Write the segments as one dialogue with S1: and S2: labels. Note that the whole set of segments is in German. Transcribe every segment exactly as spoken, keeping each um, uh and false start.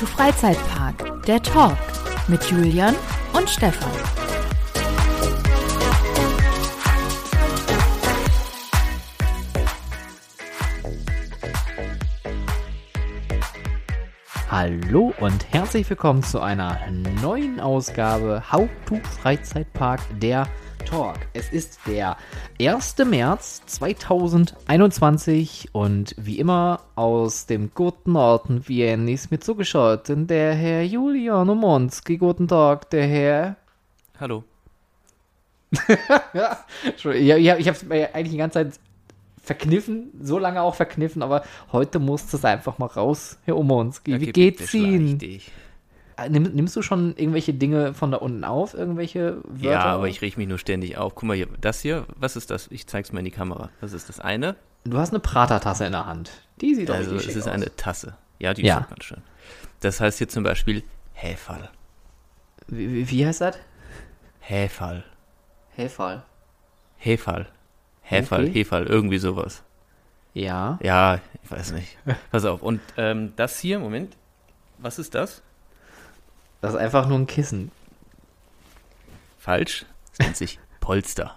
S1: to Freizeitpark, der Talk mit Julian und Stefan.
S2: Hallo und herzlich willkommen zu einer neuen Ausgabe How to Freizeitpark, der Talk. Es ist der erster März zweitausendeinundzwanzig und wie immer aus dem guten Orten Wien ist mir zugeschaltet der Herr Julian Omonski. Guten Tag, der Herr.
S3: Hallo.
S2: ja, ja, ich habe es eigentlich die ganze Zeit verkniffen, so lange auch verkniffen, aber heute muss es einfach mal raus, Herr Omonski. Ja, wie geht's Ihnen? Nimm, nimmst du schon irgendwelche Dinge von da unten auf? Irgendwelche Wörter?
S3: Ja, aber ich rieche mich nur ständig auf. Guck mal hier, das hier, was ist das? Ich zeig's mal in die Kamera. Was ist das eine?
S2: Du hast eine Pratertasse in der Hand. Die sieht doch
S3: also,
S2: richtig schick aus.
S3: Also es ist eine Tasse. Ja, die
S2: ja.
S3: ist ganz schön. Das heißt hier zum Beispiel Häferl.
S2: Wie, wie, wie heißt das?
S3: Häferl.
S2: Häferl.
S3: Häferl. Häferl, okay. Häferl, irgendwie sowas.
S2: Ja.
S3: Ja, ich weiß nicht. Pass auf. Und ähm, das hier, Moment. Was ist das?
S2: Das ist einfach nur ein Kissen.
S3: Falsch. Das nennt sich Polster.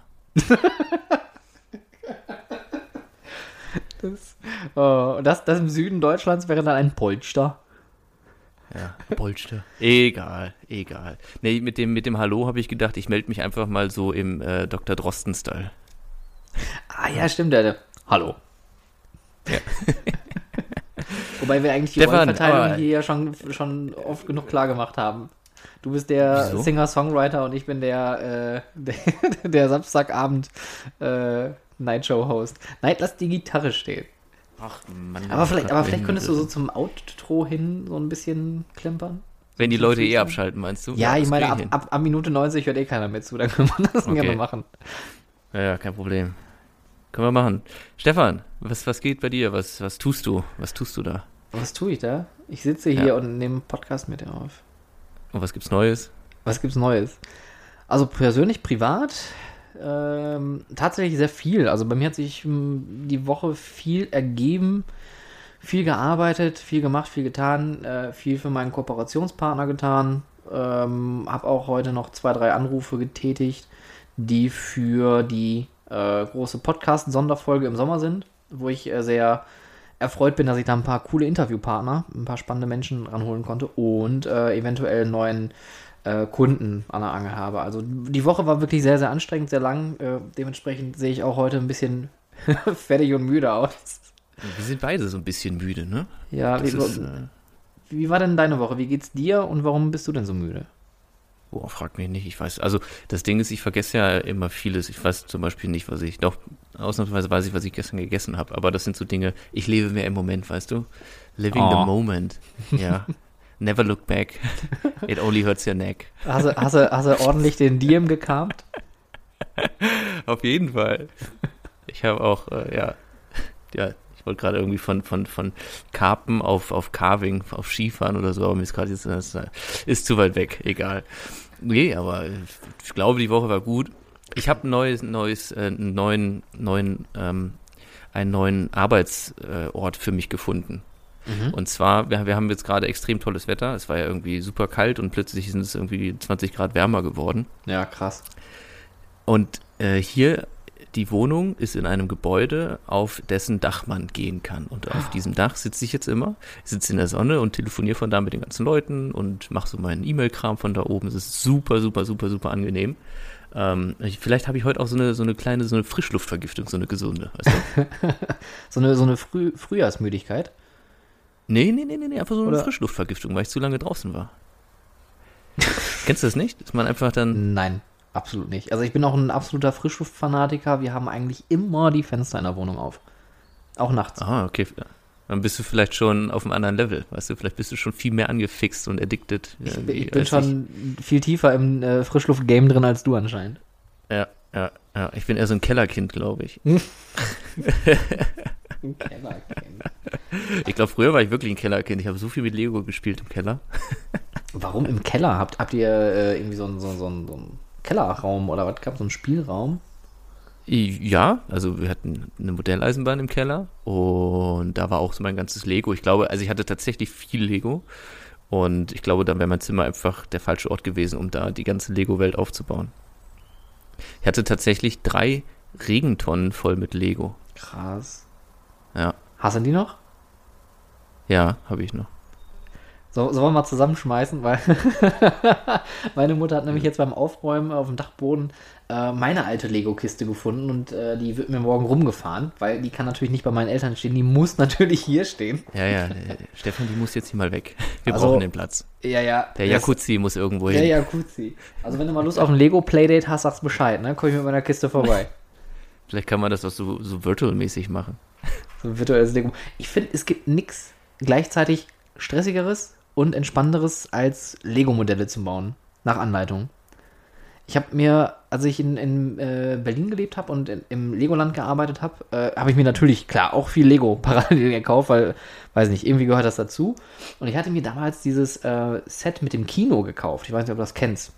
S2: das, oh, das, das im Süden Deutschlands wäre dann ein Polster.
S3: Ja, Polster. Egal, egal. Nee, mit dem, mit dem Hallo habe ich gedacht, ich melde mich einfach mal so im äh, Doktor Drosten-Style.
S2: Ah ja, stimmt, der. Hallo.
S3: Ja.
S2: Wobei wir eigentlich die
S3: Stefan,
S2: Rollenverteilung hier ja schon, schon oft genug klar gemacht haben. Du bist der
S3: Wieso?
S2: Singer-Songwriter und ich bin der, äh, der, der Samstagabend äh, Nightshow-Host. Nein, lass die Gitarre stehen.
S3: Ach Mann.
S2: Aber vielleicht, aber vielleicht könntest du so zum Outro hin so ein bisschen klimpern.
S3: Wenn die Leute eh abschalten, meinst du?
S2: Ja, ja ich meine, ab, ab, ab Minute neunzig hört eh keiner mehr zu, dann können wir das okay. gerne machen.
S3: Ja, ja, kein Problem. Können wir machen. Stefan, was, was geht bei dir? Was, was tust du? Was tust du da?
S2: Was tue ich da? Ich sitze hier ja. und nehme einen Podcast mit dir auf.
S3: Und was gibt's Neues?
S2: Was gibt's Neues? Also persönlich, privat, ähm, tatsächlich sehr viel. Also bei mir hat sich m, die Woche viel ergeben, viel gearbeitet, viel gemacht, viel getan, äh, viel für meinen Kooperationspartner getan. Ähm, habe auch heute noch zwei, drei Anrufe getätigt, die für die äh, große Podcast-Sonderfolge im Sommer sind, wo ich äh, sehr erfreut bin, dass ich da ein paar coole Interviewpartner, ein paar spannende Menschen ranholen konnte und äh, eventuell einen neuen äh, Kunden an der Angel habe. Also die Woche war wirklich sehr, sehr anstrengend, sehr lang. Äh, dementsprechend sehe ich auch heute ein bisschen fertig und müde aus.
S3: Wir sind beide so ein bisschen müde, ne?
S2: Ja, wie, ist, äh... wie war denn deine Woche? Wie geht's dir und warum bist du denn so müde?
S3: Boah, frag mich nicht, ich weiß, also das Ding ist, ich vergesse ja immer vieles, ich weiß zum Beispiel nicht, was ich, doch, ausnahmsweise weiß ich, was ich gestern gegessen habe, aber das sind so Dinge, ich lebe mehr im Moment, weißt du, living oh. the moment, ja, never look back, it only hurts your neck.
S2: Hast du, hast du, hast du ordentlich den Diem gekarmt?
S3: Auf jeden Fall, ich habe auch, äh, ja, ja, ich wollte gerade irgendwie von, von, von Karpen auf, auf Carving, auf Skifahren oder so, aber mir ist gerade jetzt, das ist zu weit weg, egal. Nee, aber ich glaube, die Woche war gut. Ich habe ein neues, neues, äh, einen neuen, neuen, ähm, einen neuen Arbeitsort für mich gefunden. Mhm. Und zwar, wir, wir haben jetzt gerade extrem tolles Wetter. Es war ja irgendwie super kalt und plötzlich sind es irgendwie zwanzig Grad wärmer geworden.
S2: Ja, krass.
S3: Und äh, hier die Wohnung ist in einem Gebäude, auf dessen Dach man gehen kann. Und auf diesem Dach sitze ich jetzt immer. Ich sitze in der Sonne und telefoniere von da mit den ganzen Leuten und mache so meinen E-Mail-Kram von da oben. Es ist super, super, super, super angenehm. Ähm, ich, vielleicht habe ich heute auch so eine, so eine kleine, so eine Frischluftvergiftung, so eine gesunde. Weißt du?
S2: so eine, so eine Früh- Frühjahrsmüdigkeit?
S3: Nee, nee, nee, nee, einfach so eine
S2: Oder?
S3: Frischluftvergiftung, weil ich zu lange draußen war. Kennst du das nicht? Dass man einfach dann...
S2: Nein. Absolut nicht. Also ich bin auch ein absoluter Frischluftfanatiker. Wir haben eigentlich immer die Fenster in der Wohnung auf. Auch nachts.
S3: Ah, okay. Dann bist du vielleicht schon auf einem anderen Level. Weißt du, vielleicht bist du schon viel mehr angefixt und addicted.
S2: Ich, ich bin schon ich. viel tiefer im äh, Frischluft-Game drin als du anscheinend.
S3: Ja, ja, ja. Ich bin eher so ein Kellerkind, glaube ich.
S2: Ein Kellerkind.
S3: Ich glaube, früher war ich wirklich ein Kellerkind. Ich habe so viel mit Lego gespielt im Keller.
S2: Warum im Keller? Habt, habt ihr äh, irgendwie so einen so, so, so Kellerraum oder was gab so einen Spielraum?
S3: Ja, also wir hatten eine Modelleisenbahn im Keller und da war auch so mein ganzes Lego. Ich glaube, also ich hatte tatsächlich viel Lego Und ich glaube, dann wäre mein Zimmer einfach der falsche Ort gewesen, um da die ganze Lego-Welt aufzubauen. Ich hatte tatsächlich drei Regentonnen voll mit Lego.
S2: Krass.
S3: Ja.
S2: Hast du die noch?
S3: Ja, habe ich noch.
S2: So, sollen wir mal zusammenschmeißen, weil meine Mutter hat nämlich jetzt beim Aufräumen auf dem Dachboden äh, meine alte Lego-Kiste gefunden und äh, die wird mir morgen rumgefahren, weil die kann natürlich nicht bei meinen Eltern stehen, die muss natürlich hier stehen.
S3: Ja, ja, äh, Stefan, die muss jetzt hier mal weg. Wir
S2: Also,
S3: brauchen den Platz.
S2: Ja, ja.
S3: Der Jacuzzi muss irgendwo hin.
S2: Ja, Jacuzzi. Also wenn du mal Lust auf ein Lego-Playdate hast, sagst Bescheid, ne? Komm ich mit meiner Kiste vorbei.
S3: Vielleicht kann man das auch so, so virtual-mäßig machen.
S2: So ein virtuelles Lego. Ich finde, es gibt nichts gleichzeitig stressigeres und entspannenderes als Lego-Modelle zu bauen. Nach Anleitung. Ich habe mir, als ich in, in äh, Berlin gelebt habe und in, im Legoland gearbeitet habe, äh, habe ich mir natürlich, klar, auch viel Lego parallel gekauft, weil, weiß nicht, irgendwie gehört das dazu. Und ich hatte mir damals dieses äh, Set mit dem Kino gekauft. Ich weiß nicht, ob du das kennst.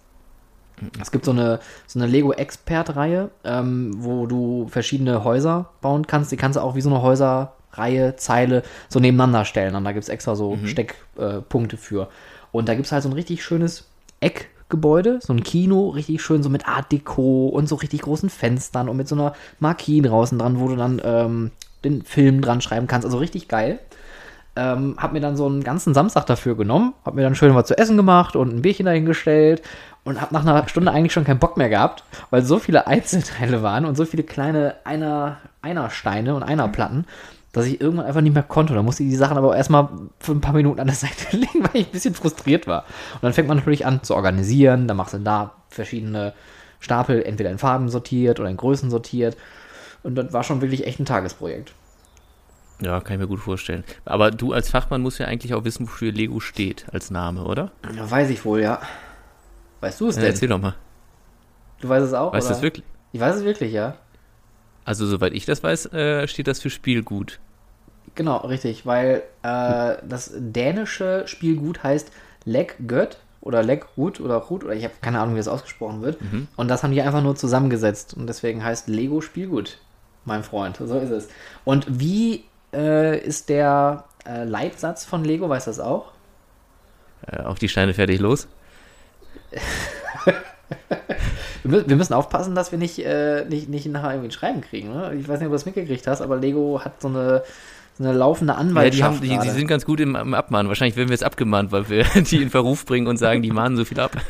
S2: Es gibt so eine, so eine Lego-Expert-Reihe, ähm, wo du verschiedene Häuser bauen kannst. Die kannst du auch wie so eine Häuserreihe, Zeile so nebeneinander stellen. Und da gibt es extra so
S3: Mhm.
S2: Steckpunkte äh, für. Und da gibt es halt so ein richtig schönes Eckgebäude, so ein Kino, richtig schön so mit Art Deco und so richtig großen Fenstern und mit so einer Marquis draußen dran, wo du dann ähm, den Film dran schreiben kannst. Also richtig geil. Ähm, hab mir dann so einen ganzen Samstag dafür genommen, hab mir dann schön was zu essen gemacht und ein Bierchen dahingestellt und hab nach einer Stunde eigentlich schon keinen Bock mehr gehabt, weil so viele Einzelteile waren und so viele kleine Einer, Einersteine und Einerplatten, dass ich irgendwann einfach nicht mehr konnte. Da musste ich die Sachen aber erstmal für ein paar Minuten an der Seite legen, weil ich ein bisschen frustriert war. Und dann fängt man natürlich an zu organisieren, dann machst du da verschiedene Stapel, entweder in Farben sortiert oder in Größen sortiert. Und das war schon wirklich echt ein Tagesprojekt.
S3: Ja, kann ich mir gut vorstellen. Aber du als Fachmann musst ja eigentlich auch wissen, wofür Lego steht als Name, oder?
S2: Ja, weiß ich wohl, ja. Weißt du es
S3: Ja,
S2: denn?
S3: erzähl doch mal.
S2: Du weißt es auch,
S3: Weißt du
S2: oder?
S3: das wirklich?
S2: Ich weiß es wirklich, ja.
S3: Also, soweit ich das weiß, äh, steht das für Spielgut.
S2: Genau, richtig, weil äh, das dänische Spielgut heißt Leggut oder Leggut oder Rut oder ich habe keine Ahnung, wie das ausgesprochen wird.
S3: Mhm.
S2: Und das haben die einfach nur zusammengesetzt und deswegen heißt Lego Spielgut, mein Freund. So ist es. Und wie äh, ist der äh, Leitsatz von Lego, weißt du das auch?
S3: Äh, auf die Steine fertig los.
S2: Wir, mü wir müssen aufpassen, dass wir nicht, äh, nicht, nicht nachher irgendwie ein Schreiben kriegen. Ne? Ich weiß nicht, ob du das mitgekriegt hast, aber Lego hat so eine, so eine laufende
S3: Ja, die,
S2: Anwaltschaft.
S3: haben, die, die
S2: gerade.
S3: sind ganz gut im, im Abmahnen. Wahrscheinlich werden wir jetzt abgemahnt, weil wir die in Verruf bringen und sagen, die mahnen so viel ab.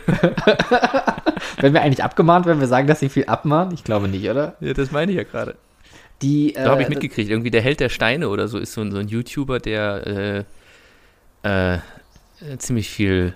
S2: Wenn wir eigentlich abgemahnt werden, wir sagen, dass sie viel abmahnen? Ich glaube nicht, oder?
S3: Ja, das meine ich ja gerade.
S2: Die,
S3: Da habe ich
S2: äh,
S3: mitgekriegt. Irgendwie der Held der Steine oder so ist so ein, so ein YouTuber, der äh, äh, ziemlich viel,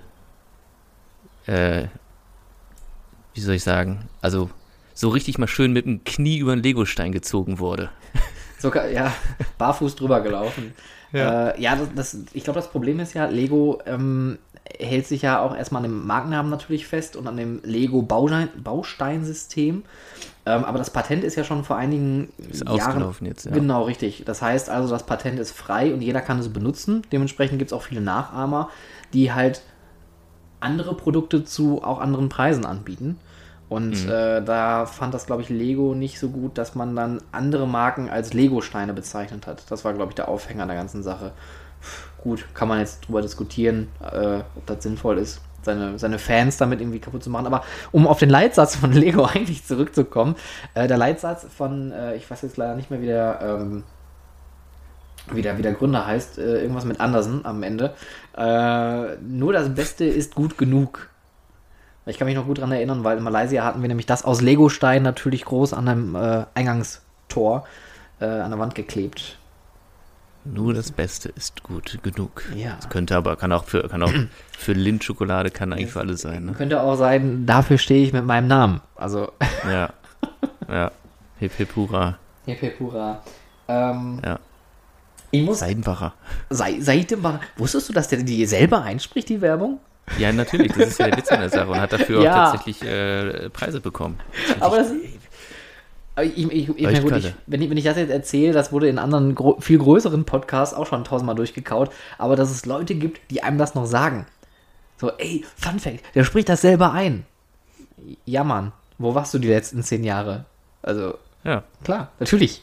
S3: äh, wie soll ich sagen, also so richtig mal schön mit dem Knie über den Legostein gezogen wurde.
S2: Sogar, ja, barfuß drüber gelaufen.
S3: Ja.
S2: Äh, ja, das, das, ich glaube, das Problem ist ja, Lego ähm, hält sich ja auch erstmal an dem Markennamen natürlich fest und an dem Lego-Bausteinsystem. Ähm, aber das Patent ist ja schon vor einigen
S3: Ist
S2: Jahren.
S3: ausgelaufen jetzt, ja.
S2: Genau, richtig. Das heißt also, das Patent ist frei und jeder kann es benutzen. Dementsprechend gibt es auch viele Nachahmer, die halt andere Produkte zu auch anderen Preisen anbieten. Und
S3: Mhm.
S2: äh, da fand das, glaube ich, Lego nicht so gut, dass man dann andere Marken als Lego-Steine bezeichnet hat. Das war, glaube ich, der Aufhänger der ganzen Sache. Gut, kann man jetzt drüber diskutieren, äh, ob das sinnvoll ist, seine, seine Fans damit irgendwie kaputt zu machen. Aber um auf den Leitsatz von Lego eigentlich zurückzukommen, äh, der Leitsatz von, äh, ich weiß jetzt leider nicht mehr, wie der, ähm, wie der, wie der Gründer heißt, äh, irgendwas mit Andersen am Ende. Äh, nur das Beste ist gut genug. Ich kann mich noch gut daran erinnern, weil in Malaysia hatten wir nämlich das aus Legostein natürlich groß an einem äh, Eingangstor äh, an der Wand geklebt.
S3: Nur das Beste ist gut genug.
S2: Ja.
S3: Das könnte aber, kann auch für, kann auch für Lindt-Schokolade, kann eigentlich für alles sein, ne?
S2: Könnte auch sein, dafür stehe ich mit meinem Namen. Also,
S3: Ja. Ja. Hip hip hurra.
S2: Hip hip hurra. Ähm,
S3: Ja.
S2: ich muss,
S3: Seidenbacher.
S2: sei, seid mal, wusstest du, dass der die selber einspricht, die Werbung?
S3: Ja, natürlich, das ist ja der Witz an der Sache und hat dafür
S2: Ja.
S3: auch tatsächlich äh, Preise bekommen.
S2: Aber das ist, aber ich, ich, ich, ich, meine, gut, ich,
S3: Leuchtkalle.
S2: wenn, ich, wenn ich das jetzt erzähle, das wurde in anderen, gro- viel größeren Podcasts auch schon tausendmal durchgekaut, aber dass es Leute gibt, die einem das noch sagen. So, ey, Fun Fact, der spricht das selber ein. Ja, Mann, wo warst du die letzten zehn Jahre? Also,
S3: Ja,
S2: klar, natürlich.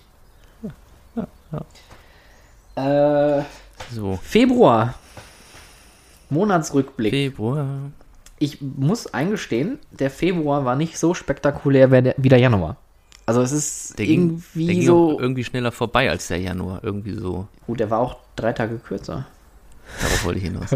S3: ja,
S2: Äh,
S3: so.
S2: Februar. Monatsrückblick.
S3: Februar.
S2: Ich muss eingestehen, der Februar war nicht so spektakulär wie der, wie der Januar. Also es ist
S3: Der
S2: irgendwie
S3: ging, der ging
S2: so...
S3: auch irgendwie schneller vorbei als der Januar. Irgendwie so.
S2: Gut, der war auch drei Tage kürzer.
S3: Darauf wollte ich hinaus.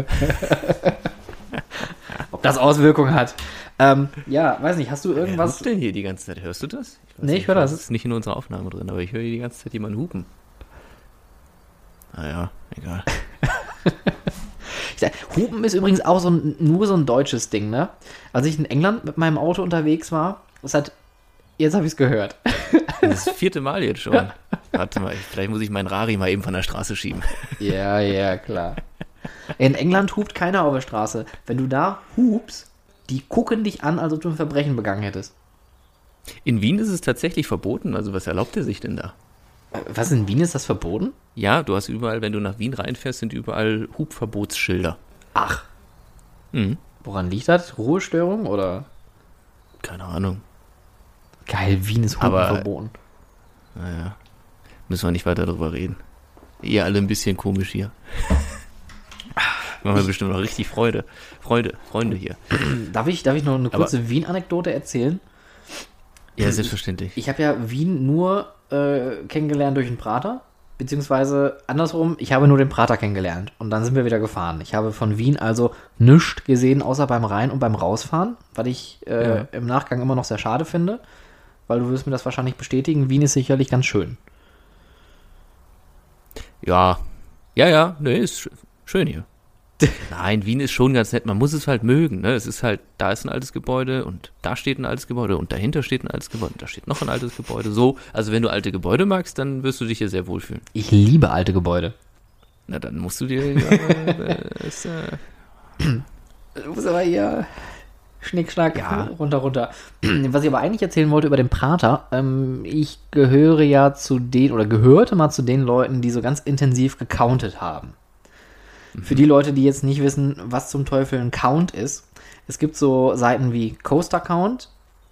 S2: Ob das Auswirkungen hat. Ähm, ja, weiß nicht, hast du irgendwas...
S3: Was denn hier die ganze Zeit? Hörst du das? Ich weiß
S2: Nee, ich
S3: nicht,
S2: höre das.
S3: Das ist nicht in unserer Aufnahme drin, aber ich höre hier die ganze Zeit jemanden hupen. Naja, egal.
S2: Ich sag, Hupen ist übrigens auch so ein, nur so ein deutsches Ding, ne? Als ich in England mit meinem Auto unterwegs war, das hat... Jetzt habe ich es gehört.
S3: Das ist das vierte Mal jetzt schon. Warte mal, vielleicht muss ich meinen Rari mal eben von der Straße schieben.
S2: Ja, ja, klar. In England hupt keiner auf der Straße. Wenn du da hupst, die gucken dich an, als ob du ein Verbrechen begangen hättest.
S3: In Wien ist es tatsächlich verboten. Also was erlaubt er sich denn da?
S2: Was, in Wien ist das verboten?
S3: Ja, du hast überall, wenn du nach Wien reinfährst, sind überall Hubverbotsschilder.
S2: Ach.
S3: Mhm.
S2: Woran liegt das? Ruhestörung oder?
S3: Keine Ahnung.
S2: Geil, Wien ist Hupen
S3: Aber-
S2: verboten.
S3: Naja, müssen wir nicht weiter darüber reden. Ihr alle ein bisschen komisch hier. Machen wir bestimmt noch richtig Freude. Freude, Freunde hier.
S2: Darf ich, darf ich noch eine
S3: Aber-
S2: kurze Wien-Anekdote erzählen?
S3: Ja, selbstverständlich.
S2: Ich habe ja Wien nur äh, kennengelernt durch den Prater, beziehungsweise andersrum, ich habe nur den Prater kennengelernt und dann sind wir wieder gefahren. Ich habe von Wien also nichts gesehen, außer beim Rein- und beim Rausfahren, was ich äh,
S3: Ja.
S2: im Nachgang immer noch sehr schade finde, weil du wirst mir das wahrscheinlich bestätigen, Wien ist sicherlich ganz schön.
S3: Ja, ja, ja, ne, ist sch- schön hier. Nein, Wien ist schon ganz nett. Man muss es halt mögen. Ne? Es ist halt, da ist ein altes Gebäude und da steht ein altes Gebäude und dahinter steht ein altes Gebäude und da steht noch ein altes Gebäude. So, also wenn du alte Gebäude magst, dann wirst du dich hier sehr wohlfühlen.
S2: Ich liebe alte Gebäude.
S3: Na, dann musst du dir. Ja, äh, es, äh,
S2: Du musst aber hier Schnick, Schnack,
S3: Ja.
S2: runter, runter. Was ich aber eigentlich erzählen wollte über den Prater, ähm, ich gehöre ja zu den, oder gehörte mal zu den Leuten, die so ganz intensiv gecountet haben. Für die Leute, die jetzt nicht wissen, was zum Teufel ein Count ist, es gibt so Seiten wie Coaster Count.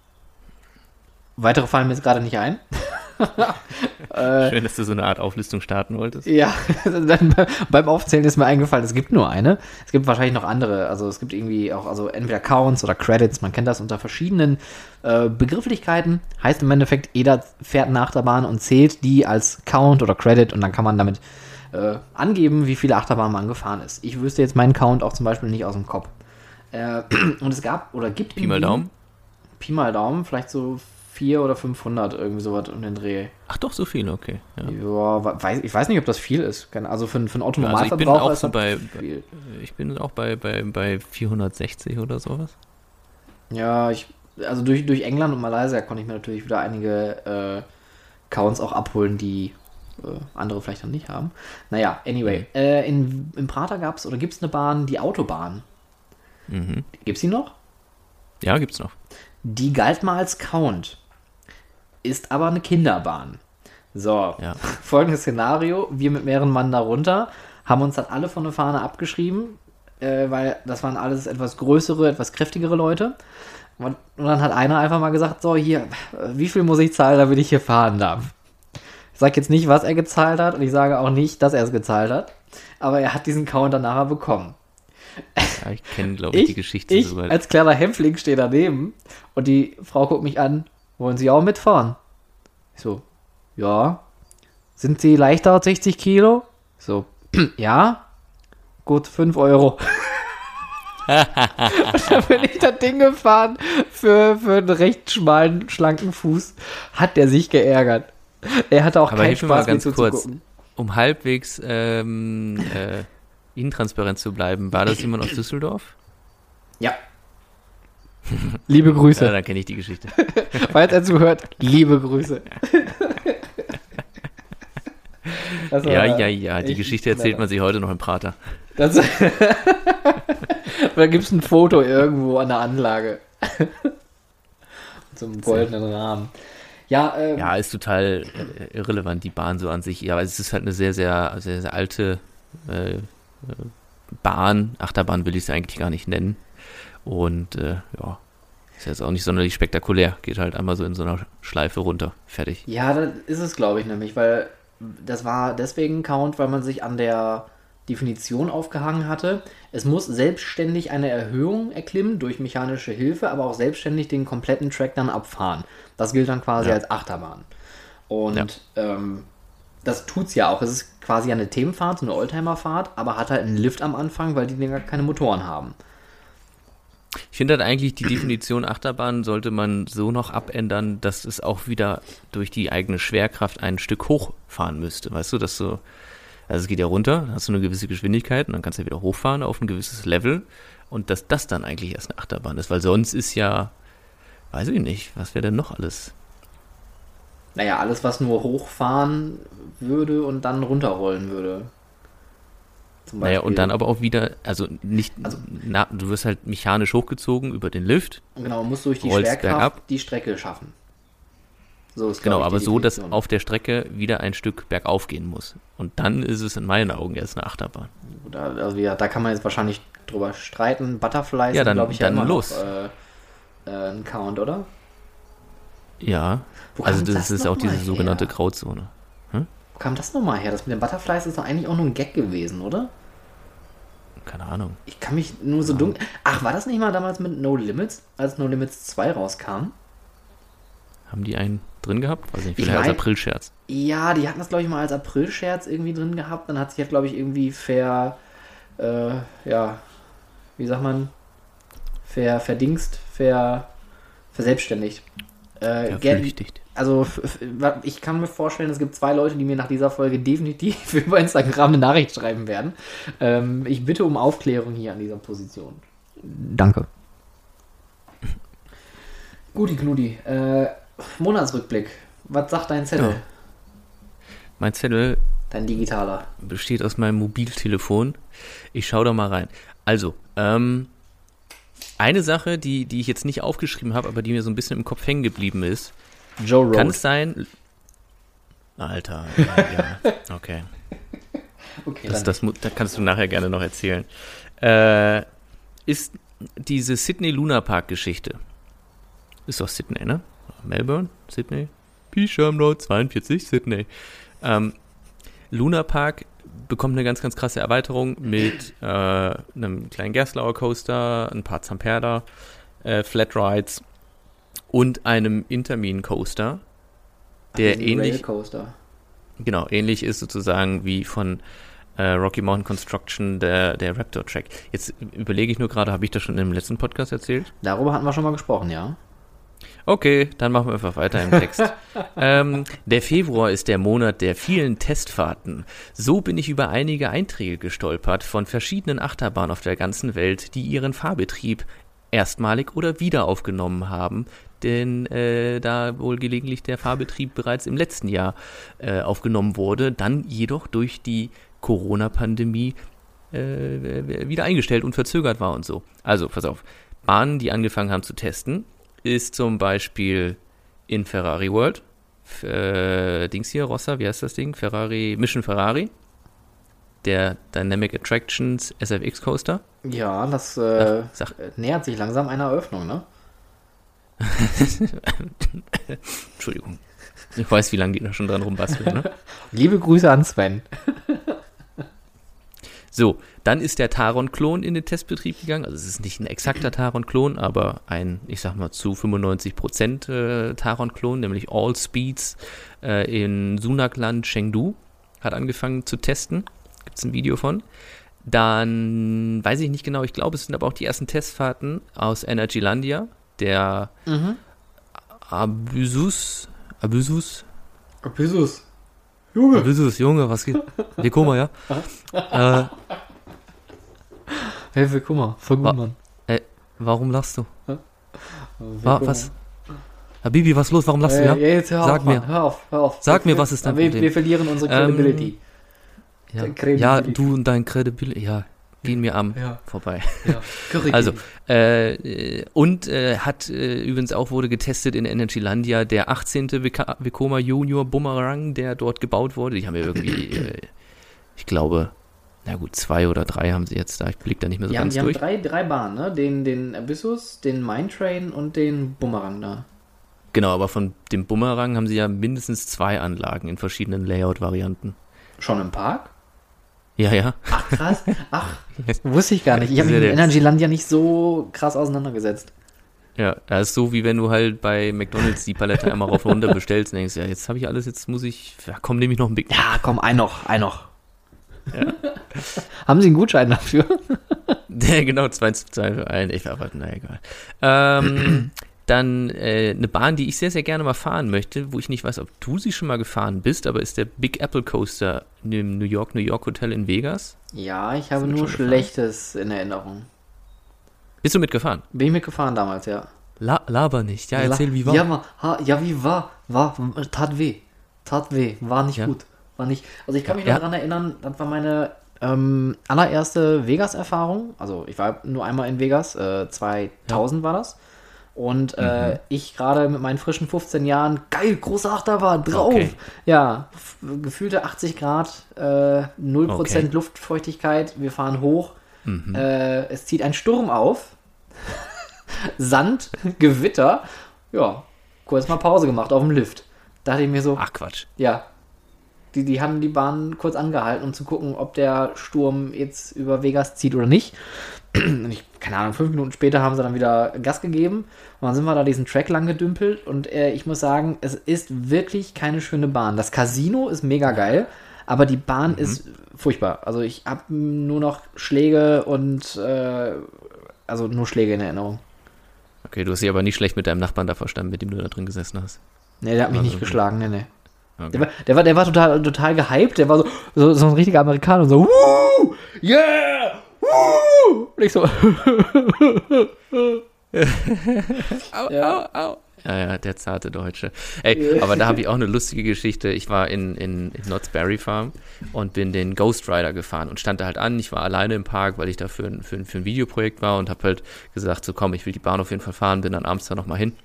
S2: Weitere fallen mir jetzt gerade nicht ein.
S3: schön, dass du so eine Art Auflistung starten wolltest.
S2: Ja, dann beim Aufzählen ist mir eingefallen, es gibt nur eine. Es gibt wahrscheinlich noch andere. Also es gibt irgendwie auch, also entweder Counts oder Credits, man kennt das unter verschiedenen äh, Begrifflichkeiten. Heißt im Endeffekt, jeder fährt eine Achterbahn und zählt die als Count oder Credit und dann kann man damit äh, angeben, wie viele Achterbahnen man gefahren ist. Ich wüsste jetzt meinen Count auch zum Beispiel nicht aus dem Kopf. Äh, und es gab oder gibt
S3: Pi mal
S2: in Wien-
S3: Daumen.
S2: Pi mal Daumen, vielleicht so vierhundert oder fünfhundert, irgendwie sowas um den Dreh.
S3: Ach doch, so viel, okay. Ja.
S2: Ja, weiß, ich weiß nicht, ob das viel ist. Keine- Also für, für einen
S3: Also ich bin
S2: Autonormalverbraucher
S3: auch
S2: ist
S3: so
S2: das
S3: bei,
S2: viel.
S3: ich bin auch bei, bei, bei vierhundertsechzig oder sowas.
S2: Ja, ich, also durch, durch England und Malaysia konnte ich mir natürlich wieder einige äh, Counts auch abholen, die äh, andere vielleicht noch nicht haben. Naja, anyway. Äh, in, in Prater gab es oder gibt es eine Bahn, die Autobahn.
S3: Mhm.
S2: Gibt es die noch?
S3: Ja, gibt's noch.
S2: Die galt mal als Count. Ist aber eine Kinderbahn. So,
S3: Ja.
S2: folgendes Szenario. Wir mit mehreren Mann darunter haben uns dann alle von der Fahne abgeschrieben, äh, weil das waren alles etwas größere, etwas kräftigere Leute. Und, und dann hat einer einfach mal gesagt, so hier, wie viel muss ich zahlen, damit ich hier fahren darf? Ich sage jetzt nicht, was er gezahlt hat und ich sage auch nicht, dass er es gezahlt hat. Aber er hat diesen Count dann nachher bekommen.
S3: Ja, ich kenne, glaube ich, die Geschichte
S2: ich
S3: sogar.
S2: als kleiner Hämpfling stehe daneben und die Frau guckt mich an, wollen Sie auch mitfahren? Ich so, ja. Sind Sie leichter als sechzig Kilo? Ich so, ja. Gut, fünf Euro. Und dann bin ich das Ding gefahren für, für einen recht schmalen, schlanken Fuß. Hat der sich geärgert. Er hatte auch
S3: Aber
S2: keinen
S3: hilf mir mal
S2: Spaß, mir
S3: ganz kurz.
S2: zuzugucken.
S3: Um halbwegs ähm, äh, intransparent zu bleiben, war das jemand aus Düsseldorf?
S2: Ja. Liebe Grüße.
S3: Ja, dann kenne ich die Geschichte.
S2: Falls er zuhört, liebe Grüße. Das war
S3: Ja, ja, ja, die
S2: echt
S3: Geschichte erzählt
S2: clever.
S3: man sich heute noch im Prater.
S2: Das da gibt es ein Foto irgendwo an der Anlage. Zum goldenen Rahmen. Ja, ähm,
S3: Ja, ist total äh, irrelevant, die Bahn so an sich. Ja, aber es ist halt eine sehr, sehr, sehr, sehr alte äh, äh, Bahn. Achterbahn will ich es eigentlich gar nicht nennen. Und äh, ja, ist jetzt auch nicht sonderlich spektakulär. Geht halt einmal so in so einer Schleife runter. Fertig.
S2: ja, das ist es, glaube ich, nämlich, weil das war deswegen Count, weil man sich an der Definition aufgehangen hatte. Es muss selbstständig eine Erhöhung erklimmen durch mechanische Hilfe, aber auch selbstständig den kompletten Track dann abfahren. Das gilt dann quasi
S3: Ja.
S2: als Achterbahn. Und
S3: Ja.
S2: ähm, das tut's ja auch. Es ist quasi eine Themenfahrt, so eine Oldtimerfahrt, aber hat halt einen Lift am Anfang, weil die Dinger keine Motoren haben.
S3: Ich finde halt eigentlich, die Definition Achterbahn sollte man so noch abändern, dass es auch wieder durch die eigene Schwerkraft ein Stück hochfahren müsste. Weißt du, dass du, also es geht ja runter, dann hast du eine gewisse Geschwindigkeit und dann kannst du ja wieder hochfahren auf ein gewisses Level und dass das dann eigentlich erst eine Achterbahn ist, weil sonst ist ja, weiß ich nicht, was wäre denn noch alles?
S2: Naja, alles, was nur hochfahren würde und dann runterrollen würde. Zum
S3: Naja,
S2: Beispiel.
S3: und dann aber auch wieder, also nicht,
S2: Also-
S3: na, du wirst halt mechanisch hochgezogen über den Lift.
S2: Genau, man muss durch die
S3: rollst
S2: Schwerkraft
S3: bergab.
S2: die Strecke schaffen. So ist,
S3: Genau,
S2: glaub ich,
S3: aber
S2: die
S3: so, dass
S2: Definition.
S3: auf der Strecke wieder ein Stück bergauf gehen muss. Und dann ist es in meinen Augen erst eine Achterbahn.
S2: Da, also ja, da kann man jetzt wahrscheinlich drüber streiten. Butterflies
S3: Ja, dann-
S2: glaube ich,
S3: dann
S2: ja immer
S3: los.
S2: noch äh, äh, ein Count, oder?
S3: Ja,
S2: Wo
S3: also
S2: kam
S3: das, ist
S2: noch
S3: auch diese
S2: mal
S3: sogenannte
S2: her?
S3: Grauzone.
S2: Wo kam das nochmal her? Das mit den Butterflies ist doch eigentlich auch nur ein Gag gewesen, oder?
S3: Keine Ahnung.
S2: Ich kann mich nur so dunkel... Ach, war das nicht mal damals mit No Limits, als No Limits zwei rauskam?
S3: Haben die einen drin gehabt? Weiß nicht,
S2: Ich
S3: vielleicht als
S2: mein-
S3: Aprilscherz.
S2: Ja, die hatten das, glaube ich, mal als April-Scherz irgendwie drin gehabt. Dann hat sich halt, glaube ich, irgendwie ver... Äh, ja, wie sagt man? Ver, verdingst, ver, verselbstständigt. Äh, ger-
S3: Verpflichtigt.
S2: also f- f- ich kann mir vorstellen, es gibt zwei Leute, die mir nach dieser Folge definitiv über Instagram eine Nachricht schreiben werden. Ähm, ich bitte um Aufklärung hier an dieser Position. Danke. Guti Knudi, äh, Monatsrückblick. Was sagt dein Zettel?
S3: Ja. Mein Zettel
S2: Dein digitaler.
S3: besteht aus meinem Mobiltelefon. Ich schaue da mal rein. Also, ähm, eine Sache, die, die ich jetzt nicht aufgeschrieben habe, aber die mir so ein bisschen im Kopf hängen geblieben ist.
S2: Joe Road.
S3: Kann es sein... Alter, ja, okay.
S2: okay,
S3: Das,
S2: dann.
S3: das, mu- da kannst du nachher gerne noch erzählen. Äh, ist diese Sydney Luna Park Geschichte. Ist doch Sydney, ne? Melbourne? Sydney? Peasham Road zweiundvierzig, Sydney. Ähm, Luna Park bekommt eine ganz, ganz krasse Erweiterung mit äh, einem kleinen Gerstlauer Coaster, ein paar Zamperla, äh, Flat Rides und einem Intermin Coaster, der
S2: Diesen
S3: ähnlich,
S2: Railcoaster.
S3: genau, ähnlich ist sozusagen wie von äh, Rocky Mountain Construction der, der Raptor Track. Jetzt überlege ich nur gerade, habe ich das schon im letzten Podcast erzählt?
S2: Darüber hatten wir schon mal gesprochen, ja.
S3: Okay, dann machen wir einfach weiter im Text. ähm, der Februar ist der Monat der vielen Testfahrten. So bin ich über einige Einträge gestolpert von verschiedenen Achterbahnen auf der ganzen Welt, die ihren Fahrbetrieb erstmalig oder wieder aufgenommen haben, denn äh, da wohl gelegentlich der Fahrbetrieb bereits im letzten Jahr äh, aufgenommen wurde, dann jedoch durch die Corona-Pandemie äh, wieder eingestellt und verzögert war und so. Also, pass auf, Bahnen, die angefangen haben zu testen, ist zum Beispiel in Ferrari World, F- äh, Dings hier, Rossa, wie heißt das Ding? Ferrari, Mission Ferrari, der Dynamic Attractions S F X Coaster.
S2: Ja, das äh,
S3: Sag,
S2: nähert sich langsam einer Eröffnung, ne?
S3: Entschuldigung. Ich weiß, wie lange die da schon dran rumbasteln, ne?
S2: Liebe Grüße an Sven.
S3: So, dann ist der Taron-Klon in den Testbetrieb gegangen. Also es ist nicht ein exakter Taron-Klon, aber ein, ich sag mal, zu fünfundneunzig Prozent äh, Taron-Klon, nämlich All Speeds äh, in Sunakland, Chengdu, hat angefangen zu testen. Gibt es ein Video von. Dann weiß ich nicht genau, ich glaube, es sind aber auch die ersten Testfahrten aus Energylandia, der
S2: Mhm.
S3: Abysus, Abysus,
S2: Pissus. Junge.
S3: Abysus, Junge, was geht? Wir kommen, ja. äh,
S2: Hey, guck mal, voll gut,
S3: Wa-
S2: Mann.
S3: warum lachst du?
S2: Wir
S3: Wa-
S2: gucken
S3: was? Habibi, was ist los? Warum
S2: mal.
S3: lachst du,
S2: Äh,
S3: ja?
S2: ja, jetzt hör
S3: Sag
S2: auf,
S3: mir.
S2: Mann. Hör auf, hör auf.
S3: Sag
S2: wir,
S3: mir, was ist dein
S2: wir,
S3: Problem?
S2: Wir verlieren unsere
S3: Ähm,
S2: Credibility.
S3: Ja,
S2: Credibility.
S3: ja, du und dein Credibility, ja, gehen mir am
S2: Ja,
S3: vorbei.
S2: ja. Korrekt.
S3: Also, äh, und äh, hat äh, übrigens auch wurde getestet in Energylandia der achtzehnte Veka- Vekoma Junior Bumerang, der dort gebaut wurde. Die haben ja irgendwie, äh, ich glaube, na gut, zwei oder drei haben sie jetzt da. Ich blick da nicht mehr so
S2: die haben,
S3: ganz
S2: die haben
S3: durch.
S2: drei, drei Bahnen, ne? Den, den Abyssus, den Mine Train und den Bumerang da.
S3: Genau, aber von dem Bumerang haben sie ja mindestens zwei Anlagen in verschiedenen Layout-Varianten.
S2: Schon im Park?
S3: Ja, ja.
S2: Ach Ach, krass. Ach, wusste ich gar nicht. Ich habe mich mit Energyland ja nicht so krass auseinandergesetzt.
S3: Ja, das ist so, wie wenn du halt bei McDonald's die Palette einmal rauf und runter bestellst und denkst, ja, jetzt habe ich alles, jetzt muss ich, ja, komm, nehme ich noch ein Big Mac.
S2: Ja, komm, ein noch, ein noch.
S3: Ja.
S2: Haben Sie einen Gutschein dafür?
S3: Ja, genau, zwei, zwei für einen. Ich war, na egal. Ähm, dann äh, eine Bahn, die ich sehr, sehr gerne mal fahren möchte, wo ich nicht weiß, ob du sie schon mal gefahren bist, aber ist der Big Apple Coaster im New York, New York Hotel in Vegas.
S2: Ja, ich habe nur Schlechtes in Erinnerung.
S3: Bist du mitgefahren?
S2: Bin ich mitgefahren damals, ja.
S3: La, laber nicht. Ja, erzähl,
S2: La,
S3: wie war.
S2: Ja, ma, ha, ja, wie war? War, tat weh. Tat weh. War nicht ja. gut. War nicht. Also ich kann mich ja. noch daran erinnern, das war meine ähm, allererste Vegas-Erfahrung. Also ich war nur einmal in Vegas, äh, zweitausend ja. war das. Und äh, mhm. ich gerade mit meinen frischen fünfzehn Jahren, geil, große Achterbahn, drauf. Okay. Ja, f- gefühlte achtzig Grad, äh, null Prozent okay. Luftfeuchtigkeit, wir fahren hoch. Mhm. Äh, es zieht ein Sturm auf. Sand, Gewitter. Ja, kurz mal Pause gemacht auf dem Lift. Da dachte ich mir so.
S3: Ach Quatsch.
S2: Ja. Die, die haben die Bahn kurz angehalten, um zu gucken, ob der Sturm jetzt über Vegas zieht oder nicht. Und ich, keine Ahnung, fünf Minuten später haben sie dann wieder Gas gegeben. Und dann sind wir da diesen Track lang gedümpelt. Und äh, ich muss sagen, es ist wirklich keine schöne Bahn. Das Casino ist mega geil, aber die Bahn mhm. ist furchtbar. Also ich habe nur noch Schläge und äh, also nur Schläge in Erinnerung.
S3: Okay, du hast dich aber nicht schlecht mit deinem Nachbarn da verstanden, mit dem du da drin gesessen hast.
S2: Nee, der hat mich also nicht geschlagen, nee, nee. Okay. Der, war, der, war, der war total, total gehypt, der war so, so, so ein richtiger Amerikaner und so, Woo! Yeah! Woo! Und ich so,
S3: au, ja. au, au. Ja, ja, der zarte Deutsche. Ey, aber da habe ich auch eine lustige Geschichte. Ich war in, in, in Knott's Berry Farm und bin den Ghost Rider gefahren und stand da halt an. Ich war alleine im Park, weil ich da für ein, für ein, für ein Videoprojekt war und habe halt gesagt, so komm, ich will die Bahn auf jeden Fall fahren, bin dann abends da nochmal hin.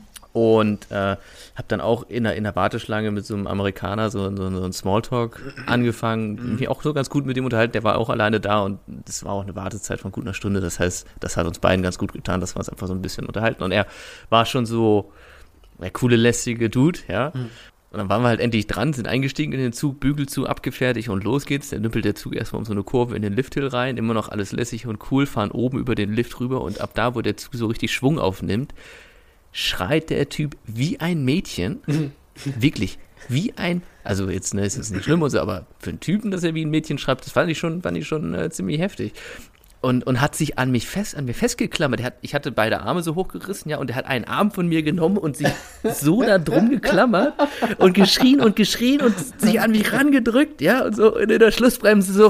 S3: Und äh, habe dann auch in der, in der Warteschlange mit so einem Amerikaner so, so, so ein Smalltalk angefangen, mich auch so ganz gut mit dem unterhalten, der war auch alleine da und das war auch eine Wartezeit von gut einer Stunde, das heißt, das hat uns beiden ganz gut getan, dass wir uns einfach so ein bisschen unterhalten und er war schon so der coole, lässige Dude, ja. Mhm. Und dann waren wir halt endlich dran, sind eingestiegen in den Zug, Bügel zu, abgefertigt und los geht's. Dann dümpelt der Zug erstmal um so eine Kurve in den Lifthill rein, immer noch alles lässig und cool, fahren oben über den Lift rüber und ab da, wo der Zug so richtig Schwung aufnimmt, schreit der Typ wie ein Mädchen, wirklich, wie ein, also jetzt ne, ist es nicht schlimm, so, aber für einen Typen, dass er wie ein Mädchen schreibt, das fand ich schon, fand ich schon äh, ziemlich heftig. Und, und hat sich an mich fest, an mir festgeklammert. Er hat, ich hatte beide Arme so hochgerissen, ja, und er hat einen Arm von mir genommen und sich so da drum geklammert und geschrien und geschrien und sich an mich rangedrückt, ja, und so in der Schlussbremse so,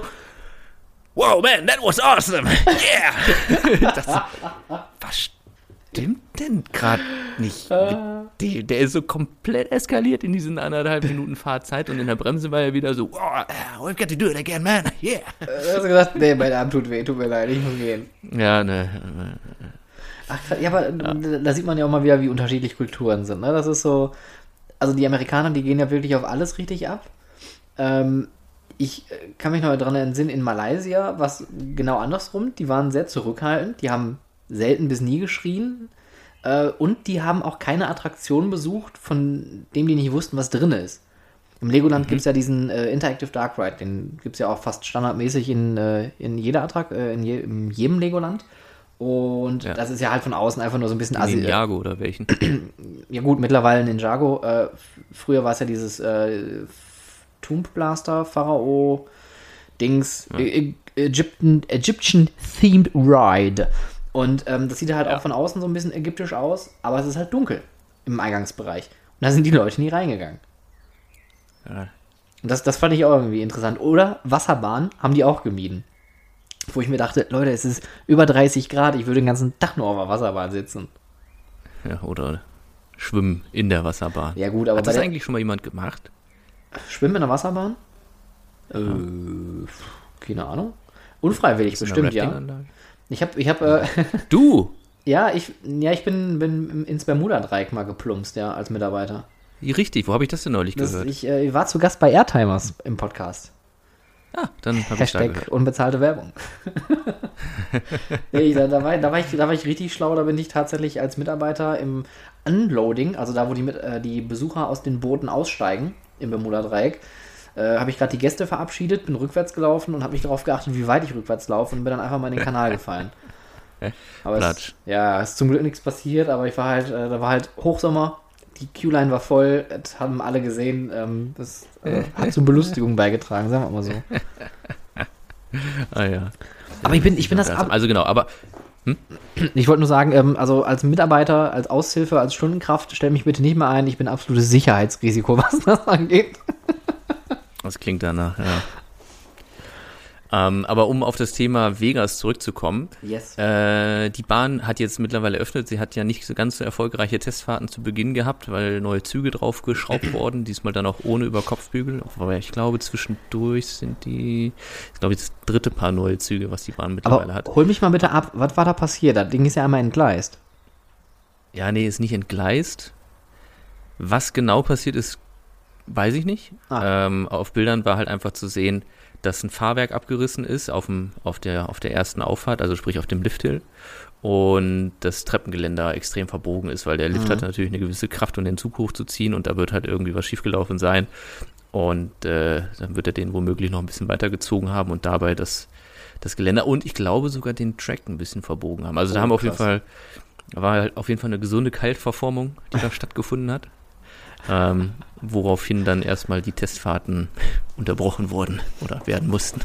S3: wow, man, that was awesome, yeah. Das, was stimmt denn gerade nicht mit dem? Der ist so komplett eskaliert in diesen anderthalb Minuten Fahrzeit und in der Bremse war er wieder so, wow, we've got to do it again, man, yeah.
S2: Du hast gesagt, nee, mein Arm tut weh, tut mir leid, ich muss gehen.
S3: Ja, ne.
S2: Ach, ja, aber ja. Da sieht man ja auch mal wieder, wie unterschiedlich Kulturen sind, ne? Das ist so, also die Amerikaner, die gehen ja wirklich auf alles richtig ab. Ähm, ich kann mich noch daran entsinnen, in Malaysia war es genau andersrum, die waren sehr zurückhaltend, die haben selten bis nie geschrien äh, und die haben auch keine Attraktion besucht, von dem die nicht wussten, was drin ist. Im Legoland mhm. gibt es ja diesen äh, Interactive Dark Ride, den gibt es ja auch fast standardmäßig in, äh, in jeder Attraktion, äh, in, je, in jedem Legoland. Und ja. das ist ja halt von außen einfach nur so ein bisschen
S3: assi. Ninjago oder welchen?
S2: Ja gut, mittlerweile Ninjago. Äh, früher war es ja dieses äh, Tomb Blaster, Pharao, Dings, ja. Ä- Ägypten, Egyptian Themed Ride. Und ähm, das sieht halt ja. auch von außen so ein bisschen ägyptisch aus, aber es ist halt dunkel im Eingangsbereich. Und da sind die Leute nie reingegangen. Ja. Und das, das fand ich auch irgendwie interessant. Oder Wasserbahn haben die auch gemieden. Wo ich mir dachte, Leute, es ist über dreißig Grad, ich würde den ganzen Tag nur auf der Wasserbahn sitzen.
S3: Ja, oder schwimmen in der Wasserbahn.
S2: Ja gut, aber
S3: hat das eigentlich schon mal jemand gemacht?
S2: Schwimmen in der Wasserbahn? Ja. Äh, keine Ahnung. Unfreiwillig bestimmt, ja. Ich hab, ich hab, äh,
S3: Du?
S2: ja, ich, ja, ich bin, bin ins Bermuda-Dreieck mal geplumpst, ja, als Mitarbeiter.
S3: Richtig, wo habe ich das denn neulich
S2: das,
S3: gehört?
S2: Ich äh, war zu Gast bei Airtimers im Podcast.
S3: Ah, dann habe ich da gehört.
S2: Hashtag unbezahlte Werbung. nee, da, da, war, da, war ich, da war ich richtig schlau, da bin ich tatsächlich als Mitarbeiter im Unloading, also da, wo die, mit, äh, die Besucher aus den Booten aussteigen, im Bermuda-Dreieck, äh, habe ich gerade die Gäste verabschiedet, bin rückwärts gelaufen und habe nicht darauf geachtet, wie weit ich rückwärts laufe und bin dann einfach mal in den Kanal gefallen. Aber es, ja, es ist zum Glück nichts passiert, aber ich war halt, äh, da war halt Hochsommer, die Q-Line war voll, das haben alle gesehen, ähm, das äh, hat zur Belustigung beigetragen, sagen wir mal so.
S3: Ah ja.
S2: Aber ich bin, ich bin das ab...
S3: Also genau, aber... Hm?
S2: Ich wollte nur sagen, ähm, also als Mitarbeiter, als Aushilfe, als Stundenkraft, stell mich bitte nicht mehr ein, ich bin absolutes Sicherheitsrisiko, was das angeht.
S3: Das klingt danach, ja. Ähm, aber um auf das Thema Vegas zurückzukommen,
S2: yes.
S3: äh, die Bahn hat jetzt mittlerweile eröffnet. Sie hat ja nicht so ganz so erfolgreiche Testfahrten zu Beginn gehabt, weil neue Züge draufgeschraubt wurden, diesmal dann auch ohne Überkopfbügel. Aber ich glaube, zwischendurch sind die, ich glaube, das dritte Paar neue Züge, was die Bahn mittlerweile
S2: aber
S3: hat.
S2: Hol mich mal bitte ab, was war da passiert? Das Ding ist ja einmal entgleist.
S3: Ja, nee, ist nicht entgleist. Was genau passiert ist, weiß ich nicht.
S2: Ah.
S3: Ähm, auf Bildern war halt einfach zu sehen, dass ein Fahrwerk abgerissen ist auf, dem, auf, der, auf der ersten Auffahrt, also sprich auf dem Lifthill, und das Treppengeländer extrem verbogen ist, weil der Lift
S2: mhm.
S3: hat natürlich eine gewisse Kraft, um den Zug hochzuziehen, und da wird halt irgendwie was schiefgelaufen sein, und äh, dann wird er den womöglich noch ein bisschen weitergezogen haben und dabei das, das Geländer und ich glaube sogar den Track ein bisschen verbogen haben. Also
S2: oh,
S3: da haben wir auf
S2: krass.
S3: jeden Fall, war halt auf jeden Fall eine gesunde Kaltverformung, die da stattgefunden hat. Ähm, woraufhin dann erstmal die Testfahrten unterbrochen wurden oder werden mussten.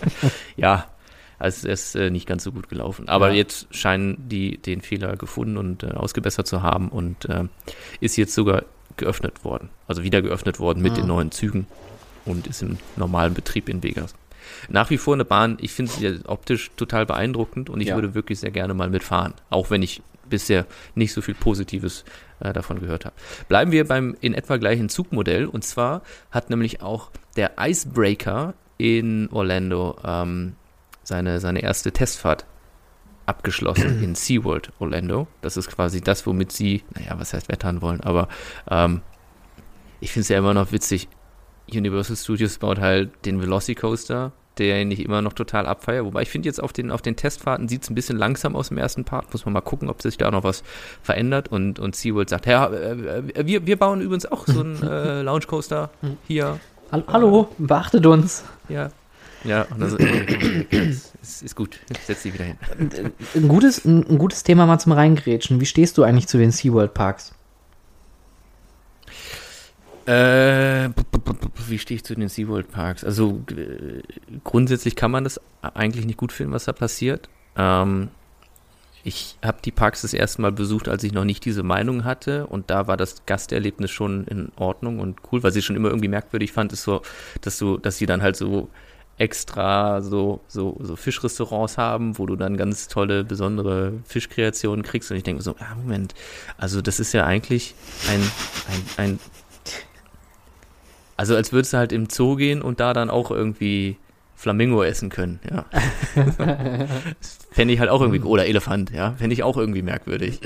S3: Ja, also es ist äh, nicht ganz so gut gelaufen. Aber
S2: ja.
S3: Jetzt scheinen die den Fehler gefunden und äh, ausgebessert zu haben und äh, ist jetzt sogar geöffnet worden. Also wieder geöffnet worden mit
S2: ah.
S3: den neuen Zügen und ist im normalen Betrieb in Vegas. Nach wie vor eine Bahn, ich finde sie optisch total beeindruckend und ich
S2: ja.
S3: würde wirklich sehr gerne mal mitfahren, auch wenn ich bisher nicht so viel Positives äh, davon gehört habe. Bleiben wir beim in etwa gleichen Zugmodell, und zwar hat nämlich auch der Icebreaker in Orlando ähm, seine, seine erste Testfahrt abgeschlossen in SeaWorld Orlando. Das ist quasi das, womit sie, naja, was heißt wettern wollen, aber ähm, ich finde es ja immer noch witzig, Universal Studios baut halt den Velocicoaster, der nicht immer noch total abfeiert. Wobei ich finde jetzt auf den, auf den Testfahrten sieht es ein bisschen langsam aus im ersten Part. Muss man mal gucken, ob sich da noch was verändert. Und, und SeaWorld sagt, ja, äh, wir, wir bauen übrigens auch so einen äh, Launchcoaster hier.
S2: Hallo, äh, beachtet uns.
S3: Ja. Ja, und also, äh, ist, ist gut. Setz dich wieder hin.
S2: Ein gutes, ein, ein gutes Thema mal zum Reingrätschen. Wie stehst du eigentlich zu den SeaWorld Parks?
S3: Äh, wie stehe ich zu den SeaWorld Parks? Also äh, grundsätzlich kann man das eigentlich nicht gut finden, was da passiert. Ähm, ich habe die Parks das erste Mal besucht, als ich noch nicht diese Meinung hatte, und da war das Gasterlebnis schon in Ordnung und cool. Was ich schon immer irgendwie merkwürdig fand, ist so, dass du, dass sie dann halt so extra so, so, so Fischrestaurants haben, wo du dann ganz tolle, besondere Fischkreationen kriegst, und ich denke so, ah, Moment, also das ist ja eigentlich ein, ein, ein Also als würdest du halt im Zoo gehen und da dann auch irgendwie Flamingo essen können, ja. Fände ich halt auch irgendwie, oder Elefant, ja, fände ich auch irgendwie merkwürdig.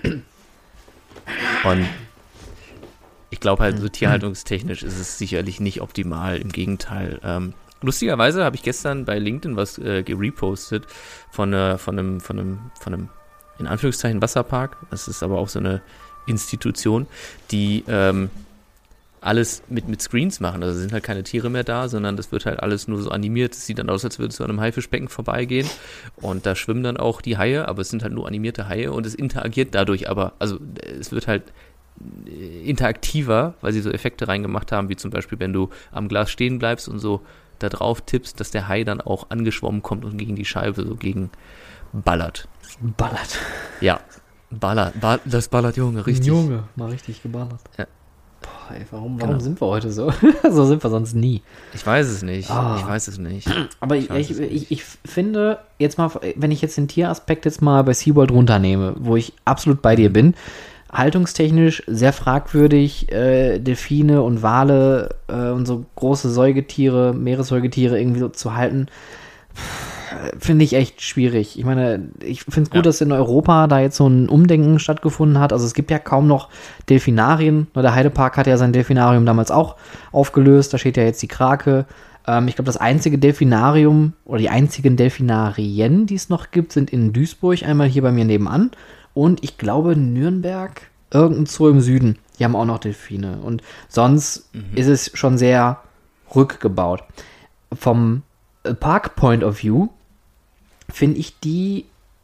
S3: Und ich glaube halt, so tierhaltungstechnisch ist es sicherlich nicht optimal, im Gegenteil. Ähm, lustigerweise habe ich gestern bei LinkedIn was äh, gerepostet von, äh, von, einem, von, einem, von einem, in Anführungszeichen, Wasserpark. Das ist aber auch so eine Institution, die ähm, alles mit, mit Screens machen. Also sind halt keine Tiere mehr da, sondern das wird halt alles nur so animiert. Es sieht dann aus, als würde es zu einem Haifischbecken vorbeigehen. Und da schwimmen dann auch die Haie, aber es sind halt nur animierte Haie und es interagiert dadurch aber. Also es wird halt interaktiver, weil sie so Effekte reingemacht haben, wie zum Beispiel, wenn du am Glas stehen bleibst und so da drauf tippst, dass der Hai dann auch angeschwommen kommt und gegen die Scheibe so gegen ballert.
S2: Ballert.
S3: Ja, ballert. Ba- das ballert, Junge, richtig.
S2: Junge, mal richtig geballert.
S3: Ja.
S2: Boah, ey, warum, warum
S3: Genau.
S2: sind wir heute so? So sind wir sonst nie.
S3: Ich weiß es nicht.
S2: Ah.
S3: Ich weiß es nicht.
S2: Aber
S3: Ich
S2: ich,
S3: weiß
S2: ich,
S3: es nicht.
S2: ich, ich finde, jetzt mal, wenn ich jetzt den Tieraspekt jetzt mal bei SeaWorld runternehme, wo ich absolut bei dir bin, haltungstechnisch sehr fragwürdig, äh, Delfine und Wale äh, und so große Säugetiere, Meeressäugetiere irgendwie so zu halten, finde ich echt schwierig. Ich meine, ich finde es gut,
S3: Ja.
S2: dass in Europa da jetzt so ein Umdenken stattgefunden hat. Also es gibt ja kaum noch Delfinarien. Der Heidepark hat ja sein Delfinarium damals auch aufgelöst. Da steht ja jetzt die Krake. Ähm, ich glaube, das einzige Delfinarium oder die einzigen Delfinarien, die es noch gibt, sind in Duisburg, einmal hier bei mir nebenan. Und ich glaube Nürnberg, irgendein Zoo im Süden. Die haben auch noch Delfine. Und sonst
S3: Mhm.
S2: ist es schon sehr rückgebaut. Vom Park Point of View finde ich die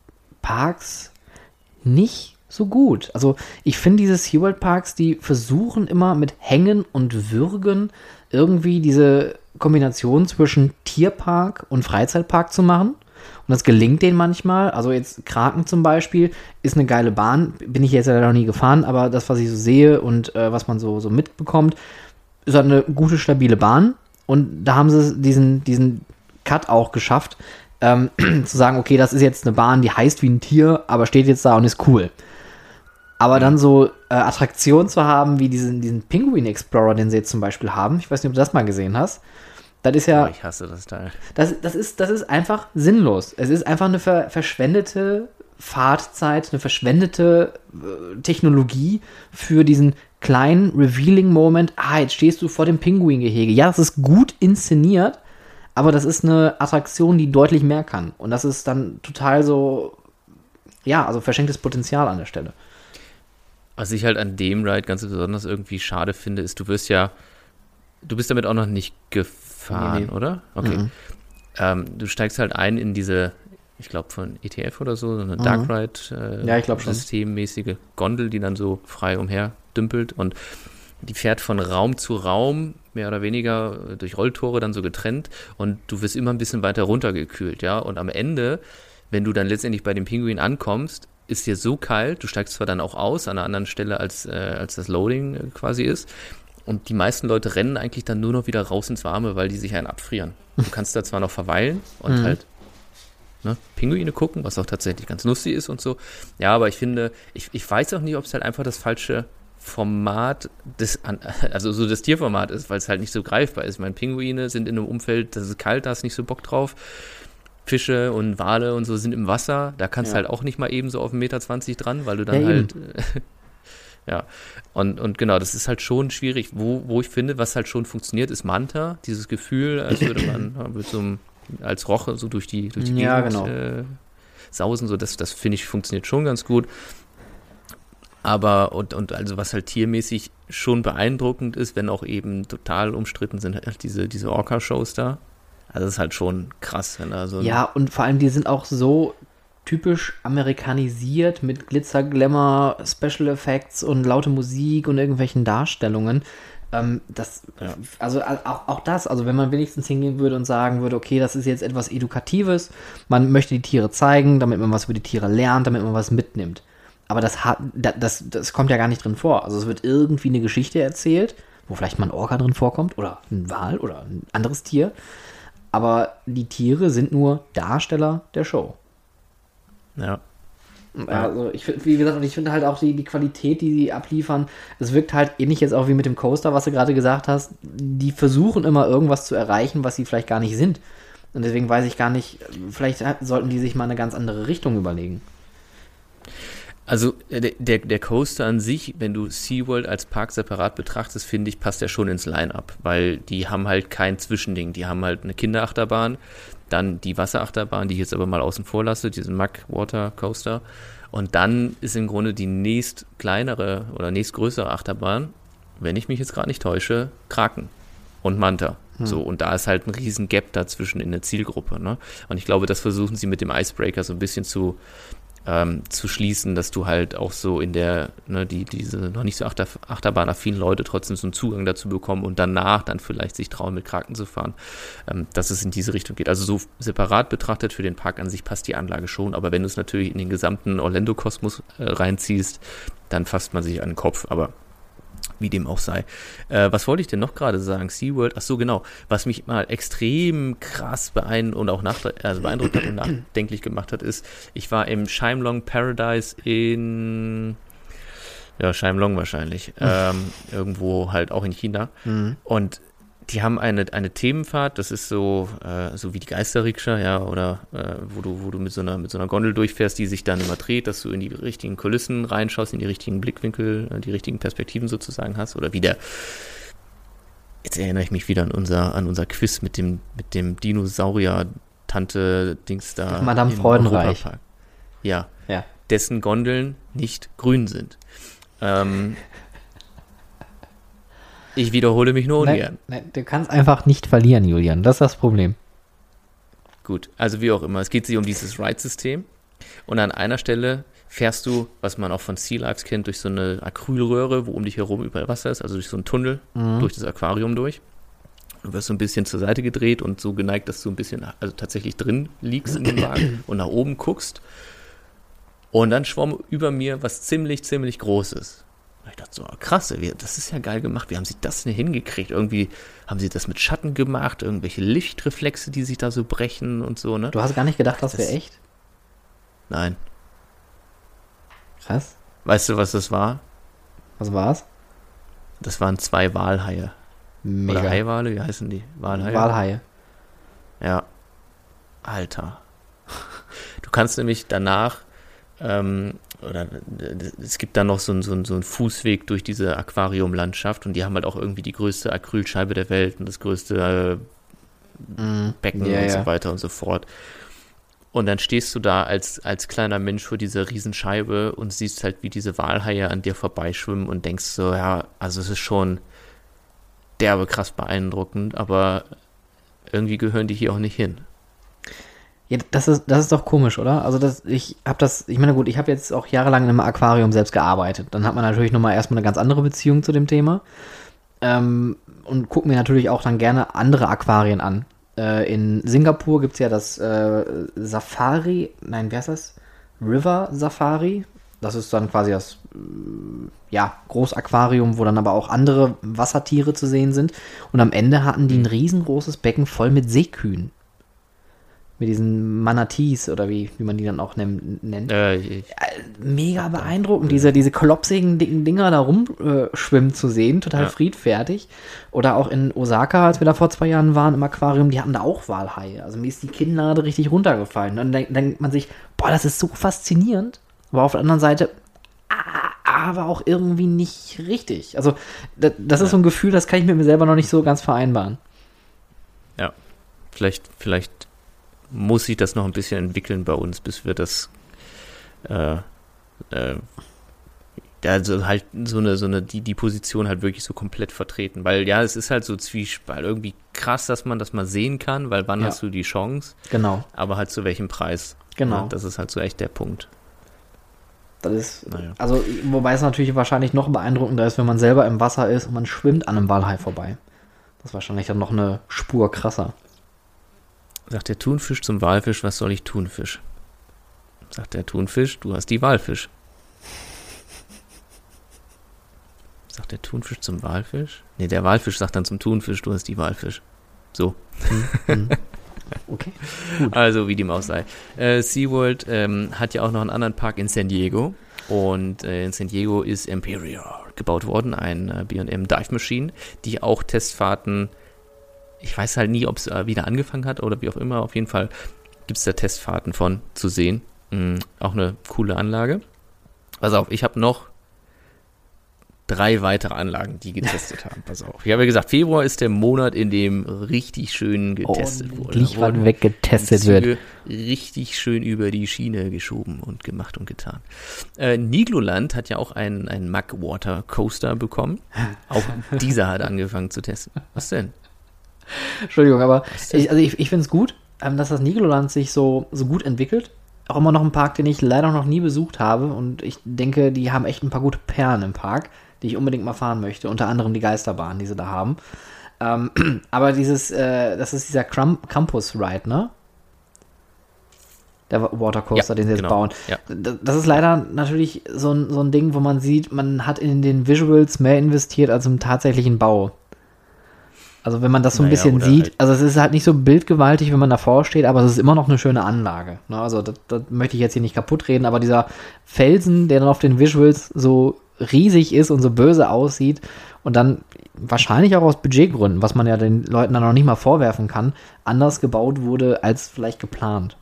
S2: Parks nicht so gut. Also ich finde diese SeaWorld Parks, die versuchen immer mit Hängen und Würgen irgendwie diese Kombination zwischen Tierpark und Freizeitpark zu machen. Und das gelingt denen manchmal. Also jetzt Kraken zum Beispiel ist eine geile Bahn. Bin ich jetzt leider noch nie gefahren, aber das, was ich so sehe und äh, was man so, so mitbekommt, ist halt eine gute, stabile Bahn. Und da haben sie diesen, diesen Cut auch geschafft, ähm, zu sagen, okay, das ist jetzt eine Bahn, die heißt wie ein Tier, aber steht jetzt da und ist cool. Aber dann so äh, Attraktionen zu haben, wie diesen, diesen Penguin Explorer, den sie jetzt zum Beispiel haben, ich weiß nicht, ob du das mal gesehen hast, das ist ja...
S3: Oh, ich hasse das Teil.
S2: Das, das, ist, das ist einfach sinnlos. Es ist einfach eine ver, verschwendete Fahrtzeit, eine verschwendete äh, Technologie für diesen kleinen Revealing-Moment. Ah, jetzt stehst du vor dem Pinguingehege. Ja, das ist gut inszeniert, aber das ist eine Attraktion, die deutlich mehr kann. Und das ist dann total so, ja, also verschenktes Potenzial an der Stelle.
S3: Was ich halt an dem Ride ganz besonders irgendwie schade finde, ist, du wirst ja, du bist damit auch noch nicht gefahren, nee, nee. oder? Okay. Mhm. Ähm, du steigst halt ein in diese, ich glaube von E T F oder so, so eine mhm. Dark Ride äh,
S2: ja, ich glaub schon.
S3: systemmäßige Gondel, die dann so frei umher dümpelt und die fährt von Raum zu Raum, mehr oder weniger durch Rolltore dann so getrennt und du wirst immer ein bisschen weiter runtergekühlt, ja, und am Ende, wenn du dann letztendlich bei dem Pinguin ankommst, ist dir so kalt, du steigst zwar dann auch aus an einer anderen Stelle, als, äh, als das Loading äh, quasi ist, und die meisten Leute rennen eigentlich dann nur noch wieder raus ins Warme, weil die sich einen abfrieren. Du kannst da zwar noch verweilen und mhm. halt ne, Pinguine gucken, was auch tatsächlich ganz lustig ist und so, ja, aber ich finde, ich, ich weiß auch nicht, ob es halt einfach das falsche Format, des, also so das Tierformat ist, weil es halt nicht so greifbar ist. Ich meine, Pinguine sind in einem Umfeld, das ist kalt, da hast du nicht so Bock drauf. Fische und Wale und so sind im Wasser, da kannst du ja. halt auch nicht mal eben so auf einen Meter zwanzig dran, weil du dann ja, halt, äh, ja, und, und genau, das ist halt schon schwierig. Wo, wo ich finde, was halt schon funktioniert, ist Manta, dieses Gefühl, als würde man mit so einem, als Roche so durch die, durch die
S2: ja,
S3: Gegend
S2: genau.
S3: äh, sausen, so, das, das finde ich, funktioniert schon ganz gut. Aber, und, und also was halt tiermäßig schon beeindruckend ist, wenn auch eben total umstritten sind, halt diese, diese Orca-Shows da. Also das ist halt schon krass, wenn da so...
S2: Ja, und vor allem, die sind auch so typisch amerikanisiert mit Glitzer, Glamour, Special Effects und laute Musik und irgendwelchen Darstellungen. Ähm, das, ja. Also auch, auch das, also wenn man wenigstens hingehen würde und sagen würde, okay, das ist jetzt etwas Edukatives, man möchte die Tiere zeigen, damit man was über die Tiere lernt, damit man was mitnimmt. Aber das, hat, das, das kommt ja gar nicht drin vor. Also es wird irgendwie eine Geschichte erzählt, wo vielleicht mal ein Orca drin vorkommt oder ein Wal oder ein anderes Tier. Aber die Tiere sind nur Darsteller der Show.
S3: Ja.
S2: Also ich finde, wie gesagt, und ich finde halt auch die, die Qualität, die sie abliefern, es wirkt halt ähnlich jetzt auch wie mit dem Coaster, was du gerade gesagt hast. Die versuchen immer irgendwas zu erreichen, was sie vielleicht gar nicht sind. Und deswegen weiß ich gar nicht, vielleicht sollten die sich mal eine ganz andere Richtung überlegen.
S3: Also der, der Coaster an sich, wenn du SeaWorld als Park separat betrachtest, finde ich, passt ja schon ins Line-Up, weil die haben halt kein Zwischending. Die haben halt eine Kinderachterbahn, dann die Wasserachterbahn, die ich jetzt aber mal außen vor lasse, diesen Mug Water Coaster, und dann ist im Grunde die nächst kleinere oder nächstgrößere Achterbahn, wenn ich mich jetzt gerade nicht täusche, Kraken und Manta. Hm. So, und da ist halt ein riesen Gap dazwischen in der Zielgruppe, ne? Und ich glaube, das versuchen sie mit dem Icebreaker so ein bisschen zu Ähm, zu schließen, dass du halt auch so in der, ne, die, diese noch nicht so Achter, Achterbahn-affinen Leute trotzdem so einen Zugang dazu bekommen und danach dann vielleicht sich trauen, mit Kraken zu fahren, ähm, dass es in diese Richtung geht. Also so separat betrachtet für den Park an sich passt die Anlage schon, aber wenn du es natürlich in den gesamten Orlando-Kosmos äh, reinziehst, dann fasst man sich an den Kopf, aber wie dem auch sei. Äh, was wollte ich denn noch gerade sagen? SeaWorld, ach so, genau. Was mich mal extrem krass beeindruckt und auch nach, also beeindruckt hat und nachdenklich gemacht hat, ist, ich war im Shimlong Paradise in, ja, Shimlong wahrscheinlich, ähm, irgendwo halt auch in China. Mhm. Und die haben eine, eine Themenfahrt, das ist so, äh, so wie die Geisterrikscha, ja, oder äh, wo du, wo du mit so einer, mit so einer Gondel durchfährst, die sich dann immer dreht, dass du in die richtigen Kulissen reinschaust, in die richtigen Blickwinkel, die richtigen Perspektiven sozusagen hast. Oder wie der, jetzt erinnere ich mich wieder an unser, an unser Quiz mit dem, mit dem Dinosaurier-Tante-Dings da.
S2: Madame Freudenreich.
S3: Ja,
S2: ja,
S3: dessen Gondeln nicht grün sind. Ähm, Ich wiederhole mich nur ungern.
S2: Nein, nein, du kannst einfach nicht verlieren, Julian. Das ist das Problem.
S3: Gut, also wie auch immer. Es geht sich um dieses Ride-System. Und an einer Stelle fährst du, was man auch von Sea Lives kennt, durch so eine Acrylröhre, wo um dich herum überall Wasser ist, also durch so einen Tunnel, mhm. durch das Aquarium durch. Du wirst so ein bisschen zur Seite gedreht und so geneigt, dass du ein bisschen, also tatsächlich drin liegst in dem Wagen und nach oben guckst. Und dann schwamm über mir was ziemlich, ziemlich Großes. Und ich dachte so, krass, das ist ja geil gemacht. Wie haben sie das denn hingekriegt? Irgendwie haben sie das mit Schatten gemacht, irgendwelche Lichtreflexe, die sich da so brechen und so, ne?
S2: Du hast gar nicht gedacht, das wäre echt?
S3: Nein.
S2: Krass.
S3: Weißt du, was das war?
S2: Was war's?
S3: Das waren zwei Walhaie.
S2: Mega.
S3: Oder Haiwale, wie heißen die? Walhaie?
S2: Walhaie.
S3: Ja. Alter. Du kannst nämlich danach, ähm, oder es gibt da noch so einen so so einen Fußweg durch diese Aquariumlandschaft und die haben halt auch irgendwie die größte Acrylscheibe der Welt und das größte äh, mm, Becken ja, und so ja. weiter und so fort. Und dann stehst du da als, als kleiner Mensch vor dieser Riesenscheibe und siehst halt, wie diese Walhaie an dir vorbeischwimmen und denkst so, ja, also es ist schon derbe krass beeindruckend, aber irgendwie gehören die hier auch nicht hin.
S2: Ja, das ist, das ist doch komisch, oder? Also das, ich habe das, ich meine gut, ich habe jetzt auch jahrelang in einem Aquarium selbst gearbeitet. Dann hat man natürlich nochmal erstmal eine ganz andere Beziehung zu dem Thema ähm, und guckt mir natürlich auch dann gerne andere Aquarien an. Äh, in Singapur gibt es ja das äh, Safari, nein, wie heißt das? River Safari. Das ist dann quasi das äh, ja, Großaquarium, wo dann aber auch andere Wassertiere zu sehen sind. Und am Ende hatten die ein riesengroßes Becken voll mit Seekühen. Mit diesen Manatees oder wie, wie man die dann auch nennt.
S3: Äh, ich,
S2: Mega beeindruckend, diese, diese klopsigen, dicken Dinger da rumschwimmen äh, zu sehen, total ja. friedfertig. Oder auch in Osaka, als wir da vor zwei Jahren waren im Aquarium, die hatten da auch Walhaie. Also mir ist die Kinnlade richtig runtergefallen. Dann denkt, denkt man sich, boah, das ist so faszinierend. Aber auf der anderen Seite, ah, aber auch irgendwie nicht richtig. Also das, das ist ja. so ein Gefühl, das kann ich mit mir selber noch nicht so ganz vereinbaren.
S3: Ja, vielleicht, vielleicht muss sich das noch ein bisschen entwickeln bei uns, bis wir das äh, äh, also halt so eine, so eine, die, die Position halt wirklich so komplett vertreten. Weil ja, es ist halt so zwiespalt, irgendwie krass, dass man das mal sehen kann, weil wann ja. hast du die Chance?
S2: Genau.
S3: Aber halt zu welchem Preis?
S2: Genau.
S3: Ja, das ist halt so echt der Punkt.
S2: Das ist, naja. also, wobei es natürlich wahrscheinlich noch beeindruckender ist, wenn man selber im Wasser ist und man schwimmt an einem Walhai vorbei. Das ist wahrscheinlich dann noch eine Spur krasser.
S3: Sagt der Thunfisch zum Walfisch, was soll ich tun, Fisch? Sagt der Thunfisch, du hast die Walfisch. Sagt der Thunfisch zum Walfisch? Nee, der Walfisch sagt dann zum Thunfisch, du hast die Walfisch. So.
S2: Mhm. Okay. Gut.
S3: Also, wie dem auch sei. Äh, SeaWorld ähm, hat ja auch noch einen anderen Park in San Diego. Und äh, in San Diego ist Imperial gebaut worden, ein äh, B und M Dive Machine, die auch Testfahrten, ich weiß halt nie, ob es äh, wieder angefangen hat oder wie auch immer, auf jeden Fall gibt es da Testfahrten von zu sehen. Mhm, auch eine coole Anlage. Pass auf, ich habe noch drei weitere Anlagen, die getestet haben. Pass auf. Ich habe ja gesagt, Februar ist der Monat, in dem richtig schön getestet
S2: oh,
S3: wurde.
S2: Nicht weit weg getestet wird.
S3: Richtig schön über die Schiene geschoben und gemacht und getan. Äh, Nigloland hat ja auch einen, einen Mug Water Coaster bekommen. Auch dieser hat angefangen zu testen. Was denn?
S2: Entschuldigung, aber ich, also ich, ich finde es gut, dass das Nigloland sich so, so gut entwickelt. Auch immer noch ein Park, den ich leider noch nie besucht habe. Und ich denke, die haben echt ein paar gute Perlen im Park, die ich unbedingt mal fahren möchte. Unter anderem die Geisterbahn, die sie da haben. Ähm, aber dieses, äh, das ist dieser Crum- Campus Ride, ne? Der Watercoaster, ja, den sie jetzt genau. bauen. Ja. Das ist leider natürlich so ein, so ein Ding, wo man sieht, man hat in den Visuals mehr investiert als im tatsächlichen Bau. Also wenn man das so ein naja, bisschen sieht, halt also es ist halt nicht so bildgewaltig, wenn man davor steht, aber es ist immer noch eine schöne Anlage. Ne? Also das, das möchte ich jetzt hier nicht kaputt reden, aber dieser Felsen, der dann auf den Visuals so riesig ist und so böse aussieht und dann wahrscheinlich auch aus Budgetgründen, was man ja den Leuten dann noch nicht mal vorwerfen kann, anders gebaut wurde als vielleicht geplant.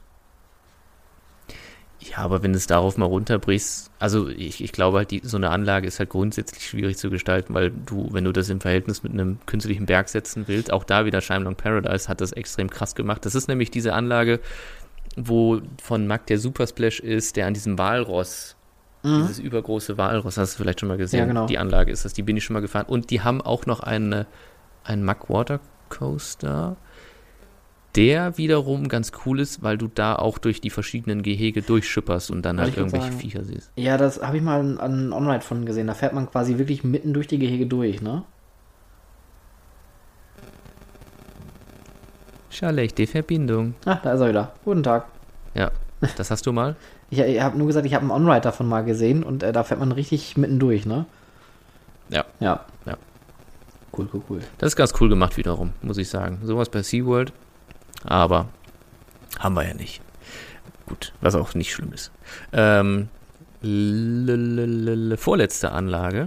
S3: Ja, aber wenn du es darauf mal runterbrichst, also ich, ich glaube halt, die, so eine Anlage ist halt grundsätzlich schwierig zu gestalten, weil du, wenn du das im Verhältnis mit einem künstlichen Berg setzen willst, auch da wieder Shimelong Paradise hat das extrem krass gemacht. Das ist nämlich diese Anlage, wo von Mack der Super Splash ist, der an diesem Walross
S2: Mhm.
S3: Dieses übergroße Walross, hast du vielleicht schon mal gesehen.
S2: Ja, genau.
S3: Die Anlage ist das, die bin ich schon mal gefahren. Und die haben auch noch eine, einen Muck Water Coaster, der wiederum ganz cool ist, weil du da auch durch die verschiedenen Gehege durchschipperst und dann
S2: Wollte
S3: halt
S2: ich grad
S3: irgendwelche
S2: sagen.
S3: Viecher siehst.
S2: Ja, das habe ich mal an, an On-Ride von gesehen. Da fährt man quasi wirklich mitten durch die Gehege durch, ne?
S3: Schlechte Verbindung.
S2: Ah, da ist er wieder. Guten Tag.
S3: Ja, das hast du mal?
S2: Ich, ich habe nur gesagt, ich habe einen On-Ride davon mal gesehen und äh, da fährt man richtig mitten durch, ne?
S3: Ja.
S2: Ja.
S3: Ja.
S2: Cool, cool, cool.
S3: Das ist ganz cool gemacht wiederum, muss ich sagen. Sowas bei SeaWorld, aber haben wir ja nicht. Gut, was auch nicht schlimm ist. Ähm, lelelele, vorletzte Anlage.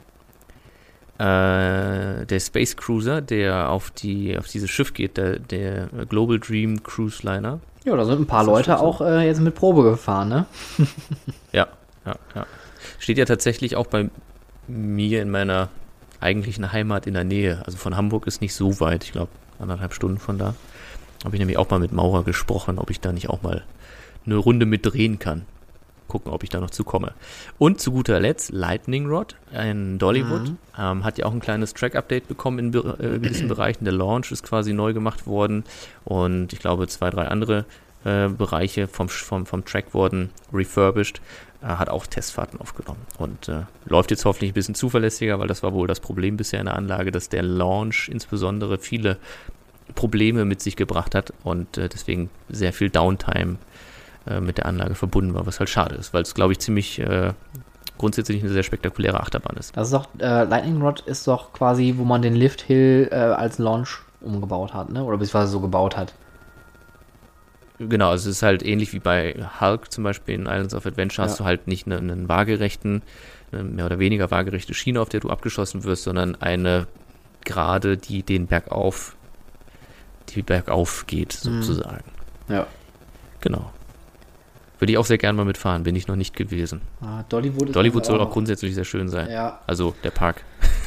S3: Äh, der Space Cruiser, der auf die auf dieses Schiff geht, der, der Global Dream Cruise Liner.
S2: Ja, da sind ein paar
S3: Ist das
S2: Leute
S3: schon so?
S2: auch äh, jetzt mit Probe gefahren, ne?
S3: Ja, ja, ja. Steht ja tatsächlich auch bei mir in meiner eigentlichen Heimat in der Nähe. Also von Hamburg ist nicht so weit, ich glaube anderthalb Stunden von da. Habe ich nämlich auch mal mit Maurer gesprochen, ob ich da nicht auch mal eine Runde mit drehen kann. Gucken, ob ich da noch zukomme. Und zu guter Letzt Lightning Rod, ein Dollywood,
S2: Mhm.
S3: ähm, hat ja auch ein kleines Track-Update bekommen in be- äh, gewissen Bereichen. Der Launch ist quasi neu gemacht worden und ich glaube zwei, drei andere äh, Bereiche vom, vom, vom Track wurden refurbished, äh, hat auch Testfahrten aufgenommen und äh, läuft jetzt hoffentlich ein bisschen zuverlässiger, weil das war wohl das Problem bisher in der Anlage, dass der Launch insbesondere viele Probleme mit sich gebracht hat und äh, deswegen sehr viel Downtime äh, mit der Anlage verbunden war, was halt schade ist, weil es, glaube ich, ziemlich äh, grundsätzlich eine sehr spektakuläre Achterbahn ist.
S2: Das ist doch, äh, Lightning Rod ist doch quasi, wo man den Lift Hill äh, als Launch umgebaut hat, ne? Oder beziehungsweise so gebaut hat.
S3: Genau, also es ist halt ähnlich wie bei Hulk zum Beispiel in Islands of Adventure, hast
S2: Ja.
S3: du halt nicht einen, einen waagerechten, eine mehr oder weniger waagerechte Schiene, auf der du abgeschossen wirst, sondern eine Gerade, die den bergauf, die bergauf geht, sozusagen.
S2: Ja.
S3: Genau. Würde ich auch sehr gerne mal mitfahren, bin ich noch nicht gewesen.
S2: Ah, Dollywood ist
S3: Dollywood soll auch
S2: noch-
S3: grundsätzlich sehr schön sein.
S2: Ja.
S3: Also der Park.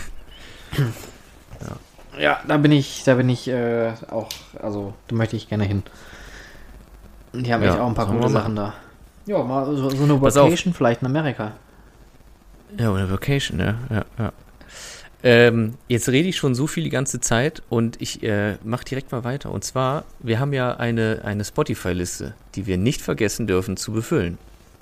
S2: Ja, da bin ich, da bin ich äh, auch, also da möchte ich gerne hin. Und die haben
S3: Ja,
S2: echt auch ein paar
S3: sollen wir
S2: gute
S3: mal
S2: Sachen da. Ja, mal so, so eine
S3: Pass auf.
S2: Vacation vielleicht in Amerika.
S3: Ja, oder Vacation, ja, ja, ja. Ähm, jetzt rede ich schon so viel die ganze Zeit und ich äh, mache direkt mal weiter. Und zwar, wir haben ja eine, eine Spotify-Liste, die wir nicht vergessen dürfen zu befüllen.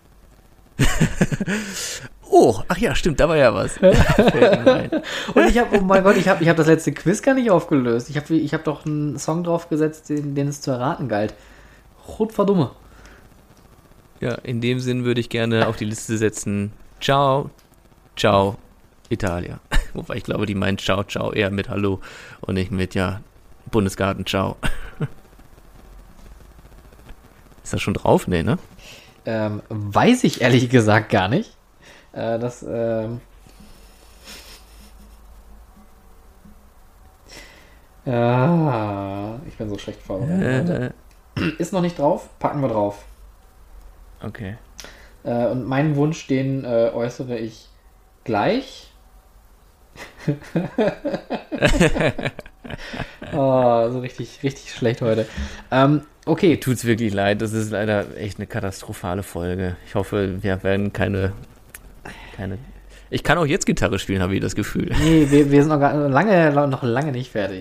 S3: Oh, ach ja, stimmt, da war ja was. Fällt mir ein.
S2: Und ich habe, oh mein Gott, ich habe ich hab das letzte Quiz gar nicht aufgelöst. Ich habe ich hab doch einen Song draufgesetzt, den, den es zu erraten galt. Rot verdumme.
S3: Ja, in dem Sinn würde ich gerne auf die Liste setzen. Ciao, ciao, Italia. Wobei ich glaube, die meint ciao, ciao eher mit Hallo und nicht mit, ja, Bundesgarten, ciao. Ist das schon drauf? Nee, ne?
S2: Ähm, weiß ich ehrlich gesagt gar nicht. Äh, das, ähm. Ah, ich bin so schlecht vorbereitet.
S3: Äh,
S2: Ist noch nicht drauf, packen wir drauf.
S3: okay.
S2: Äh, und meinen Wunsch, den äh, äußere ich gleich. Oh, so richtig, richtig schlecht heute. Ähm, okay,
S3: Tut's wirklich leid, das ist leider echt eine katastrophale Folge. Ich hoffe, wir werden keine, keine. Ich kann auch jetzt Gitarre spielen, habe ich das Gefühl.
S2: nee, wir, wir sind noch, gar, lange, noch lange nicht fertig.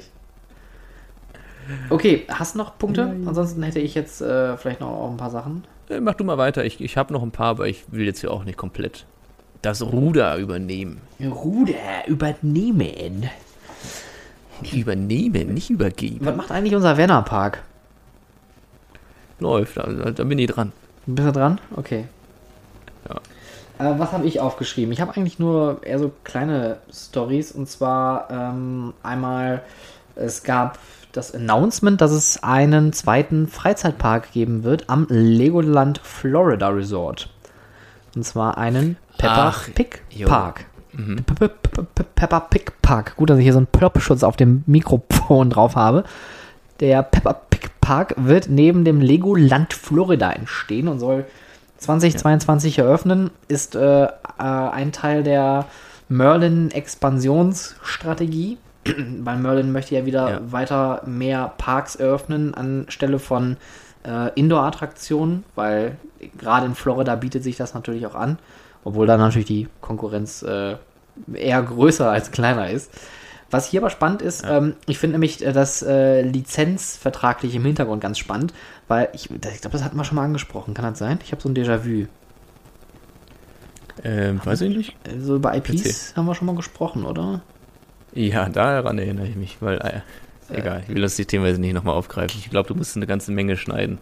S2: Okay, hast du noch Punkte?
S3: Ja, ja.
S2: Ansonsten hätte ich jetzt äh, vielleicht noch auch ein paar Sachen.
S3: Äh, Mach du mal weiter, ich, ich habe noch ein paar, aber ich will jetzt hier auch nicht komplett das Ruder übernehmen.
S2: Ruder übernehmen.
S3: Übernehmen, nicht übergeben.
S2: Was macht eigentlich unser Werner-Park?
S3: Läuft, da, da bin ich dran.
S2: Bist du dran? Okay.
S3: Ja.
S2: Äh, was habe ich aufgeschrieben? Ich habe eigentlich nur eher so kleine Stories. Und zwar ähm, einmal, es gab das Announcement, dass es einen zweiten Freizeitpark geben wird am Legoland Florida Resort. Und zwar einen Peppa
S3: Ach,
S2: Pig
S3: jo.
S2: Park.
S3: Mhm.
S2: Pe- Pe- Pe- Peppa Pig Park. Gut, dass ich hier so einen Plopschutz auf dem Mikrofon drauf habe. Der Peppa Pig Park wird neben dem Legoland Florida entstehen und soll zweitausendzweiundzwanzig eröffnen. Ist äh, äh, ein Teil der Merlin-Expansionsstrategie. Weil Merlin möchte ja wieder
S3: Ja.
S2: weiter mehr Parks eröffnen anstelle von äh, Indoor-Attraktionen, weil gerade in Florida bietet sich das natürlich auch an. obwohl da natürlich die Konkurrenz äh, eher größer als kleiner ist. Was hier aber spannend ist, ja. ähm, ich finde nämlich äh, das äh, Lizenzvertragliche im Hintergrund ganz spannend, weil ich, ich glaube, das hatten wir schon mal angesprochen. Kann das sein? Ich habe so ein Déjà-vu.
S3: Ähm, weiß ich nicht.
S2: So über I Ps Erzähl. Haben wir schon mal gesprochen, oder?
S3: Ja, daran erinnere ich mich, weil, äh, äh. egal, ich will das Thema jetzt nicht nochmal aufgreifen. Ich glaube, du musst eine ganze Menge schneiden.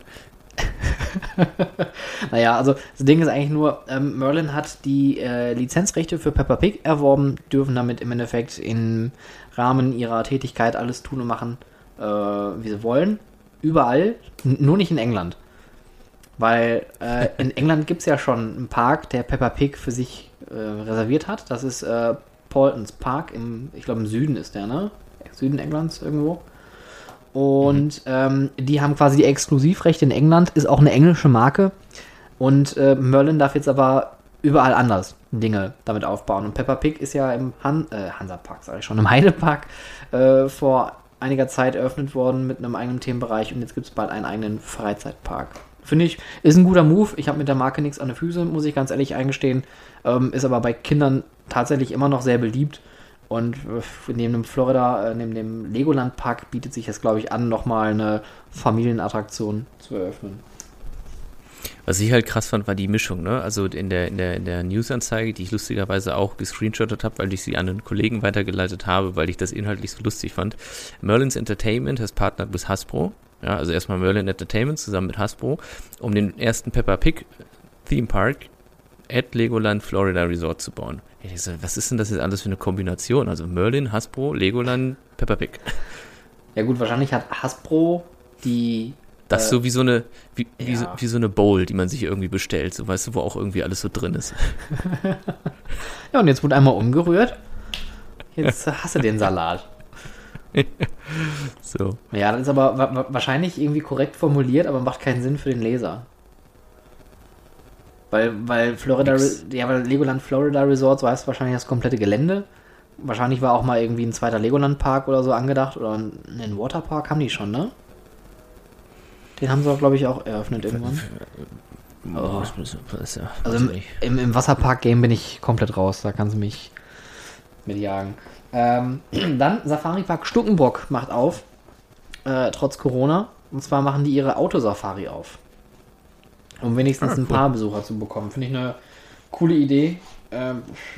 S2: Naja, also das Ding ist eigentlich nur, ähm, Merlin hat die äh, Lizenzrechte für Peppa Pig erworben, dürfen damit im Endeffekt im Rahmen ihrer Tätigkeit alles tun und machen, äh, wie sie wollen. Überall, n- nur nicht in England. Weil äh, in England gibt es ja schon einen Park, der Peppa Pig für sich äh, reserviert hat. Das ist äh, Paultons Park, im, ich glaube im Süden ist der, ne? Süden Englands irgendwo. Und mhm. ähm, die haben quasi die Exklusivrechte in England, ist auch eine englische Marke. Und äh, Merlin darf jetzt aber überall anders Dinge damit aufbauen. Und Peppa Pig ist ja im Han- äh, Hansapark, sage ich schon, im Heidepark äh, vor einiger Zeit eröffnet worden mit einem eigenen Themenbereich. Und jetzt gibt es bald einen eigenen Freizeitpark. Finde ich, ist ein guter Move. Ich habe mit der Marke nichts an den Füßen, muss ich ganz ehrlich eingestehen. Ähm, ist aber bei Kindern tatsächlich immer noch sehr beliebt. Und neben dem Florida, äh, neben dem Legoland-Park bietet sich jetzt, glaube ich, an, nochmal eine Familienattraktion zu eröffnen.
S3: Was ich halt krass fand, war die Mischung, ne? Also in der, in der, in der News-Anzeige, die ich lustigerweise auch gescreenshottet habe, weil ich sie an einen Kollegen weitergeleitet habe, weil ich das inhaltlich so lustig fand. Merlin's Entertainment has partnered with Hasbro. Ja, also erstmal Merlin Entertainment zusammen mit Hasbro, um den ersten Peppa Pig Theme Park at Legoland Florida Resort zu bauen. Ich so, was ist denn das jetzt alles für eine Kombination? Also Merlin, Hasbro, Legoland, Peppa Pig.
S2: Ja gut, wahrscheinlich hat Hasbro die...
S3: Das ist
S2: äh,
S3: so wie so eine wie,
S2: ja.
S3: wie, so, wie so eine Bowl, die man sich irgendwie bestellt, so weißt du, wo auch irgendwie alles so drin ist.
S2: Ja, und jetzt wurde einmal umgerührt. Jetzt hast du den Salat.
S3: So.
S2: Ja, das ist aber wa- wahrscheinlich irgendwie korrekt formuliert, aber macht keinen Sinn für den Leser. Weil, weil Florida, Nix. ja, weil Legoland Florida Resort, so heißt wahrscheinlich das komplette Gelände. Wahrscheinlich war auch mal irgendwie ein zweiter Legoland-Park oder so angedacht. Oder ein Waterpark haben die schon, ne? Den haben sie auch, glaube ich, auch eröffnet irgendwann. Oh. Also im, im, im Wasserpark-Game bin ich komplett raus. Da kannst du mich mit jagen. Ähm, dann Safari Park Stuckenbrock macht auf. Äh, trotz Corona. Und zwar machen die ihre Autosafari auf. Um wenigstens ah, cool. ein paar Besucher zu bekommen. Finde ich eine coole Idee. Ähm,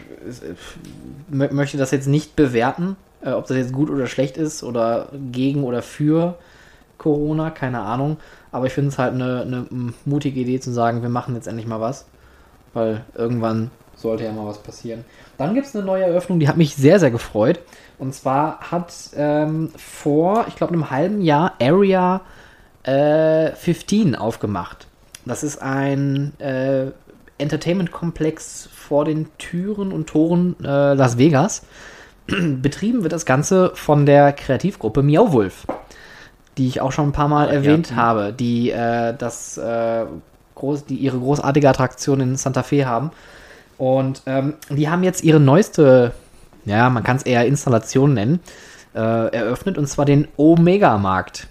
S2: ich möchte das jetzt nicht bewerten, äh, ob das jetzt gut oder schlecht ist oder gegen oder für Corona, keine Ahnung. Aber ich finde es halt eine, eine mutige Idee zu sagen, wir machen jetzt endlich mal was. Weil irgendwann sollte ja mal was passieren. Dann gibt es eine neue Eröffnung, die hat mich sehr, sehr gefreut. Und zwar hat ähm, vor, ich glaube, einem halben Jahr Area äh, fünfzehn aufgemacht. Das ist ein äh, Entertainment-Komplex vor den Türen und Toren äh, Las Vegas. Betrieben wird das Ganze von der Kreativgruppe Miauwolf, die ich auch schon ein paar Mal ja, erwähnt ja. habe, die, äh, das, äh, groß, die ihre großartige Attraktion in Santa Fe haben. Und ähm, die haben jetzt ihre neueste, ja, man kann es eher Installation nennen, äh, eröffnet, und zwar den Omega-Markt.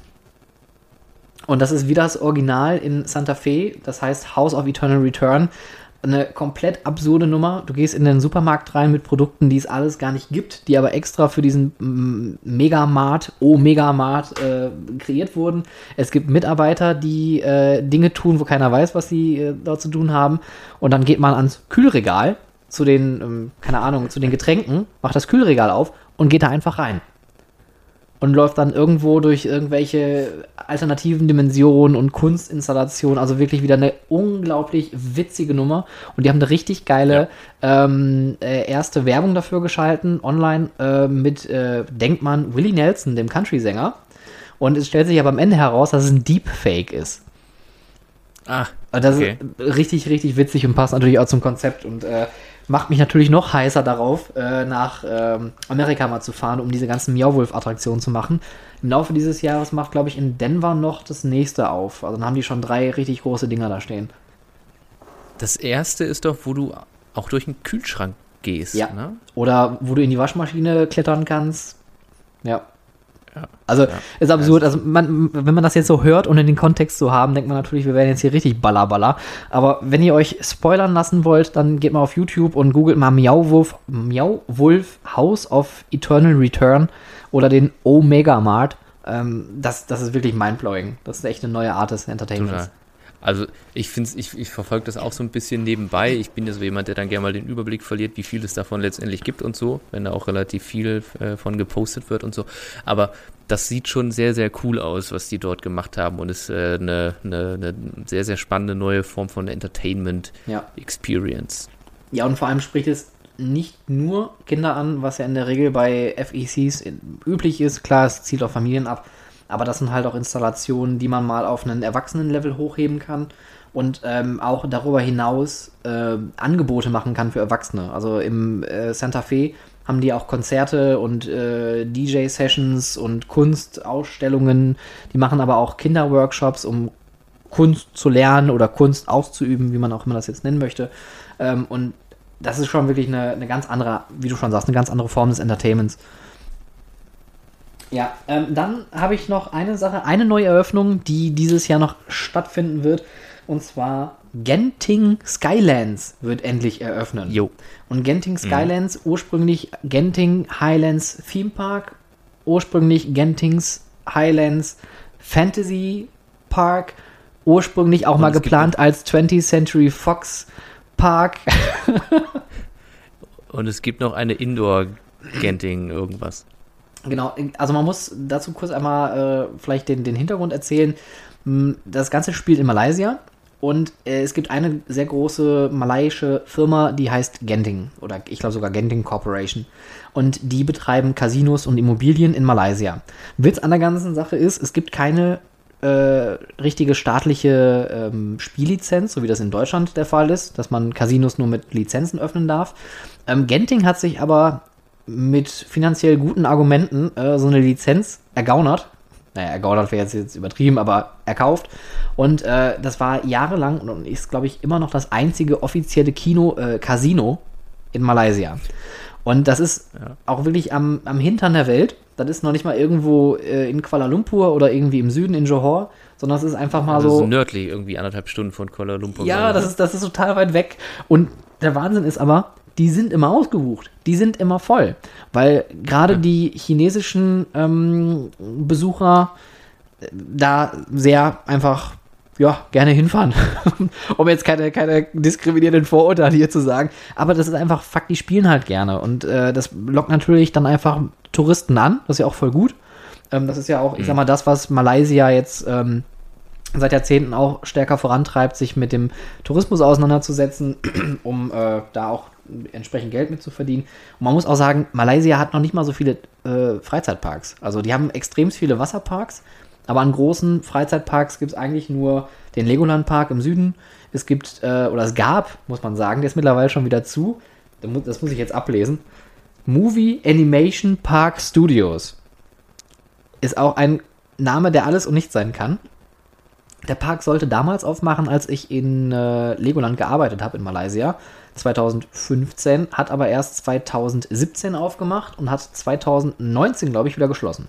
S2: Und das ist wie das Original in Santa Fe, das heißt House of Eternal Return. Eine komplett absurde Nummer. Du gehst in den Supermarkt rein mit Produkten, die es alles gar nicht gibt, die aber extra für diesen mm, Megamart, O-Megamart äh, kreiert wurden. Es gibt Mitarbeiter, die äh, Dinge tun, wo keiner weiß, was sie äh, dort zu tun haben. Und dann geht man ans Kühlregal zu den, ähm, keine Ahnung, zu den Getränken, macht das Kühlregal auf und geht da einfach rein. Und läuft dann irgendwo durch irgendwelche alternativen Dimensionen und Kunstinstallationen. Also wirklich wieder eine unglaublich witzige Nummer. Und die haben eine richtig geile ja. ähm, äh, erste Werbung dafür geschalten, online, äh, mit, äh, denkt man, Willie Nelson, dem Country-Sänger. Und es stellt sich aber am Ende heraus, dass es ein Deepfake ist.
S3: Ah,
S2: das
S3: okay.
S2: ist richtig, richtig witzig und passt natürlich auch zum Konzept. Und äh, macht mich natürlich noch heißer darauf, äh, nach ähm, Amerika mal zu fahren, um diese ganzen Miauwolf-Attraktionen zu machen. Im Laufe dieses Jahres macht, glaube ich, in Denver noch das nächste auf. Also dann haben die schon drei richtig große Dinger da stehen.
S3: Das erste ist doch, wo du auch durch einen Kühlschrank gehst.
S2: Ja.
S3: Ne?
S2: Oder wo du in die Waschmaschine klettern kannst. Ja.
S3: Ja.
S2: Also
S3: Ja.
S2: ist absurd.
S3: Ja,
S2: Also man, wenn man das jetzt so hört und in den Kontext so haben, denkt man natürlich, wir werden jetzt hier richtig ballerballer. Aber wenn ihr euch spoilern lassen wollt, dann geht mal auf YouTube und googelt mal Meowwolf, Meowwolf House of Eternal Return oder den Omega Mart. Ähm, das, das ist wirklich mindblowing. Das ist echt eine neue Art des Entertainments.
S3: Total. Also ich finde ich, ich verfolge das auch so ein bisschen nebenbei. Ich bin ja so jemand, der dann gerne mal den Überblick verliert, wie viel es davon letztendlich gibt und so, wenn da auch relativ viel äh, von gepostet wird und so. Aber das sieht schon sehr, sehr cool aus, was die dort gemacht haben und ist äh, eine, eine, eine sehr, sehr spannende neue Form von Entertainment
S2: Ja.
S3: Experience.
S2: Ja, und vor allem spricht es nicht nur Kinder an, was ja in der Regel bei F E Cs in, üblich ist. Klar, es zielt auf Familien ab, aber das sind halt auch Installationen, die man mal auf einen Erwachsenenlevel hochheben kann und ähm, auch darüber hinaus äh, Angebote machen kann für Erwachsene. Also im äh, Santa Fe haben die auch Konzerte und äh, D J-Sessions und Kunstausstellungen. Die machen aber auch Kinderworkshops, um Kunst zu lernen oder Kunst auszuüben, wie man auch immer das jetzt nennen möchte. Ähm, und das ist schon wirklich eine, eine ganz andere, wie du schon sagst, eine ganz andere Form des Entertainments. Ja, ähm, dann habe ich noch eine Sache, eine neue Eröffnung, die dieses Jahr noch stattfinden wird. Und zwar Genting Skylands wird endlich eröffnen.
S3: Jo.
S2: Und Genting Skylands, mhm. ursprünglich Genting Highlands Theme Park, ursprünglich Gentings Highlands Fantasy Park, ursprünglich auch
S3: Und
S2: mal
S3: es gibt
S2: geplant als twentieth Century Fox Park.
S3: Und es gibt noch eine Indoor-Genting irgendwas.
S2: Genau, also man muss dazu kurz einmal äh, vielleicht den, den Hintergrund erzählen. Das Ganze spielt in Malaysia und äh, es gibt eine sehr große malaiische Firma, die heißt Genting oder ich glaube sogar Genting Corporation und die betreiben Casinos und Immobilien in Malaysia. Witz an der ganzen Sache ist, es gibt keine äh, richtige staatliche ähm, Spiellizenz, so wie das in Deutschland der Fall ist, dass man Casinos nur mit Lizenzen öffnen darf. Ähm, Genting hat sich aber mit finanziell guten Argumenten äh, so eine Lizenz ergaunert. Naja, ergaunert wäre jetzt, jetzt übertrieben, aber erkauft. Und äh, das war jahrelang und ist, glaube ich, immer noch das einzige offizielle Kino, äh, Casino in Malaysia. Und das ist ja. auch wirklich am, am Hintern der Welt. Das ist noch nicht mal irgendwo äh, in Kuala Lumpur oder irgendwie im Süden in Johor, sondern es ist einfach mal
S3: also
S2: so...
S3: so nördlich, irgendwie anderthalb Stunden von Kuala Lumpur.
S2: Ja, das ist, das ist total weit weg. Und der Wahnsinn ist aber, die sind immer ausgebucht. Die sind immer voll. Weil gerade ja. die chinesischen ähm, Besucher da sehr einfach, ja, gerne hinfahren. Um jetzt keine, keine diskriminierenden Vorurteile hier zu sagen. Aber das ist einfach Fakt, die spielen halt gerne. Und äh, das lockt natürlich dann einfach Touristen an. Das ist ja auch voll gut. Ähm, das ist ja auch, ich sag mal, das, was Malaysia jetzt ähm, seit Jahrzehnten auch stärker vorantreibt, sich mit dem Tourismus auseinanderzusetzen, um äh, da auch entsprechend Geld mit zu verdienen. Und man muss auch sagen, Malaysia hat noch nicht mal so viele äh, Freizeitparks. Also die haben extrem viele Wasserparks, aber an großen Freizeitparks gibt es eigentlich nur den Legoland Park im Süden. Es gibt, äh, oder es gab, muss man sagen, der ist mittlerweile schon wieder zu. Das muss ich jetzt ablesen. Movie Animation Park Studios. Ist auch ein Name, der alles und nichts sein kann. Der Park sollte damals aufmachen, als ich in äh, Legoland gearbeitet habe in Malaysia. zweitausendfünfzehn, hat aber erst zweitausendsiebzehn aufgemacht und hat zweitausendneunzehn, glaube ich, wieder geschlossen.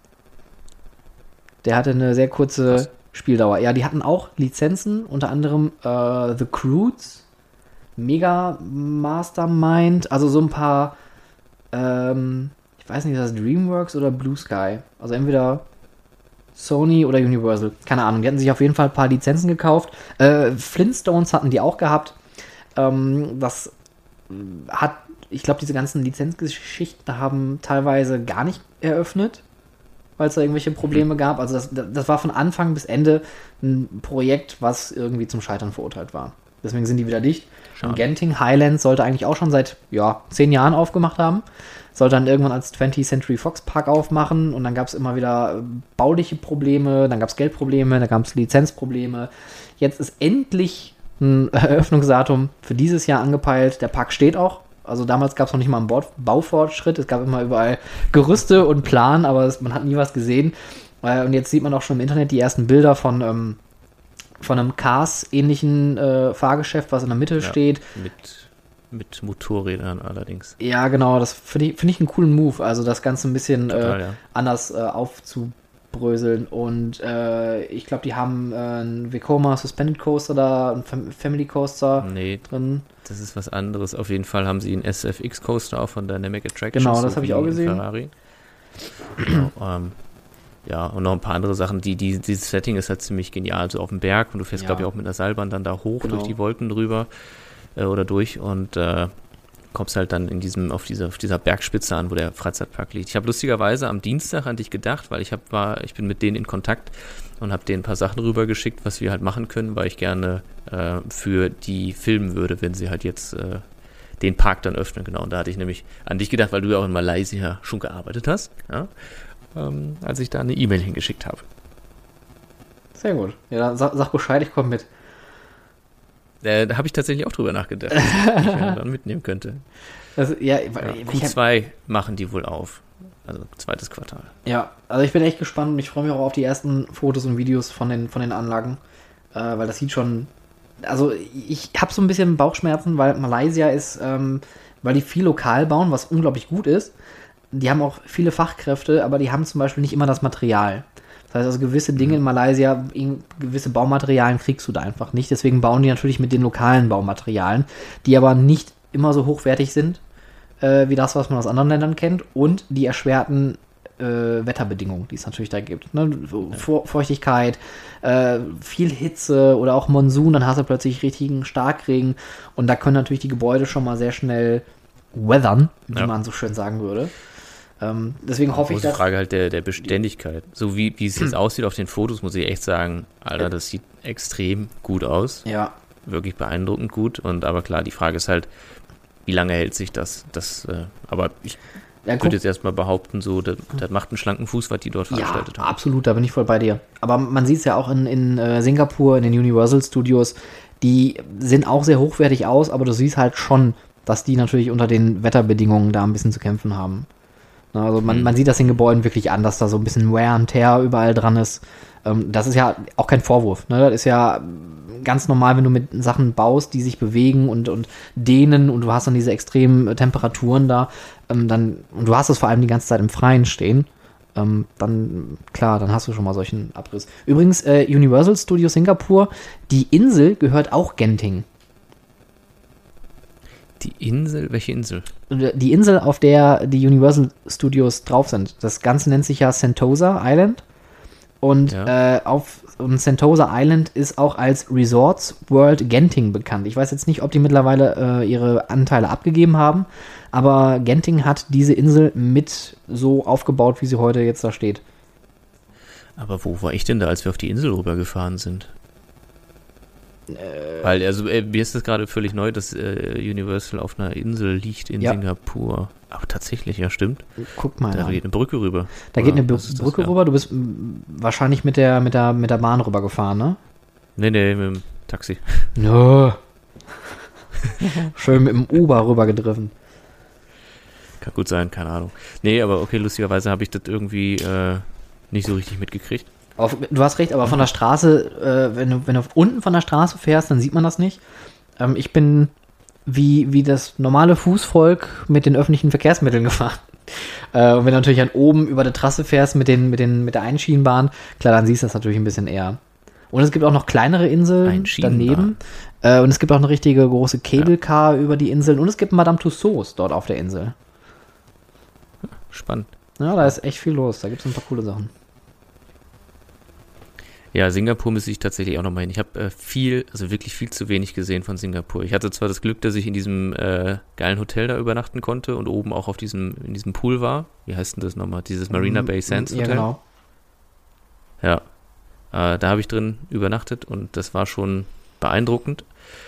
S2: Der hatte eine sehr kurze Was? Spieldauer. Ja, die hatten auch Lizenzen, unter anderem äh, The Croods, Mega Mastermind, also so ein paar, ähm, ich weiß nicht, ist das DreamWorks oder Blue Sky? Also entweder Sony oder Universal, keine Ahnung. Die hatten sich auf jeden Fall ein paar Lizenzen gekauft. Äh, Flintstones hatten die auch gehabt. Ähm, das hat, ich glaube, diese ganzen Lizenzgeschichten haben teilweise gar nicht eröffnet, weil es da irgendwelche Probleme gab. Also das, das war von Anfang bis Ende ein Projekt, was irgendwie zum Scheitern verurteilt war. Deswegen sind die wieder dicht. Und Genting Highlands sollte eigentlich auch schon seit ja, zehn Jahren aufgemacht haben. Sollte dann irgendwann als twentieth Century Fox Park aufmachen und dann gab es immer wieder bauliche Probleme, dann gab es Geldprobleme, dann gab es Lizenzprobleme. Jetzt ist endlich ein Eröffnungsdatum für dieses Jahr angepeilt. Der Park steht auch. Also damals gab es noch nicht mal einen Baufortschritt. Es gab immer überall Gerüste und Plan, aber es, man hat nie was gesehen. Und jetzt sieht man auch schon im Internet die ersten Bilder von, ähm, von einem Cars-ähnlichen äh, Fahrgeschäft, was in der Mitte
S3: ja,
S2: steht.
S3: Mit mit Motorrädern allerdings.
S2: Ja, genau, das finde ich, find ich einen coolen Move. Also das Ganze ein bisschen
S3: Total,
S2: äh,
S3: ja.
S2: anders äh, aufzubröseln. Und äh, ich glaube, die haben äh, einen Vekoma Suspended Coaster da, einen Fam- Family Coaster
S3: Nee,
S2: drin.
S3: das ist was anderes. Auf jeden Fall haben sie einen S F X-Coaster auch von Dynamic Attractions.
S2: Genau, das
S3: so
S2: habe ich
S3: wie
S2: auch gesehen.
S3: Ferrari. Genau, ähm, ja, und noch ein paar andere Sachen. Die, die, dieses Setting ist halt ziemlich genial, so auf dem Berg. Und du fährst,
S2: Ja.
S3: glaube ich, auch mit einer Seilbahn dann da hoch
S2: Genau.
S3: durch die Wolken drüber äh, oder durch und äh, kommst halt dann in diesem, auf dieser, auf dieser Bergspitze an, wo der Freizeitpark liegt. Ich habe lustigerweise am Dienstag an dich gedacht, weil ich hab, war, ich bin mit denen in Kontakt und habe denen ein paar Sachen rübergeschickt, was wir halt machen können, weil ich gerne äh, für die filmen würde, wenn sie halt jetzt äh, den Park dann öffnen. Genau, und da hatte ich nämlich an dich gedacht, weil du ja auch in Malaysia schon gearbeitet hast, ja, ähm, als ich da eine E-Mail hingeschickt habe.
S2: Sehr gut. Ja, dann sag, sag Bescheid, ich komme mit.
S3: Äh, da habe ich tatsächlich auch drüber nachgedacht, dass ich mich dann mitnehmen könnte.
S2: Das, ja,
S3: Ja,
S2: ich,
S3: Q zwei machen die wohl auf. Also zweites Quartal.
S2: ja, also ich bin echt gespannt und ich freue mich auch auf die ersten Fotos und Videos von den, von den Anlagen, äh, weil das sieht schon, also ich habe so ein bisschen Bauchschmerzen, weil Malaysia ist, ähm, weil die viel lokal bauen, was unglaublich gut ist. Die haben auch viele Fachkräfte, aber die haben zum Beispiel nicht immer das Material. Das heißt also gewisse Dinge in Malaysia, in- gewisse Baumaterialien kriegst du da einfach nicht. Deswegen bauen die natürlich mit den lokalen Baumaterialien, die aber nicht immer so hochwertig sind, äh, wie das, was man aus anderen Ländern kennt. Und die erschwerten äh, Wetterbedingungen, die es natürlich da gibt. Ne? So Fe- Feuchtigkeit, äh, viel Hitze oder auch Monsun, dann hast du plötzlich richtigen Starkregen. Und da können natürlich die Gebäude schon mal sehr schnell weathern, wie
S3: Ja.
S2: man so schön sagen würde. Ähm, deswegen hoffe ich,
S3: Große
S2: dass...
S3: Frage halt der, der Beständigkeit. So wie, wie es jetzt aussieht auf den Fotos, muss ich echt sagen, Alter, das sieht extrem gut aus.
S2: Ja,
S3: Wirklich beeindruckend gut. Und aber klar, die Frage ist halt, wie lange hält sich das? das äh, aber ich
S2: ja, guck,
S3: würde jetzt erstmal behaupten, so, das, das macht einen schlanken Fuß, was die dort
S2: ja,
S3: veranstaltet haben.
S2: absolut, da bin ich voll bei dir. Aber man sieht es ja auch in, in äh, Singapur, in den Universal Studios, die sehen auch sehr hochwertig aus, aber du siehst halt schon, dass die natürlich unter den Wetterbedingungen da ein bisschen zu kämpfen haben. Na, also man,
S3: Hm.
S2: man sieht das in Gebäuden wirklich an, dass da so ein bisschen Wear and Tear überall dran ist. Ähm, das ist ja auch kein Vorwurf. Ne? Das ist ja ganz normal, wenn du mit Sachen baust, die sich bewegen und, und dehnen und du hast dann diese extremen äh, Temperaturen da, ähm, dann, und du hast es vor allem die ganze Zeit im Freien stehen, ähm, dann, klar, dann hast du schon mal solchen Abriss. Übrigens, äh, Universal Studios Singapur, die Insel gehört auch Genting.
S3: Die Insel, welche Insel?
S2: Die Insel, auf der die Universal Studios drauf sind. Das Ganze nennt sich ja Sentosa Island. Und
S3: Ja.
S2: äh, auf und Sentosa Island ist auch als Resorts World Genting bekannt. Ich weiß jetzt nicht, ob die mittlerweile äh, ihre Anteile abgegeben haben, aber Genting hat diese Insel mit so aufgebaut, wie sie heute jetzt da steht.
S3: Aber wo war ich denn da, als wir auf die Insel rübergefahren sind?
S2: Äh,
S3: Weil, also, äh, mir ist das gerade völlig neu, dass äh, Universal auf einer Insel liegt in
S2: Ja.
S3: Singapur. Aber tatsächlich, ja, stimmt.
S2: Guck mal.
S3: Da
S2: an.
S3: geht eine Brücke rüber.
S2: Da geht
S3: Oder
S2: eine Br-
S3: was ist das?
S2: Brücke
S3: Ja.
S2: rüber. Du bist m, wahrscheinlich mit der, mit, der, mit der Bahn rübergefahren, ne?
S3: Nee, nee, mit dem Taxi.
S2: No. Schön mit dem Uber rübergedriffen.
S3: Kann gut sein, keine Ahnung. Nee, aber okay, lustigerweise habe ich das irgendwie äh, nicht so richtig mitgekriegt.
S2: Auf, du hast recht, aber von der Straße, äh, wenn, du, wenn du unten von der Straße fährst, dann sieht man das nicht. Ähm, ich bin wie, wie das normale Fußvolk mit den öffentlichen Verkehrsmitteln gefahren. Äh, und wenn du natürlich dann oben über der Trasse fährst mit, den, mit, den, mit der Einschienenbahn, klar, dann siehst du das natürlich ein bisschen eher. Und es gibt auch noch kleinere Inseln
S3: Einschienenbahn.
S2: daneben. Äh, und es gibt auch eine richtige große Cable Car über die Inseln. Und es gibt Madame Tussauds dort auf der Insel.
S3: Spannend.
S2: Ja, da ist echt viel los. Da gibt es ein paar coole Sachen.
S3: Ja, Singapur müsste ich tatsächlich auch noch mal hin. Ich habe äh, viel, also wirklich viel zu wenig gesehen von Singapur. Ich hatte zwar das Glück, dass ich in diesem äh, geilen Hotel da übernachten konnte und oben auch auf diesem, in diesem Pool war. Wie heißt denn das nochmal? Dieses Marina Bay Sands Hotel.
S2: Ja, genau.
S3: Ja, äh, da habe ich drin übernachtet und das war schon beeindruckend.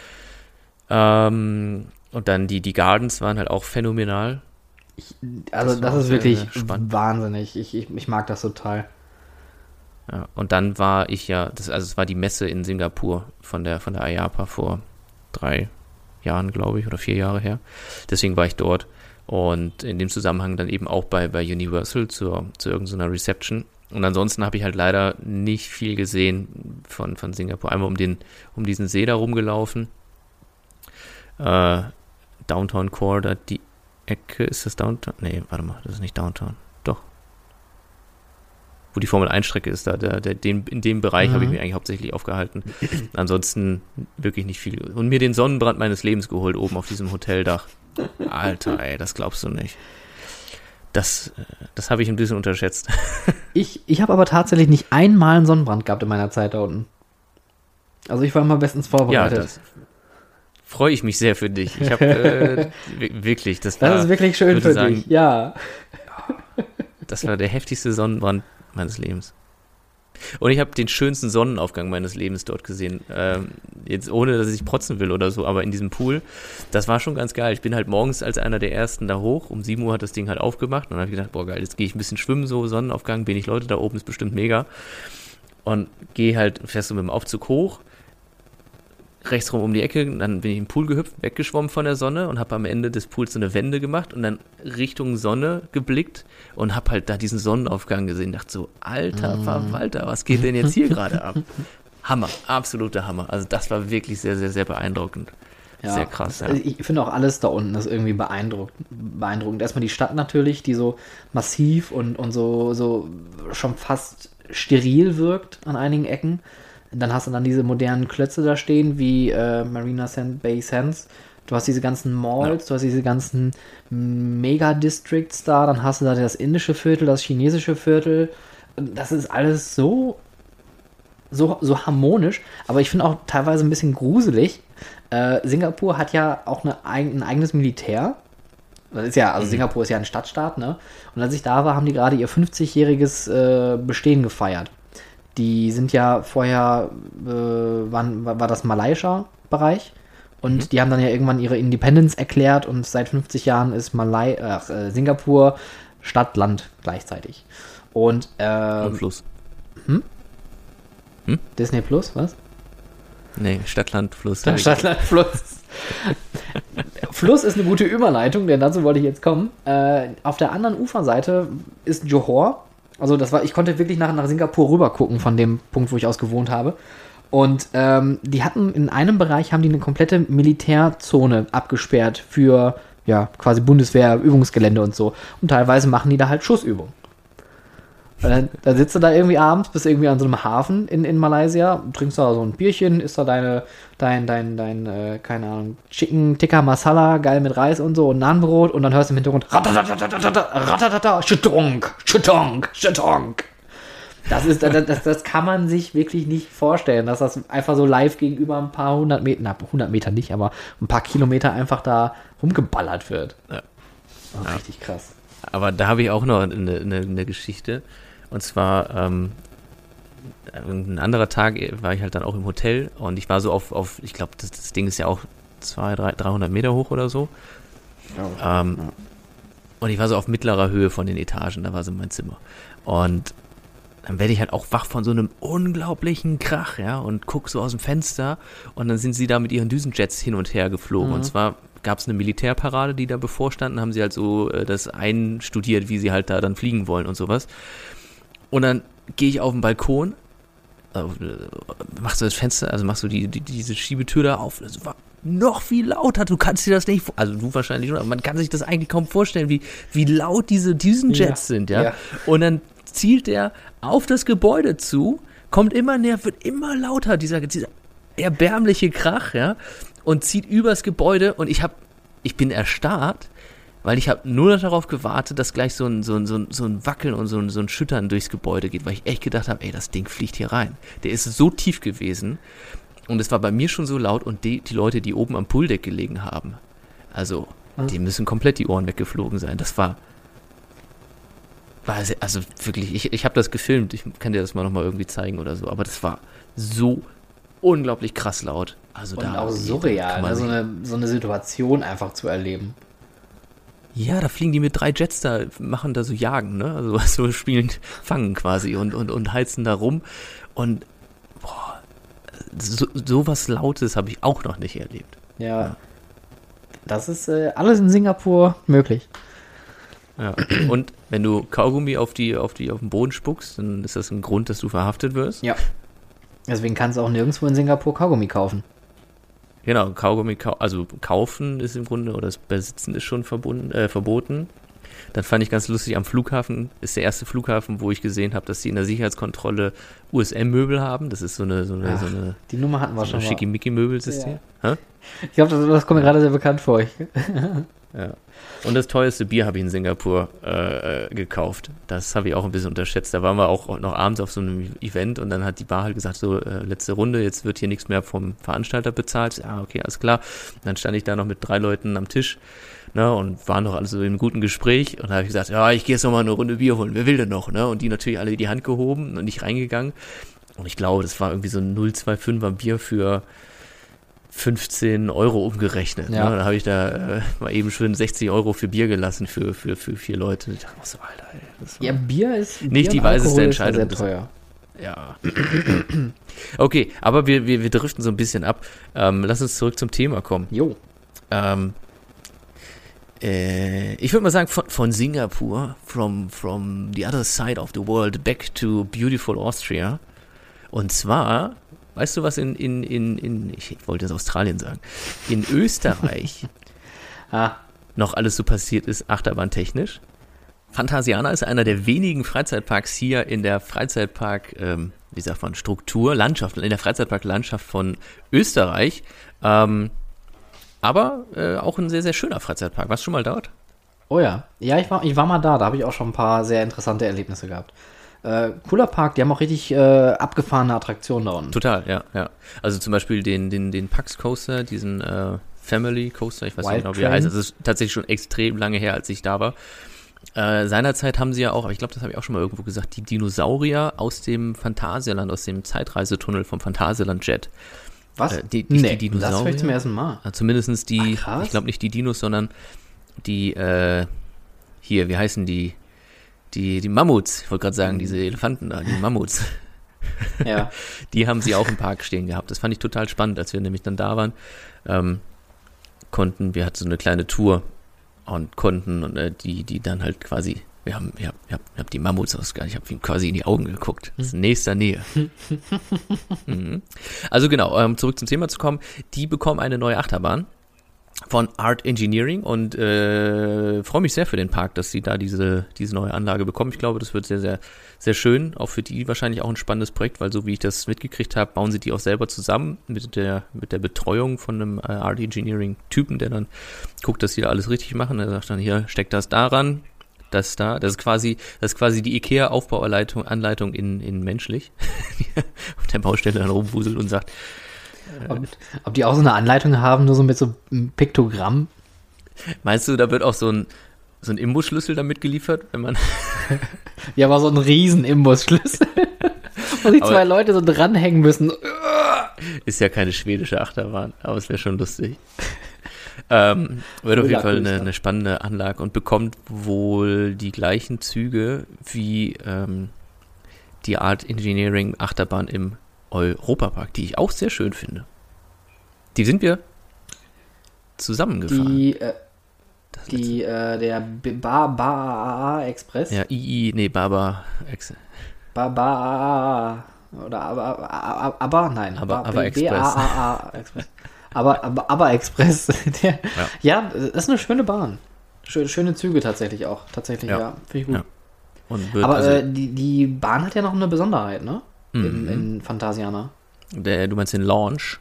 S3: Ähm, und dann die, die Gardens waren halt auch phänomenal.
S2: Also
S3: Das
S2: das,
S3: war
S2: ist
S3: sehr,
S2: wirklich
S3: sehr spannend.
S2: wahnsinnig. Ich, ich, ich mag das total.
S3: Ja, und dann war ich ja, das, also es war die Messe in Singapur von der, von der I A P A vor drei Jahren, glaube ich, oder vier Jahre her. Deswegen war ich dort und in dem Zusammenhang dann eben auch bei, bei Universal zur, zu irgendeiner Reception. Und ansonsten habe ich halt leider nicht viel gesehen von, von Singapur. Einmal um, den, um diesen See da rumgelaufen. Äh, Downtown Core, da die Ecke, ist das Downtown? Nee, warte mal, das ist nicht Downtown. Doch. Wo die Formel eins Strecke ist, da, der, der, den, in dem Bereich mhm. habe ich mich eigentlich hauptsächlich aufgehalten. Ansonsten wirklich nicht viel. Und mir den Sonnenbrand meines Lebens geholt, oben auf diesem Hoteldach. Alter, ey, das glaubst du nicht. Das, das habe ich ein bisschen unterschätzt.
S2: Ich, ich habe aber tatsächlich nicht einmal einen Sonnenbrand gehabt in meiner Zeit da unten. Also ich war immer bestens vorbereitet.
S3: Ja, das freue ich mich sehr für dich. Ich habe äh, wirklich, das war...
S2: Das ist wirklich schön für
S3: sagen,
S2: dich, ja.
S3: Das war der heftigste Sonnenbrand meines Lebens. Und ich habe den schönsten Sonnenaufgang meines Lebens dort gesehen. Ähm, jetzt ohne, dass ich protzen will oder so, aber in diesem Pool, das war schon ganz geil. Ich bin halt morgens als einer der Ersten da hoch. Um sieben Uhr hat das Ding halt aufgemacht. Und dann habe ich gedacht, boah geil, jetzt gehe ich ein bisschen schwimmen, so Sonnenaufgang, wenig Leute da oben, ist bestimmt mega. Und gehe halt, fährst du mit dem Aufzug hoch, rechts rum um die Ecke, dann bin ich im Pool gehüpft, weggeschwommen von der Sonne und habe am Ende des Pools so eine Wende gemacht und dann Richtung Sonne geblickt und habe halt da diesen Sonnenaufgang gesehen. Dachte so, alter Verwalter, was geht denn jetzt hier gerade ab? Hammer, absoluter Hammer. Also das war wirklich sehr, sehr, sehr beeindruckend.
S2: Ja,
S3: sehr krass, ja.
S2: Also ich finde auch alles da unten ist irgendwie beeindruckend. beeindruckend. Erstmal die Stadt natürlich, die so massiv und, und so, so schon fast steril wirkt an einigen Ecken. Dann hast du dann diese modernen Klötze da stehen, wie äh, Marina Sand, Bay Sands. Du hast diese ganzen Malls, ja. Du hast diese ganzen Mega-Districts da. Dann hast du da das indische Viertel, das chinesische Viertel. Das ist alles so, so, so harmonisch. Aber ich finde auch teilweise ein bisschen gruselig. Äh, Singapur hat ja auch eine, ein eigenes Militär. Das ist ja, also mhm. Singapur ist ja ein Stadtstaat, ne? Und als ich da war, haben die gerade ihr fünfzigjähriges äh, Bestehen gefeiert. Die sind ja vorher, äh, waren, war das Malaysia-Bereich und mhm. die haben dann ja irgendwann ihre Independence erklärt und seit fünfzig Jahren ist Malai, äh, Singapur Stadt, Land gleichzeitig. Und, äh,
S3: und Fluss.
S2: Hm? Hm? Disney Plus, was?
S3: Nee, Stadt, Land, Fluss.
S2: Stadt, Land, Fluss. Fluss ist eine gute Überleitung, denn dazu wollte ich jetzt kommen. Äh, auf der anderen Uferseite ist Johor. Also das war, ich konnte wirklich nach, nach Singapur rüber gucken von dem Punkt, wo ich aus gewohnt habe. Und ähm, die hatten in einem Bereich haben die eine komplette Militärzone abgesperrt für ja quasi Bundeswehr, Übungsgelände und so. Und teilweise machen die da halt Schussübungen. Dann, dann sitzt du da irgendwie abends, bist irgendwie an so einem Hafen in, in Malaysia, trinkst da so ein Bierchen, isst da deine, dein, dein, dein, äh, keine Ahnung, Chicken Tikka Masala, geil mit Reis und so und Nahenbrot und dann hörst du im Hintergrund ratatatata, ratatatata, schüttonk, schüttonk, schüttonk. Das ist, das, das, das kann man sich wirklich nicht vorstellen, dass das einfach so live gegenüber ein paar hundert Meter, na, hundert Meter nicht, aber ein paar Kilometer einfach da rumgeballert wird.
S3: Ja.
S2: Oh,
S3: Ja.
S2: Richtig krass.
S3: Aber da habe ich auch noch eine, eine, eine Geschichte. Und zwar, ähm, ein anderer Tag war ich halt dann auch im Hotel und ich war so auf, auf ich glaube, das, das Ding ist ja auch zweihundert, dreihundert Meter hoch oder so.
S2: Oh,
S3: ähm,
S2: ja.
S3: Und ich war so auf mittlerer Höhe von den Etagen, da war so mein Zimmer. Und dann werde ich halt auch wach von so einem unglaublichen Krach, ja, und guck so aus dem Fenster und dann sind sie da mit ihren Düsenjets hin und her geflogen.
S2: Mhm.
S3: Und zwar gab es eine Militärparade, die da bevorstand, haben sie halt so äh, das einstudiert, wie sie halt da dann fliegen wollen und sowas. Und dann gehe ich auf den Balkon, äh, machst du das Fenster, also machst du die, die, diese Schiebetür da auf, das war noch viel lauter, du kannst dir das nicht, also du wahrscheinlich schon, aber man kann sich das eigentlich kaum vorstellen, wie, wie laut diese Düsenjets
S2: Ja,
S3: sind, ja?
S2: ja.
S3: Und dann zielt er auf das Gebäude zu, kommt immer näher, wird immer lauter, dieser, dieser erbärmliche Krach, ja, und zieht übers Gebäude und ich hab, ich bin erstarrt, weil ich habe nur noch darauf gewartet, dass gleich so ein, so ein, so ein, so ein Wackeln und so ein, so ein Schüttern durchs Gebäude geht, weil ich echt gedacht habe, ey, das Ding fliegt hier rein. Der ist so tief gewesen und es war bei mir schon so laut und die, die Leute, die oben am Pooldeck gelegen haben, also,
S2: Was?
S3: die müssen komplett die Ohren weggeflogen sein. Das war, war sehr, also wirklich, ich, ich habe das gefilmt, ich kann dir das mal nochmal irgendwie zeigen oder so, aber das war so unglaublich krass laut. Also
S2: Und
S3: da
S2: auch
S3: kann
S2: surreal,
S3: man
S2: ne? so,
S3: sich-
S2: eine, so eine Situation einfach zu erleben.
S3: Ja, da fliegen die mit drei Jets da, machen da so Jagen, ne? Also so spielen, fangen quasi und, und, und heizen da rum. Und boah, so, so was Lautes habe ich auch noch nicht erlebt.
S2: Ja.
S3: Ja.
S2: Das ist äh, alles in Singapur möglich.
S3: Ja. Und wenn du Kaugummi auf die, auf die, auf den Boden spuckst, dann ist das ein Grund, dass du verhaftet wirst.
S2: Ja. Deswegen kannst du auch nirgendwo in Singapur Kaugummi kaufen.
S3: Genau, Kaugummi, kau- also kaufen ist im Grunde, oder das Besitzen ist schon verbunden, äh, verboten. Dann fand ich ganz lustig, am Flughafen ist der erste Flughafen, wo ich gesehen habe, dass sie in der Sicherheitskontrolle U S M-Möbel haben. Das ist so eine, so eine,
S2: Ach,
S3: so eine,
S2: die Nummer hatten wir
S3: so
S2: schon
S3: ein
S2: mal.
S3: Schickimicki-Möbelsystem.
S2: Ja. Ich glaube, das, das kommt mir gerade sehr bekannt vor. Ich,
S3: Ja. Und das teuerste Bier habe ich in Singapur äh, äh, gekauft. Das habe ich auch ein bisschen unterschätzt. Da waren wir auch noch abends auf so einem Event und dann hat die Bar halt gesagt, so äh, letzte Runde, jetzt wird hier nichts mehr vom Veranstalter bezahlt. Ja, okay, alles klar. Und dann stand ich da noch mit drei Leuten am Tisch, ne, und waren noch alle so in einem guten Gespräch und da habe ich gesagt, ja, ich gehe jetzt noch mal eine Runde Bier holen, wer will denn noch? Ne? Und die natürlich alle die Hand gehoben und nicht reingegangen. Und ich glaube, das war irgendwie so ein null Komma fünfundzwanziger Bier für fünfzehn Euro umgerechnet.
S2: Ja.
S3: Ne? Da habe ich da äh, mal eben schön sechzig Euro für Bier gelassen für, für, für vier Leute. Ich dachte, so, Alter, ey, das war
S2: ja, Bier ist
S3: Nicht
S2: Bier
S3: die
S2: und
S3: weiseste
S2: Alkohol ist
S3: Entscheidung.
S2: Sehr
S3: Das-
S2: teuer.
S3: Ja. Okay, aber wir, wir, wir driften so ein bisschen ab. Ähm, lass uns zurück zum Thema kommen.
S2: Jo.
S3: Ähm, äh, ich würde mal sagen, von, von Singapur, from, from the other side of the world, back to beautiful Austria. Und zwar, weißt du, was in, in, in, in ich wollte jetzt Australien sagen, in Österreich
S2: Ah,
S3: noch alles so passiert ist, achterbahntechnisch? Phantasiana ist einer der wenigen Freizeitparks hier in der Freizeitpark, ähm, wie sagt man, Struktur, Landschaft, in der Freizeitpark-Landschaft von Österreich. Ähm, aber äh, auch ein sehr, sehr schöner Freizeitpark. Warst du schon mal dort?
S2: oh ja. Ja, ich war, ich war mal da. Da habe ich auch schon ein paar sehr interessante Erlebnisse gehabt. Äh, cooler Park. Die haben auch richtig äh, abgefahrene Attraktionen da unten.
S3: Total, ja, ja. Also zum Beispiel den, den, den Pax Coaster, diesen äh, Family Coaster, ich weiß
S2: Wild
S3: nicht genau, wie er
S2: Train.
S3: heißt. Also es ist tatsächlich schon extrem lange her, als ich da war. Äh, seinerzeit haben sie ja auch, aber ich glaube, das habe ich auch schon mal irgendwo gesagt, die Dinosaurier aus dem Phantasialand, aus dem Zeitreisetunnel vom Phantasialand Jet.
S2: Was?
S3: Äh, die, nicht
S2: nee,
S3: die
S2: das
S3: Dinosaurier.
S2: höre ich zum ersten Mal.
S3: Ja, zumindest die,
S2: Ach, krass.
S3: ich glaube nicht die Dinos, sondern die, äh, hier, wie heißen die? Die, die Mammuts, ich wollte gerade sagen, diese Elefanten da, die Mammuts.
S2: Ja.
S3: Die haben sie auch im Park stehen gehabt. Das fand ich total spannend, als wir nämlich dann da waren. Ähm, konnten, wir hatten so eine kleine Tour und konnten und äh, die, die dann halt quasi, wir haben, wir haben, wir haben, wir haben die Mammuts ausgegangen, ich habe ihm quasi in die Augen geguckt. Das ist in nächster Nähe. Mhm. Also genau, ähm, zurück zum Thema zu kommen. Die bekommen eine neue Achterbahn von Art Engineering und äh, freue mich sehr für den Park, dass sie da diese, diese neue Anlage bekommen. Ich glaube, das wird sehr, sehr, sehr schön. Auch für die wahrscheinlich auch ein spannendes Projekt, weil so wie ich das mitgekriegt habe, bauen sie die auch selber zusammen mit der, mit der Betreuung von einem äh, Art Engineering Typen, der dann guckt, dass sie da alles richtig machen. Er sagt dann, hier, steckt das daran, das da. Das ist quasi, das ist quasi die IKEA-Aufbauanleitung Anleitung in, in menschlich. Auf der Baustelle dann rumwuselt und sagt,
S2: Ob, ob die auch so eine Anleitung haben, nur so mit so einem Piktogramm?
S3: meinst du, da wird auch so ein, so ein Imbusschlüssel damit geliefert, wenn man
S2: Ja, aber so ein riesen Imbusschlüssel. Wo die
S3: Aber-
S2: zwei Leute so dranhängen müssen.
S3: ist ja keine schwedische Achterbahn, aber es wäre schon lustig. ähm, wird auf jeden Fall eine, eine spannende Anlage und bekommt wohl die gleichen Züge wie ähm, die Art Engineering Achterbahn im Europapark, die ich auch sehr schön finde. Die sind wir zusammengefahren.
S2: Die, äh,
S3: Das
S2: die, äh, der B- Ba Ba Express.
S3: Ja, I I, nee, Baba, Ex-
S2: Ba Ba oder aber, aber, aber nein.
S3: Aber-
S2: Ba-
S3: aber
S2: B-
S3: Express.
S2: B A A A Express. Aber, aber, aber Express. Der, ja. das ist eine schöne Bahn. Schöne, schöne Züge tatsächlich auch. Tatsächlich, ja.
S3: Ja.
S2: Finde ich gut.
S3: Ja. Und wird
S2: Aber
S3: also,
S2: äh, die, die Bahn hat ja noch eine Besonderheit, ne? In,
S3: Mhm.
S2: in Phantasiana.
S3: der, du meinst den Launch?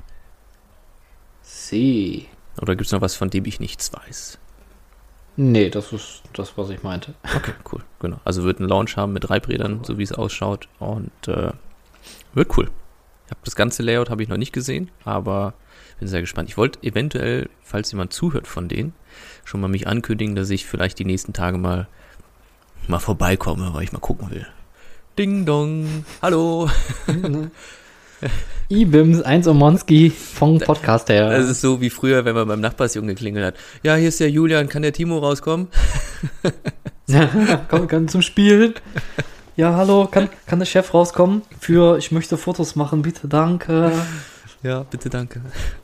S2: Sie.
S3: Oder gibt es noch was, von dem ich nichts weiß?
S2: Nee, das ist das, was ich meinte.
S3: Okay, cool, genau. Also wird ein Launch haben mit Reibrädern, so wie es ausschaut. Und äh, wird cool. Ich habe das ganze Layout habe ich noch nicht gesehen, aber bin sehr gespannt. Ich wollte eventuell, falls jemand zuhört von denen, schon mal mich ankündigen, dass ich vielleicht die nächsten Tage mal mal vorbeikomme, weil ich mal gucken will. Ding dong, hallo.
S2: I-Bims eins Omonski vom Podcast her.
S3: Das ist so wie früher, wenn man beim Nachbarsjungen geklingelt hat. Ja, hier ist der Julian, kann der Timo rauskommen?
S2: Komm, kann zum Spielen. Ja, hallo, kann, kann der Chef rauskommen? Für, ich möchte Fotos machen, bitte, danke.
S3: Ja, bitte, danke.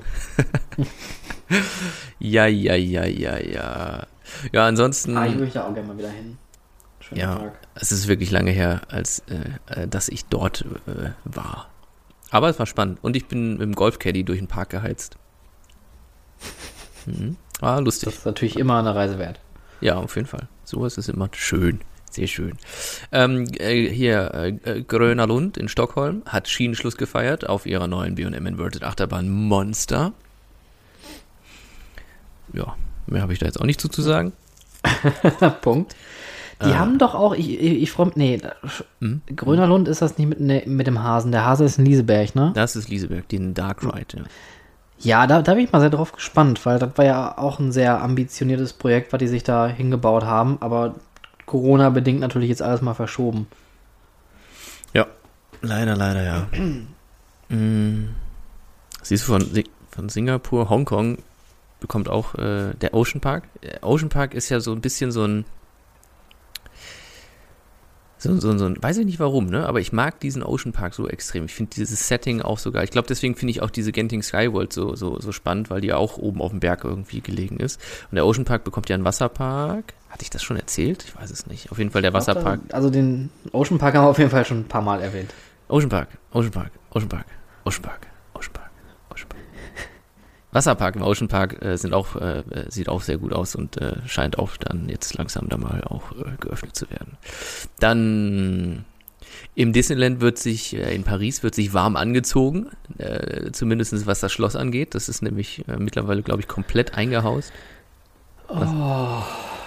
S3: ja, ja, ja, ja, ja. Ja, ansonsten,
S2: Ah, ich möchte auch gerne mal wieder hin. Schöner
S3: ja,
S2: Tag.
S3: es ist wirklich lange her, als äh, äh, dass ich dort äh, war. Aber es war spannend. Und ich bin mit dem Golfcaddy durch den Park geheizt. Mhm. Ah, lustig.
S2: Das ist natürlich immer eine Reise wert.
S3: Ja, auf jeden Fall. Sowas ist immer schön. Sehr schön. Ähm, äh, hier, äh, Gröna Lund in Stockholm hat Schienenschluss gefeiert auf ihrer neuen B und M Inverted Achterbahn Monster. Ja, mehr habe ich da jetzt auch nicht zu, zu sagen.
S2: Punkt. Die
S3: Äh.
S2: haben doch auch, ich, ich, ich freue mich, nee,
S3: Hm?
S2: Gröner Lund ist das nicht mit, ne, mit dem Hasen. Der Hase ist in Lieseberg, ne?
S3: Das ist Lieseberg, den Dark Ride. Ja.
S2: Ja, da, da bin ich mal sehr drauf gespannt, weil das war ja auch ein sehr ambitioniertes Projekt, was die sich da hingebaut haben, aber Corona-bedingt natürlich jetzt alles mal verschoben.
S3: Ja, leider, leider, ja. mm. Siehst du, von, von Singapur, Hongkong bekommt auch äh, der Ocean Park. Der Ocean Park ist ja so ein bisschen so ein So, so, so, weiß ich nicht warum, ne? Aber ich mag diesen Ocean Park so extrem. Ich finde dieses Setting auch so geil. Ich glaube, deswegen finde ich auch diese Genting Sky World so, so, so spannend, weil die ja auch oben auf dem Berg irgendwie gelegen ist. Und der Ocean Park bekommt ja einen Wasserpark. Hatte ich das schon erzählt? Ich weiß es nicht. Auf jeden Fall der
S2: Ich glaub,
S3: Wasserpark.
S2: Da, also den Ocean Park haben wir auf jeden Fall schon ein paar Mal erwähnt.
S3: Ocean Park, Ocean Park, Ocean Park, Ocean Park, Ocean Park, Ocean Park. Wasserpark im Ocean Park äh, sind auch, äh, sieht auch sehr gut aus und äh, scheint auch dann jetzt langsam da mal auch äh, geöffnet zu werden. Dann im Disneyland wird sich, äh, in Paris wird sich warm angezogen, äh, zumindest was das Schloss angeht. Das ist nämlich äh, mittlerweile, glaube ich, komplett eingehaust.
S2: Oh.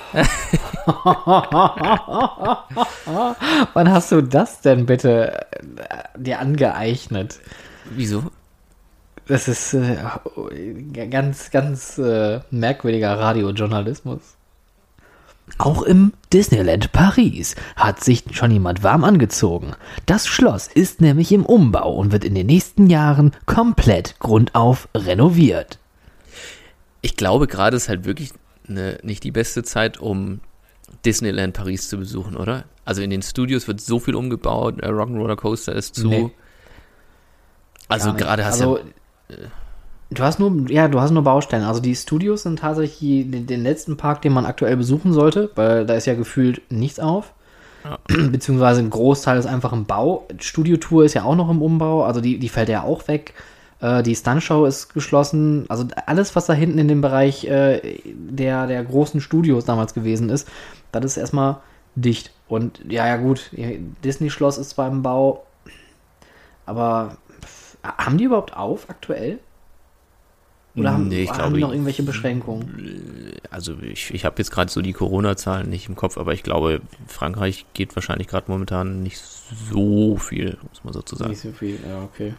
S2: Wann hast du das denn bitte äh, dir angeeignet?
S3: Wieso?
S2: Das ist äh, ganz, ganz äh, merkwürdiger Radiojournalismus. Auch im Disneyland Paris hat sich schon jemand warm angezogen. Das Schloss ist nämlich im Umbau und wird in den nächsten Jahren komplett grundauf renoviert.
S3: Ich glaube, gerade ist halt wirklich eine, nicht die beste Zeit, um Disneyland Paris zu besuchen, oder? Also in den Studios wird so viel umgebaut, äh, Rock'n'Roller Coaster ist zu.
S2: Nee.
S3: Also gerade hast
S2: also,
S3: du ja...
S2: Du hast nur, ja, du hast nur Baustellen. Also die Studios sind tatsächlich den, den letzten Park, den man aktuell besuchen sollte, weil da ist ja gefühlt nichts auf.
S3: Ja.
S2: Beziehungsweise ein Großteil ist einfach im Bau. Studio-Tour ist ja auch noch im Umbau, also die, die fällt ja auch weg. Äh, die Stuntshow ist geschlossen. Also alles, was da hinten in dem Bereich äh, der, der großen Studios damals gewesen ist, das ist erstmal dicht. Und ja, ja gut, Disney-Schloss ist zwar im Bau, aber pff, haben die überhaupt auf aktuell? Oder haben,
S3: nee, ich
S2: haben
S3: glaube,
S2: die noch irgendwelche Beschränkungen?
S3: Also ich, ich habe jetzt gerade so die Corona-Zahlen nicht im Kopf, aber ich glaube, Frankreich geht wahrscheinlich gerade momentan nicht so viel, muss man sozusagen.
S2: Nicht so viel, ja, okay.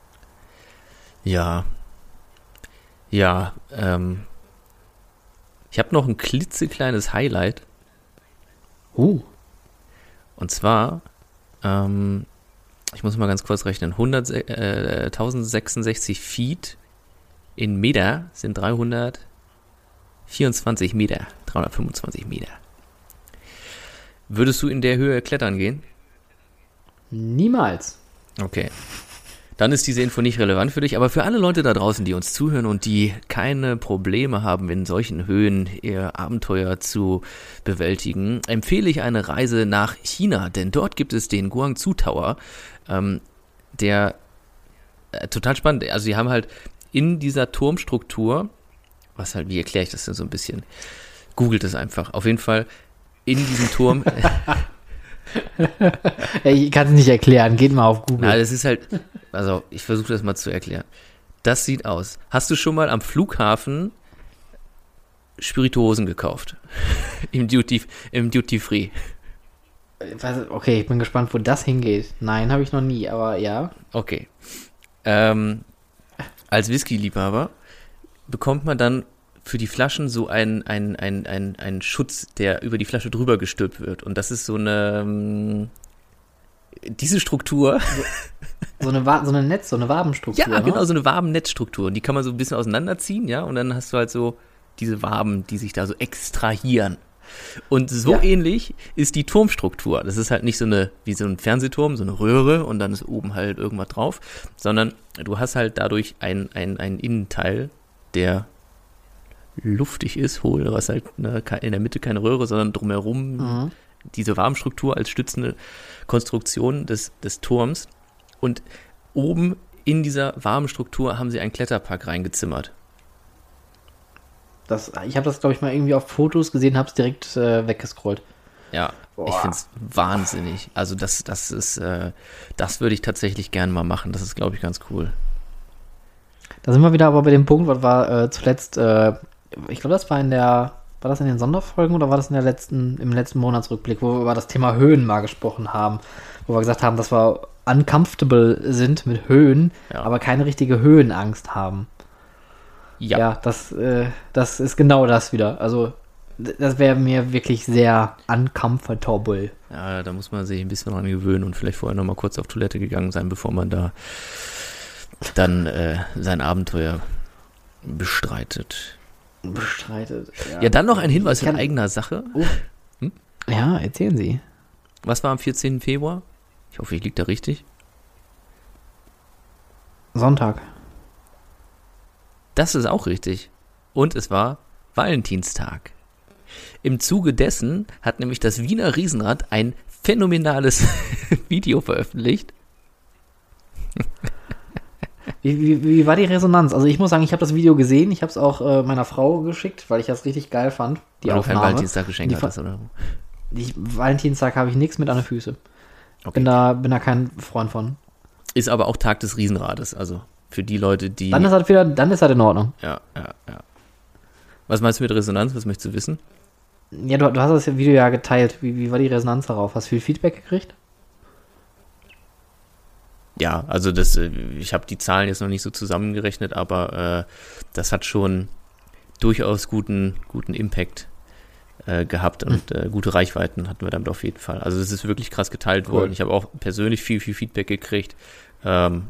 S3: Ja. Ja, ähm. Ich habe noch ein klitzekleines Highlight.
S2: Uh.
S3: Und zwar, ähm, ich muss mal ganz kurz rechnen, hundert, äh, tausendsechsundsechzig Feet in Meter sind dreihundertvierundzwanzig Meter, dreihundertfünfundzwanzig Meter. Würdest du in der Höhe klettern gehen?
S2: Niemals.
S3: Okay. Dann ist diese Info nicht relevant für dich, aber für alle Leute da draußen, die uns zuhören und die keine Probleme haben, in solchen Höhen ihr Abenteuer zu bewältigen, empfehle ich eine Reise nach China, denn dort gibt es den Guangzhou Tower, ähm, der äh, total spannend, also sie haben halt in dieser Turmstruktur, was halt, wie erkläre ich das denn so ein bisschen? Googelt es einfach. Auf jeden Fall in diesem Turm.
S2: Ich kann es nicht erklären. Geht mal auf Google.
S3: Na, das ist halt, also ich versuche das mal zu erklären. Das sieht aus. Hast du schon mal am Flughafen Spirituosen gekauft? Im Duty, im Duty Free.
S2: Okay, ich bin gespannt, wo das hingeht. Nein, habe ich noch nie, aber ja.
S3: Okay. Ähm, als Whisky-Liebhaber bekommt man dann für die Flaschen so einen, einen, einen, einen, einen Schutz, der über die Flasche drüber gestülpt wird. Und das ist so eine, diese Struktur.
S2: So eine, so eine Netz, so eine Wabenstruktur.
S3: Ja, genau,
S2: ne?
S3: so eine Wabennetzstruktur. Und die kann man so ein bisschen auseinanderziehen, ja. Und dann hast du halt so diese Waben, die sich da so extrahieren. Und so
S2: ja.
S3: ähnlich ist die Turmstruktur. Das ist halt nicht so eine, wie so ein Fernsehturm, so eine Röhre und dann ist oben halt irgendwas drauf, sondern du hast halt dadurch ein, ein, ein Innenteil, der luftig ist, hohl, was halt ne, in der Mitte keine Röhre, sondern drumherum mhm. diese Warmstruktur als stützende Konstruktion des, des Turms. Und oben in dieser warmen Struktur haben sie einen Kletterpark reingezimmert.
S2: Das, ich habe das, glaube ich, mal irgendwie auf Fotos gesehen, habe es direkt äh, weggescrollt.
S3: Ja,
S2: Boah.
S3: ich finde es wahnsinnig. Also das, das ist, äh, das würde ich tatsächlich gerne mal machen. Das ist, glaube ich, ganz cool.
S2: Da sind wir wieder aber bei dem Punkt, was war äh, zuletzt, äh, ich glaube, das war in der, war das in den Sonderfolgen oder war das in der letzten, im letzten Monatsrückblick, wo wir über das Thema Höhen mal gesprochen haben, wo wir gesagt haben, dass wir uncomfortable sind mit Höhen,
S3: Ja.
S2: aber keine richtige Höhenangst haben.
S3: Ja,
S2: Ja, das, äh, das ist genau das wieder. Also, d- das wäre mir wirklich sehr uncomfortable.
S3: ja, da muss man sich ein bisschen dran gewöhnen und vielleicht vorher nochmal kurz auf Toilette gegangen sein, bevor man da dann äh, sein Abenteuer bestreitet.
S2: Bestreitet.
S3: Ja, dann noch ein Hinweis
S2: Ich
S3: in
S2: kann-
S3: eigener Sache.
S2: Ja, erzählen Sie.
S3: Was war am vierzehnten Februar? Ich hoffe, ich liege da richtig.
S2: Sonntag.
S3: Das ist auch richtig. Und es war Valentinstag. Im Zuge dessen hat nämlich das Wiener Riesenrad ein phänomenales Video veröffentlicht.
S2: Wie, wie, wie war die Resonanz? Also ich muss sagen, ich habe das Video gesehen, ich habe es auch äh, meiner Frau geschickt, weil ich das richtig geil fand, die
S3: Weil du kein
S2: Aufnahme.
S3: Valentinstag geschenkt
S2: Die
S3: hattest, oder?
S2: Ich, Valentinstag habe ich nichts mit an den Füßen.
S3: Okay.
S2: Bin da, bin da kein Freund von.
S3: Ist aber auch Tag des Riesenrades, also für die Leute, die...
S2: Dann ist das wieder, dann ist das in Ordnung.
S3: ja, ja, ja. Was meinst du mit Resonanz? Was möchtest du wissen?
S2: Ja, du, du hast das Video ja geteilt. Wie, wie war die Resonanz darauf? Hast du viel Feedback gekriegt?
S3: Ja, also das, äh, ich habe die Zahlen jetzt noch nicht so zusammengerechnet, aber äh, das hat schon durchaus guten, guten Impact äh, gehabt und äh, gute Reichweiten hatten wir damit auf jeden Fall. Also das ist wirklich krass geteilt
S2: Cool.
S3: worden. Ich habe auch persönlich viel, viel Feedback gekriegt. Ähm,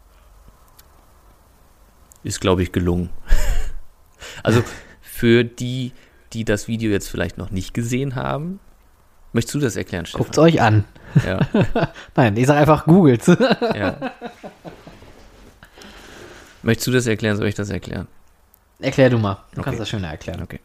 S3: ist, glaube ich, gelungen. Also für die, die das Video jetzt vielleicht noch nicht gesehen haben, möchtest du das erklären, Stefan?
S2: Guckt's euch an.
S3: Ja,
S2: Nein, ich sag einfach googelt's.
S3: ja. Möchtest du das erklären? Soll ich das erklären?
S2: Erklär du mal. Du
S3: Okay.
S2: kannst das schöner erklären.
S3: Okay.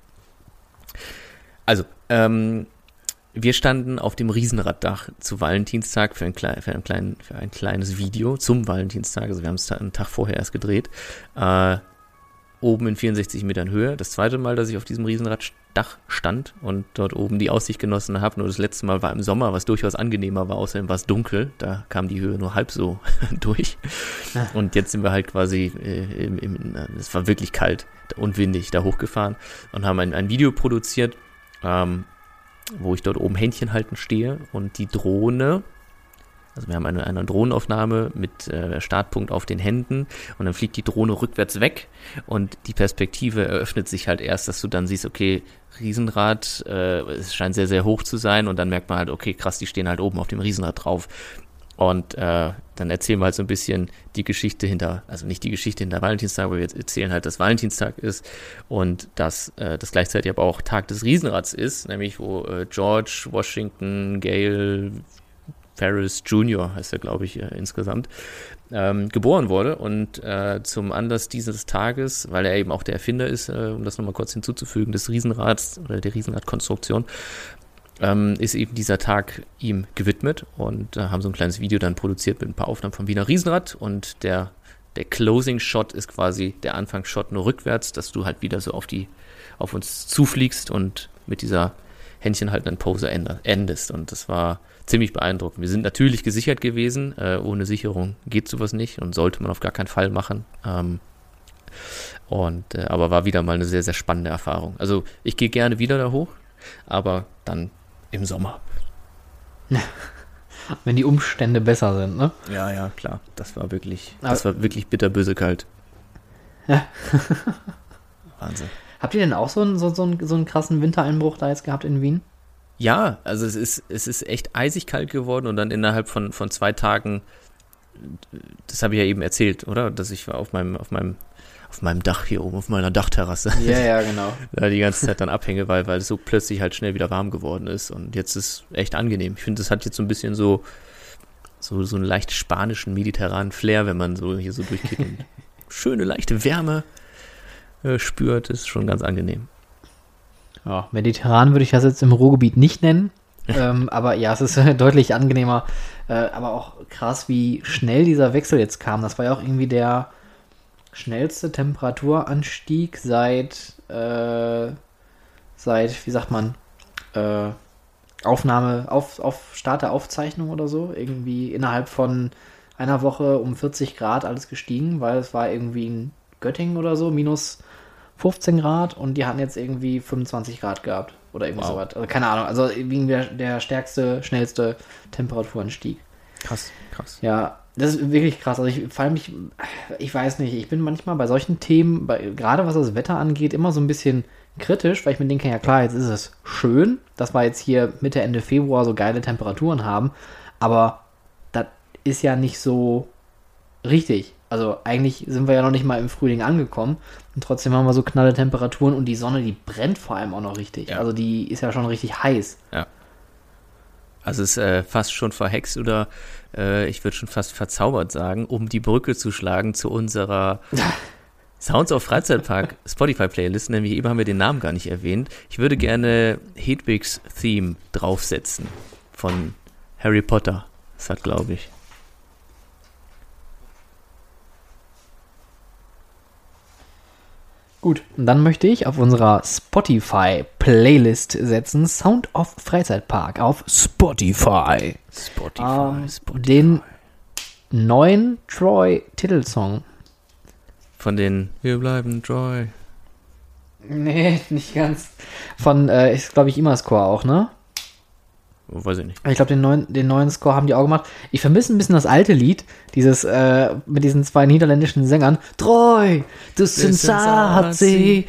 S3: Also, ähm, wir standen auf dem Riesenraddach zu Valentinstag für ein, klei- für, ein klein, für ein kleines Video zum Valentinstag. Also wir haben es ta- einen Tag vorher erst gedreht. Äh, oben in vierundsechzig Metern Höhe. Das zweite Mal, dass ich auf diesem Riesenraddach stand und dort oben die Aussicht genossen habe. Nur das letzte Mal war im Sommer, was durchaus angenehmer war. Außerdem war es dunkel. Da kam die Höhe nur halb so durch. Und jetzt sind wir halt quasi, äh, im, im, es war wirklich kalt und windig, da hochgefahren und haben ein, ein Video produziert, ähm, wo ich dort oben Händchen halten stehe und die Drohne, also wir haben eine, eine Drohnenaufnahme mit äh, Startpunkt auf den Händen und dann fliegt die Drohne rückwärts weg und die Perspektive eröffnet sich halt erst, dass du dann siehst, okay, Riesenrad, äh, es scheint sehr, sehr hoch zu sein und dann merkt man halt, okay, krass, die stehen halt oben auf dem Riesenrad drauf. Und äh, dann erzählen wir halt so ein bisschen die Geschichte hinter, also nicht die Geschichte hinter Valentinstag, aber wir erzählen halt, dass Valentinstag ist und dass äh, das gleichzeitig aber auch Tag des Riesenrads ist, nämlich wo äh, George Washington Gale Ferris Junior heißt er, glaube ich, äh, insgesamt, ähm, geboren wurde. Und äh, zum Anlass dieses Tages, weil er eben auch der Erfinder ist, äh, um das nochmal kurz hinzuzufügen, des Riesenrads oder der Riesenradkonstruktion, ähm, ist eben dieser Tag ihm gewidmet und äh, haben so ein kleines Video dann produziert mit ein paar Aufnahmen vom Wiener Riesenrad und der, der Closing-Shot ist quasi der Anfangsshot nur rückwärts, dass du halt wieder so auf die, auf uns zufliegst und mit dieser händchenhaltenden Pose endest. Und das war ziemlich beeindruckend. Wir sind natürlich gesichert gewesen. Äh, ohne Sicherung geht sowas nicht und sollte man auf gar keinen Fall machen. Ähm, und äh, aber war wieder mal eine sehr, sehr spannende Erfahrung. Also ich gehe gerne wieder da hoch, aber dann im Sommer.
S2: Wenn die Umstände besser sind, ne?
S3: Ja, ja, klar. Das war wirklich,
S2: Aber-
S3: das war wirklich bitterböse kalt.
S2: Ja.
S3: Wahnsinn.
S2: Habt ihr denn auch so einen, so, so, einen, so einen krassen Wintereinbruch da jetzt gehabt in Wien?
S3: Ja, also es ist, es ist echt eisig kalt geworden und dann innerhalb von, von zwei Tagen, das habe ich ja eben erzählt, oder? Dass ich auf meinem, auf meinem, auf meinem Dach hier oben, auf meiner Dachterrasse,
S2: Ja, ja, genau.
S3: da die ganze Zeit dann abhänge, weil, weil es so plötzlich halt schnell wieder warm geworden ist und jetzt ist echt angenehm. Ich finde, es hat jetzt so ein bisschen so, so, so einen leicht spanischen, mediterranen Flair, wenn man so hier so durchgeht und schöne, leichte Wärme äh, spürt, ist schon ganz angenehm.
S2: Ja, mediterran würde ich das jetzt im Ruhrgebiet nicht nennen. ähm, aber ja, es ist äh, deutlich angenehmer. Äh, aber auch krass, wie schnell dieser Wechsel jetzt kam. Das war ja auch irgendwie der schnellste Temperaturanstieg seit, äh, seit, wie sagt man, äh, Aufnahme, auf, auf Start der Aufzeichnung oder so. Irgendwie innerhalb von einer Woche um vierzig Grad alles gestiegen, weil es war irgendwie in Göttingen oder so, minus fünfzehn Grad und die hatten jetzt irgendwie fünfundzwanzig Grad gehabt. Oder irgendwie
S3: Wow.
S2: sowas. Also keine Ahnung. Also irgendwie der, der stärkste, schnellste Temperaturanstieg.
S3: Krass, krass.
S2: Ja, das ist wirklich krass. Also ich fall mich, ich weiß nicht, ich bin manchmal bei solchen Themen, bei, gerade was das Wetter angeht, immer so ein bisschen kritisch, weil ich mir denke, ja klar, jetzt ist es schön, dass wir jetzt hier Mitte, Ende Februar so geile Temperaturen haben, aber das ist ja nicht so richtig. Also eigentlich sind wir ja noch nicht mal im Frühling angekommen und trotzdem haben wir so knalle Temperaturen und die Sonne, die brennt vor allem auch noch richtig.
S3: Ja.
S2: Also die ist ja schon richtig heiß.
S3: Ja. Also es ist äh, fast schon verhext oder äh, ich würde schon fast verzaubert sagen, um die Brücke zu schlagen zu unserer Sounds of Freizeitpark Spotify-Playlist, nämlich eben haben wir den Namen gar nicht erwähnt. Ich würde gerne Hedwigs Theme draufsetzen von Harry Potter. Das hat, glaube ich.
S2: Gut, und dann möchte ich auf unserer Spotify-Playlist setzen Sound of Freizeitpark auf Spotify.
S3: Spotify,
S2: Ähm,
S3: Spotify.
S2: Den neuen Troy-Titelsong.
S3: Von den Wir bleiben Troy.
S2: Nee, nicht ganz. Von, äh, ist glaube ich Imascore auch, ne?
S3: Oh, weiß ich nicht.
S2: Ich glaube, den neuen, den neuen Score haben die auch gemacht. Ich vermisse ein bisschen das alte Lied, dieses äh, mit diesen zwei niederländischen Sängern. Treu, du sind Sazi.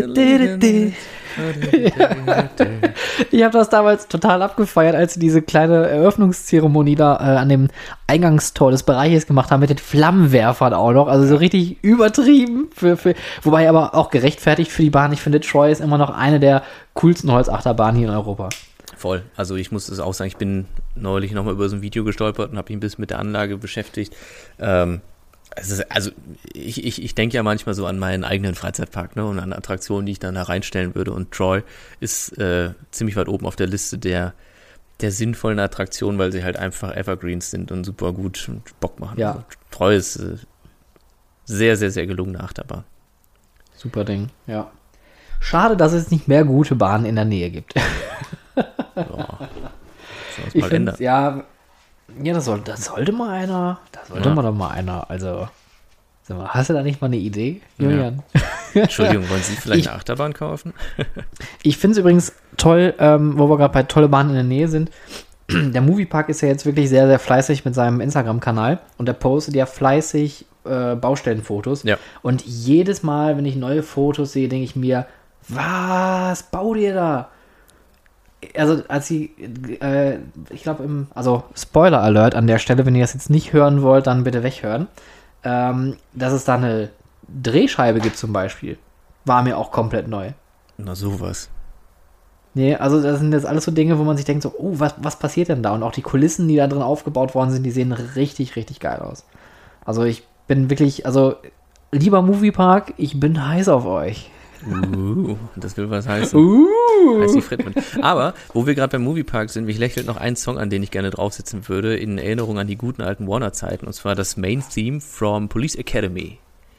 S2: Ich habe das damals total abgefeiert, als sie diese kleine Eröffnungszeremonie da äh, an dem Eingangstor des Bereiches gemacht haben mit den Flammenwerfern auch noch. Also so richtig übertrieben. Für, für, wobei aber auch gerechtfertigt für die Bahn. Ich finde, Troy ist immer noch eine der coolsten Holzachterbahnen hier in Europa.
S3: Voll. Also ich muss es auch sagen, ich bin neulich nochmal über so ein Video gestolpert und habe mich ein bisschen mit der Anlage beschäftigt. Ähm, es ist, also ich, ich, ich denke ja manchmal so an meinen eigenen Freizeitpark, ne, und an Attraktionen, die ich dann da reinstellen würde. Und Troy ist äh, ziemlich weit oben auf der Liste der, der sinnvollen Attraktionen, weil sie halt einfach Evergreens sind und super gut und Bock machen.
S2: Ja.
S3: Also, Troy ist äh, sehr, sehr, sehr gelungene Achterbahn.
S2: Super Ding, ja. Schade, dass es nicht mehr gute Bahnen in der Nähe gibt.
S3: Ja. Sollen wir es
S2: Ich
S3: mal
S2: finde,
S3: ändern.
S2: ja, ja, das, soll, das sollte mal einer, das sollte
S3: Ja.
S2: mal doch mal einer, also, sag mal, hast du da nicht mal eine Idee, Julian?
S3: Entschuldigung, wollen Sie vielleicht
S2: Ich-
S3: eine Achterbahn kaufen?
S2: Ich finde es übrigens toll, ähm, wo wir gerade bei tolle Bahnen in der Nähe sind. Der Moviepark ist ja jetzt wirklich sehr, sehr fleißig mit seinem Instagram-Kanal und der postet ja fleißig äh, Baustellenfotos.
S3: Ja.
S2: Und jedes Mal, wenn ich neue Fotos sehe, denke ich mir, was baut ihr da? Also, als sie, äh, ich glaube, im, also Spoiler Alert an der Stelle, wenn ihr das jetzt nicht hören wollt, dann bitte weghören. Ähm, dass es da eine Drehscheibe gibt zum Beispiel, war mir auch komplett neu.
S3: Na sowas.
S2: Nee, also das sind jetzt alles so Dinge, wo man sich denkt, so, oh, was, was passiert denn da? Und auch die Kulissen, die da drin aufgebaut worden sind, die sehen richtig, richtig geil aus. Also ich bin wirklich, also lieber Moviepark, ich bin heiß auf euch.
S3: Uh, das will was heißen.
S2: Uh.
S3: Heißt die Friedman. Aber, wo wir gerade beim Moviepark sind, mich lächelt noch ein Song, an den ich gerne draufsetzen würde, in Erinnerung an die guten alten Warner-Zeiten, und zwar das Main Theme from Police Academy.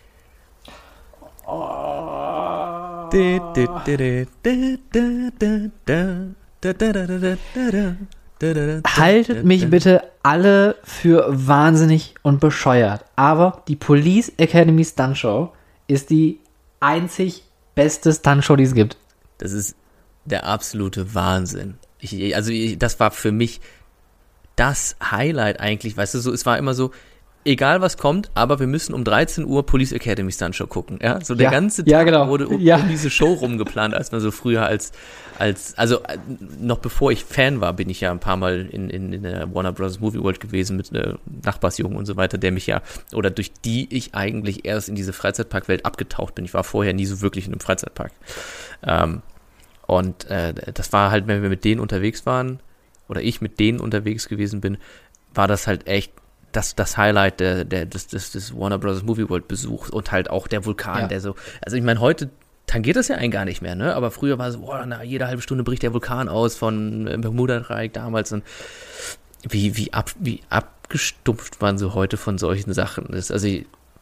S2: Haltet mich bitte alle für wahnsinnig und bescheuert. Aber die Police Academy Stunt Show ist die einzig beste Stunt Show, die es gibt.
S3: Das ist der absolute Wahnsinn. Ich, also ich, das war für mich das Highlight eigentlich, weißt du, so, es war immer so, egal was kommt, aber wir müssen um dreizehn Uhr Police Academy Stunt Show gucken, ja, so der
S2: Ja,
S3: ganze Tag
S2: ja, genau.
S3: wurde um,
S2: Ja.
S3: um diese Show rumgeplant, als man so früher als, als, also äh, noch bevor ich Fan war, bin ich ja ein paar Mal in, in, in der Warner Bros. Movie World gewesen mit äh, Nachbarsjungen und so weiter, der mich ja, oder durch die ich eigentlich erst in diese Freizeitparkwelt abgetaucht bin. Ich war vorher nie so wirklich in einem Freizeitpark. Ähm, und äh, das war halt, wenn wir mit denen unterwegs waren, oder ich mit denen unterwegs gewesen bin, war das halt echt das, das Highlight der, der, des, des, des Warner Bros. Movie World Besuchs und halt auch der Vulkan,
S2: Ja.
S3: der so, also ich meine, heute tangiert das ja einen gar nicht mehr, ne, aber früher war so, boah, na, jede halbe Stunde bricht der Vulkan aus von äh, Bermuda-Dreieck damals und wie, wie, ab, wie abgestumpft waren sie heute von solchen Sachen. Das, also ich,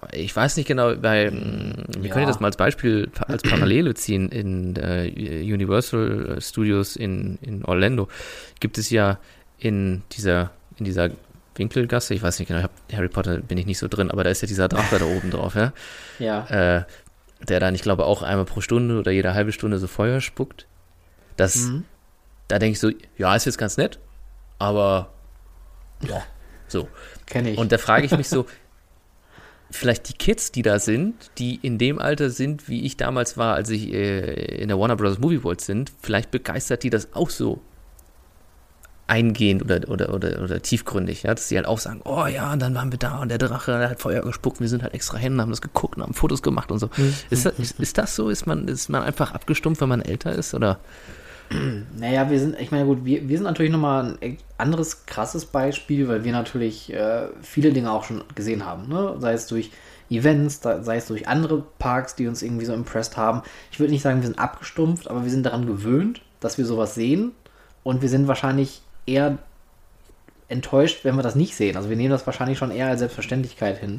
S3: ich weiß nicht genau, weil wir
S2: Ja.
S3: können ja das mal als Beispiel, als Parallele ziehen. In äh, Universal Studios in, in Orlando gibt es ja in dieser, in dieser Winkelgasse, ich weiß nicht genau, ich hab, Harry Potter bin ich nicht so drin, aber da ist ja dieser Drache da oben drauf, ja?
S2: Ja.
S3: Äh, der dann, ich glaube, auch einmal pro Stunde oder jede halbe Stunde so Feuer spuckt. Das,
S2: Mhm.
S3: da denke ich so, ja, ist jetzt ganz nett, aber ja, so.
S2: Kenne ich.
S3: Und da frage ich mich so, vielleicht die Kids, die da sind, die in dem Alter sind, wie ich damals war, als ich äh, in der Warner Bros. Movie World sind, vielleicht begeistert die das auch so eingehend oder, oder, oder, oder tiefgründig, ja, dass sie halt auch sagen, oh ja, und dann waren wir da und der Drache der hat Feuer gespuckt, wir sind halt extra hin, haben das geguckt und haben Fotos gemacht und so.
S2: Mhm.
S3: Ist, das, ist, ist das so? Ist man, ist man einfach abgestumpft, wenn man älter ist, oder?
S2: Naja, wir sind, ich meine, gut, wir, wir sind natürlich nochmal ein anderes krasses Beispiel, weil wir natürlich äh, viele Dinge auch schon gesehen haben, ne? Sei es durch Events, da, sei es durch andere Parks, die uns irgendwie so impressed haben. Ich würde nicht sagen, wir sind abgestumpft, aber wir sind daran gewöhnt, dass wir sowas sehen und wir sind wahrscheinlich eher enttäuscht, wenn wir das nicht sehen. Also wir nehmen das wahrscheinlich schon eher als Selbstverständlichkeit hin.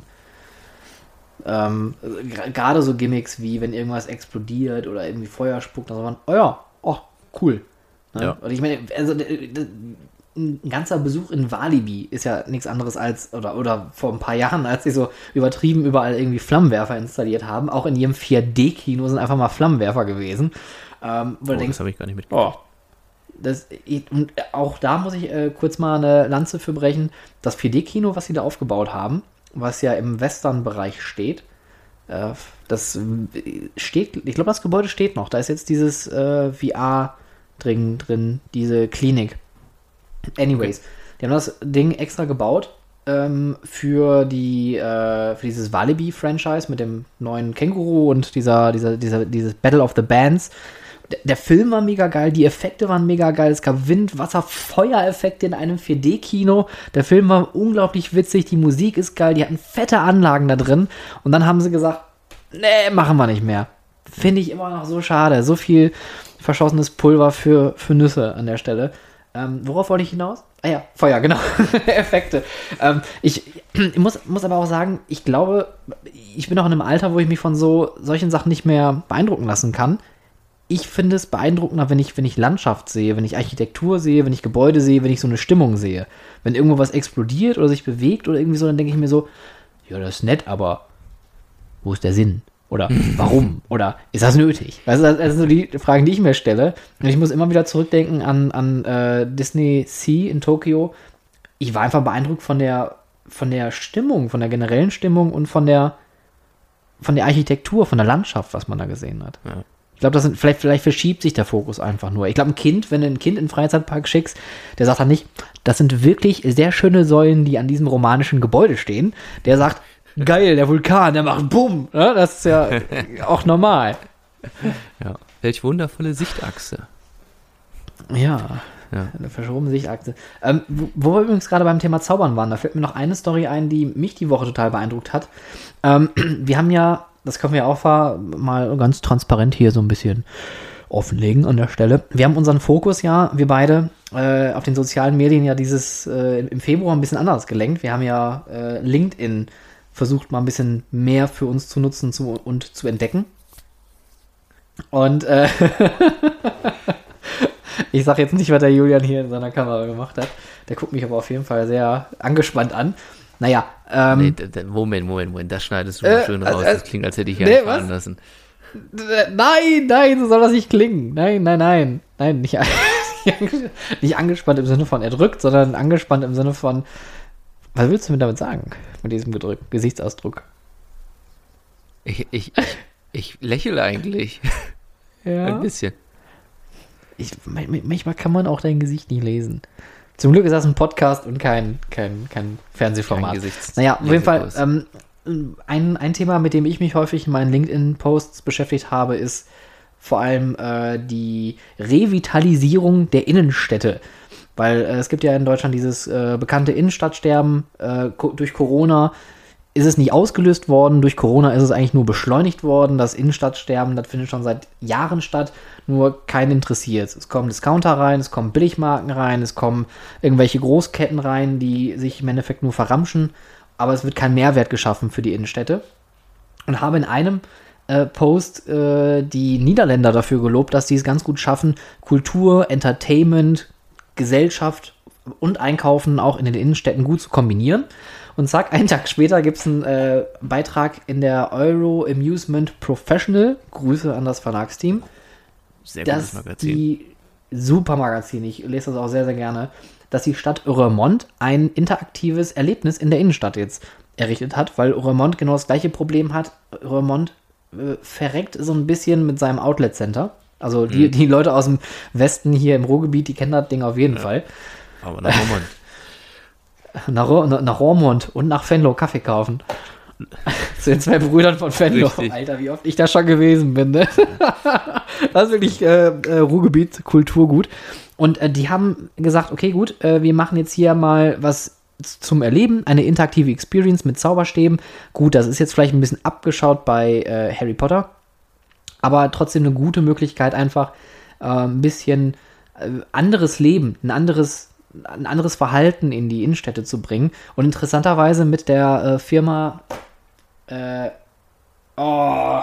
S2: Ähm, gra- Gerade so Gimmicks wie, wenn irgendwas explodiert oder irgendwie Feuer spuckt, dann sagt man, oh ja, oh, cool. Ne?
S3: Ja.
S2: Und ich meine, also d- d- ein ganzer Besuch in Walibi ist ja nichts anderes als, oder, oder vor ein paar Jahren, als sie so übertrieben überall irgendwie Flammenwerfer installiert haben, auch in jedem vier D Kino sind einfach mal Flammenwerfer gewesen. Ähm, wo
S3: Oh,
S2: du denkst,
S3: das habe ich gar nicht mitgekriegt.
S2: oh, das, und auch da muss ich äh, kurz mal eine Lanze für brechen. Das vier D Kino, was sie da aufgebaut haben, was ja im Western-Bereich steht, äh, das äh, steht, ich glaube, das Gebäude steht noch. Da ist jetzt dieses äh, V R-Ding drin, diese Klinik. Anyways, die haben das Ding extra gebaut ähm, für die äh, für dieses Walibi-Franchise mit dem neuen Känguru und dieser, dieser, dieser, dieses Battle of the Bands. Der, der Film war mega geil, die Effekte waren mega geil, es gab Wind, Wasser, Feuereffekte in einem vier D Kino. Der Film war unglaublich witzig, die Musik ist geil, die hatten fette Anlagen da drin und dann haben sie gesagt, nee, machen wir nicht mehr. Finde ich immer noch so schade, so viel verschossenes Pulver für, für Nüsse an der Stelle. Ähm, worauf wollte ich hinaus? Ah ja, Feuer, genau. Effekte. Ähm, ich, ich muss, muss aber auch sagen, ich glaube, ich bin auch in einem Alter, wo ich mich von so solchen Sachen nicht mehr beeindrucken lassen kann. Ich finde es beeindruckender, wenn ich, wenn ich Landschaft sehe, wenn ich Architektur sehe, wenn ich Gebäude sehe, wenn ich so eine Stimmung sehe. Wenn irgendwo was explodiert oder sich bewegt oder irgendwie so, dann denke ich mir so, ja, das ist nett, aber wo ist der Sinn? Oder warum? Oder ist das nötig? Weißt du, das sind so die Fragen, die ich mir stelle. Und ich muss immer wieder zurückdenken an, an äh, Disney Sea in Tokio. Ich war einfach beeindruckt von der, von der Stimmung, von der generellen Stimmung und von der, von der Architektur, von der Landschaft, was man da gesehen hat.
S3: Ja.
S2: Ich glaube, das sind, vielleicht, vielleicht verschiebt sich der Fokus einfach nur. Ich glaube, ein Kind, wenn du ein Kind in den Freizeitpark schickst, der sagt dann nicht, das sind wirklich sehr schöne Säulen, die an diesem romanischen Gebäude stehen. Der sagt, geil, der Vulkan, der macht Bumm. Ja, das ist ja auch normal.
S3: Ja. Welch wundervolle Sichtachse.
S2: Ja,
S3: Ja.
S2: eine verschobene Sichtachse. Ähm, wo, wo wir übrigens gerade beim Thema Zaubern waren, da fällt mir noch eine Story ein, die mich die Woche total beeindruckt hat. Ähm, wir haben ja, das können wir auch mal ganz transparent hier so ein bisschen offenlegen an der Stelle. Wir haben unseren Fokus ja, wir beide, äh, auf den sozialen Medien ja dieses äh, im Februar ein bisschen anders gelenkt. Wir haben ja äh, LinkedIn versucht mal ein bisschen mehr für uns zu nutzen zu, und zu entdecken. Und äh, ich sage jetzt nicht, was der Julian hier in seiner Kamera gemacht hat. Der guckt mich aber auf jeden Fall sehr angespannt an. Naja, ähm,
S3: Nee, d- d- Moment, Moment, Moment, das schneidest du
S2: Äh,
S3: mal schön raus.
S2: äh,
S3: Das klingt, als hätte ich hier
S2: nee,
S3: einen fahren
S2: was?
S3: lassen.
S2: d- nein, nein, so soll das nicht klingen. Nein, nein, nein. Nein, nicht, nicht angespannt im Sinne von erdrückt, sondern angespannt im Sinne von, was willst du mir damit sagen? Mit diesem Gedrück, Gesichtsausdruck.
S3: Ich, ich, ich lächle eigentlich.
S2: Ja.
S3: Ein bisschen.
S2: Ich, manchmal kann man auch dein Gesicht nicht lesen. Zum Glück ist das ein Podcast und kein, kein, kein Fernsehformat.
S3: Kein Gesichts-
S2: Naja, auf jeden Fall,
S3: Lesekurs.
S2: ähm, ein, ein Thema, mit dem ich mich häufig in meinen LinkedIn-Posts beschäftigt habe, ist vor allem äh, die Revitalisierung der Innenstädte. Weil äh, es gibt ja in Deutschland dieses äh, bekannte Innenstadtsterben äh, ko- durch Corona. Ist es nicht ausgelöst worden, durch Corona ist es eigentlich nur beschleunigt worden. Das Innenstadtsterben, das findet schon seit Jahren statt, nur keinen interessiert. Es kommen Discounter rein, es kommen Billigmarken rein, es kommen irgendwelche Großketten rein, die sich im Endeffekt nur verramschen. aber es wird kein Mehrwert geschaffen für die Innenstädte. Und habe in einem äh, Post äh, die Niederländer dafür gelobt, dass die es ganz gut schaffen, Kultur, Entertainment, Gesellschaft und Einkaufen auch in den Innenstädten gut zu kombinieren. Und zack, einen Tag später gibt es einen äh, Beitrag in der Euro Amusement Professional, Grüße an das Verlagsteam,
S3: Sehr gutes
S2: dass
S3: Magazin.
S2: die super Magazin, ich lese das auch sehr, sehr gerne, dass die Stadt Roermond ein interaktives Erlebnis in der Innenstadt jetzt errichtet hat, weil Roermond genau das gleiche Problem hat. Roermond äh, verreckt so ein bisschen mit seinem Outlet-Center. Also die,
S3: Mhm.
S2: die Leute aus dem Westen hier im Ruhrgebiet, die kennen das Ding auf jeden
S3: Ja.
S2: Fall.
S3: Aber nach Roermond.
S2: Nach, Ro- nach Roermond und nach Venlo Kaffee kaufen. Zu den zwei Brüdern von Venlo.
S3: Richtig.
S2: Alter, wie oft ich da schon gewesen bin. Ne? Das ist wirklich äh, äh, Ruhrgebiet, Kulturgut. Und äh, die haben gesagt, okay, gut, äh, wir machen jetzt hier mal was zum Erleben, eine interaktive Experience mit Zauberstäben. Gut, das ist jetzt vielleicht ein bisschen abgeschaut bei äh, Harry Potter, aber trotzdem eine gute Möglichkeit, einfach äh, ein bisschen äh, anderes Leben, ein anderes ein anderes Verhalten in die Innenstädte zu bringen. Und interessanterweise mit der äh, Firma äh, oh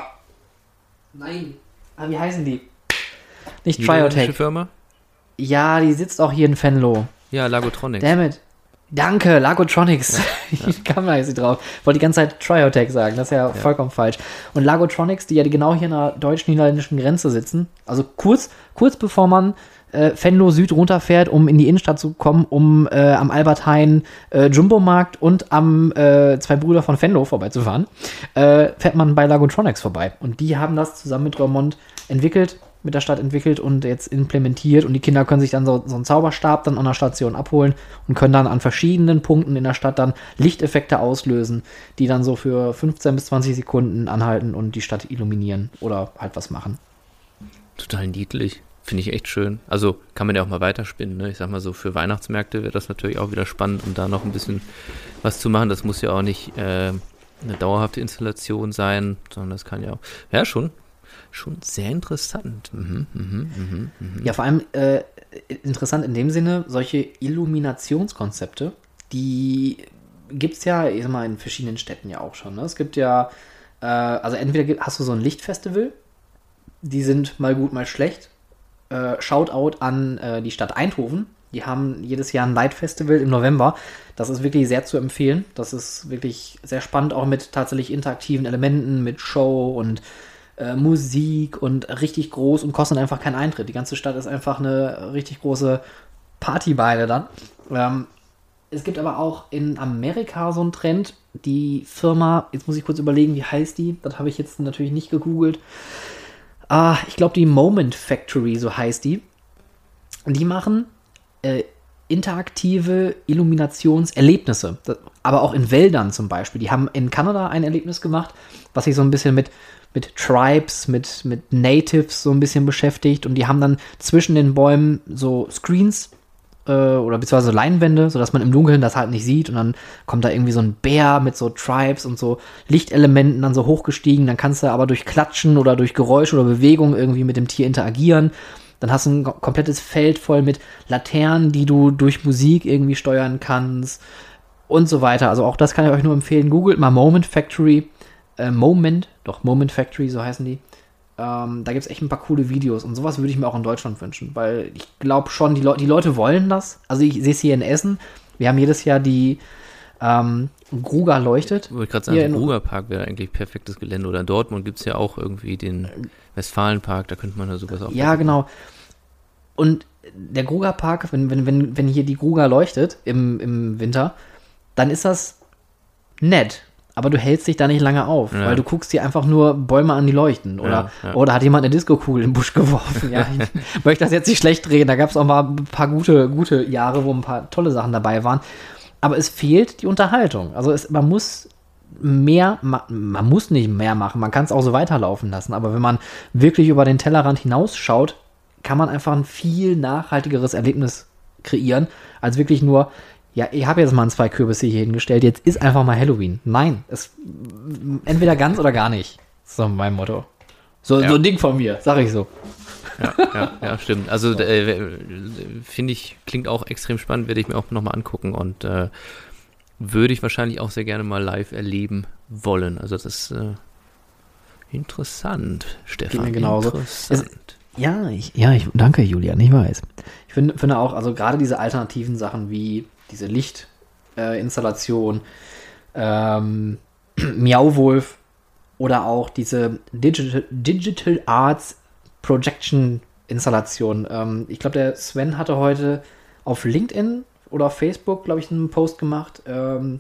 S2: nein, ah, wie heißen die? Nicht
S3: Niederländische
S2: Triotech.
S3: Firma?
S2: Ja, die sitzt auch hier in Venlo.
S3: Ja, Lagotronics.
S2: Damn it. Danke, Lagotronics. Ich kam da jetzt nicht drauf. Wollte die ganze Zeit Triotech sagen, das ist ja, vollkommen falsch. Und Lagotronics, die ja genau hier an der deutsch-niederländischen Grenze sitzen, also kurz, kurz bevor man äh, Venlo Süd runterfährt, um in die Innenstadt zu kommen, um äh, am Albert-Heijn äh, Jumbo-Markt und am äh, zwei Brüder von Venlo vorbeizufahren, äh, fährt man bei Lagotronics vorbei. Und die haben das zusammen mit Roermond entwickelt, mit der Stadt entwickelt und jetzt implementiert, und die Kinder können sich dann so, so einen Zauberstab dann an der Station abholen und können dann an verschiedenen Punkten in der Stadt dann Lichteffekte auslösen, die dann so für fünfzehn bis zwanzig Sekunden anhalten und die Stadt illuminieren oder halt was machen.
S3: Total niedlich. Finde ich echt schön. Also kann man ja auch mal weiterspinnen. Ne? Ich sag mal so, für Weihnachtsmärkte wäre das natürlich auch wieder spannend, um da noch ein bisschen was zu machen. Das muss ja auch nicht äh, eine dauerhafte Installation sein, sondern das kann ja auch, ja schon, schon sehr interessant. Mhm, mhm, mhm, mhm.
S2: Ja, vor allem äh, interessant in dem Sinne, solche Illuminationskonzepte, die gibt es ja, ich sag mal, in verschiedenen Städten ja auch schon. Ne? Es gibt ja, äh, also entweder gibt, hast du so ein Lichtfestival, die sind mal gut, mal schlecht. Äh, Shoutout an äh, die Stadt Eindhoven. Die haben jedes Jahr ein Light-Festival im November. Das ist wirklich sehr zu empfehlen. Das ist wirklich sehr spannend, auch mit tatsächlich interaktiven Elementen, mit Show und äh, Musik und richtig groß und kostet einfach keinen Eintritt. Die ganze Stadt ist einfach eine richtig große Partybeile dann. Ähm, es gibt aber auch in Amerika so einen Trend. Die Firma, jetzt muss ich kurz überlegen, wie heißt die? Das habe ich jetzt natürlich nicht gegoogelt. Ah, ich glaube, die Moment Factory, so heißt die. Und die machen äh, interaktive Illuminationserlebnisse. Das, aber auch in Wäldern zum Beispiel. Die haben in Kanada ein Erlebnis gemacht, was sich so ein bisschen mit, mit Tribes, mit, mit Natives so ein bisschen beschäftigt. Und die haben dann zwischen den Bäumen so Screens äh, oder beziehungsweise Leinwände, sodass man im Dunkeln das halt nicht sieht. Und dann kommt da irgendwie so ein Bär mit so Tribes und so Lichtelementen dann so hochgestiegen. Dann kannst du aber durch Klatschen oder durch Geräusch oder Bewegung irgendwie mit dem Tier interagieren. Dann hast du ein komplettes Feld voll mit Laternen, die du durch Musik irgendwie steuern kannst und so weiter. Also auch das kann ich euch nur empfehlen. Googelt mal Moment Factory. Äh, Moment, doch Moment Factory, so heißen die. Ähm, da gibt es echt ein paar coole Videos. Und sowas würde ich mir auch in Deutschland wünschen. Weil ich glaube schon, die, Le- die Leute wollen das. Also ich sehe es hier in Essen. Wir haben jedes Jahr die ähm, Gruger leuchtet.
S3: Ich wollte gerade
S2: Hier
S3: sagen,
S2: in-
S3: der Rugerpark wäre eigentlich perfektes Gelände. Oder in Dortmund gibt es ja auch irgendwie den Westfalenpark, da könnte man ja sowas auch
S2: Ja,
S3: machen.
S2: genau. Und der Grugerpark, wenn, wenn, wenn, wenn hier die Gruger leuchtet im, im Winter, dann ist das nett. Aber du hältst dich da nicht lange auf,
S3: Ja.
S2: weil du guckst dir einfach nur Bäume an, die leuchten. Oder,
S3: Ja, ja.
S2: oder hat jemand eine Diskokugel in den Busch geworfen. Ja, ich möchte das jetzt nicht schlecht drehen. Da gab es auch mal ein paar gute, gute Jahre, wo ein paar tolle Sachen dabei waren. Aber es fehlt die Unterhaltung. Also es, man muss mehr, ma- man muss nicht mehr machen, man kann es auch so weiterlaufen lassen. Aber wenn man wirklich über den Tellerrand hinausschaut, kann man einfach ein viel nachhaltigeres Erlebnis kreieren, als wirklich nur, ja, ich habe jetzt mal zwei Kürbisse hier hingestellt, jetzt ist einfach mal Halloween. Nein, es entweder ganz oder gar nicht. So mein Motto. So,
S3: Ja.
S2: so ein Ding von mir, sag ich so.
S3: Ja, ja, ja, stimmt. Also äh, finde ich, klingt auch extrem spannend, werde ich mir auch nochmal angucken. Und äh, würde ich wahrscheinlich auch sehr gerne mal live erleben wollen. Also das ist äh, interessant, Stefan.
S2: Geht mir genauso.
S3: Interessant.
S2: Es, ja, ich, ja, ich danke, Julian, ich weiß. Ich finde, finde auch, also gerade diese alternativen Sachen wie diese Lichtinstallation, äh, ähm, Miauwolf oder auch diese Digital, Digital Arts Projection Installation. Ähm, ich glaube, der Sven hatte heute auf LinkedIn oder auf Facebook, glaube ich, einen Post gemacht. Ähm,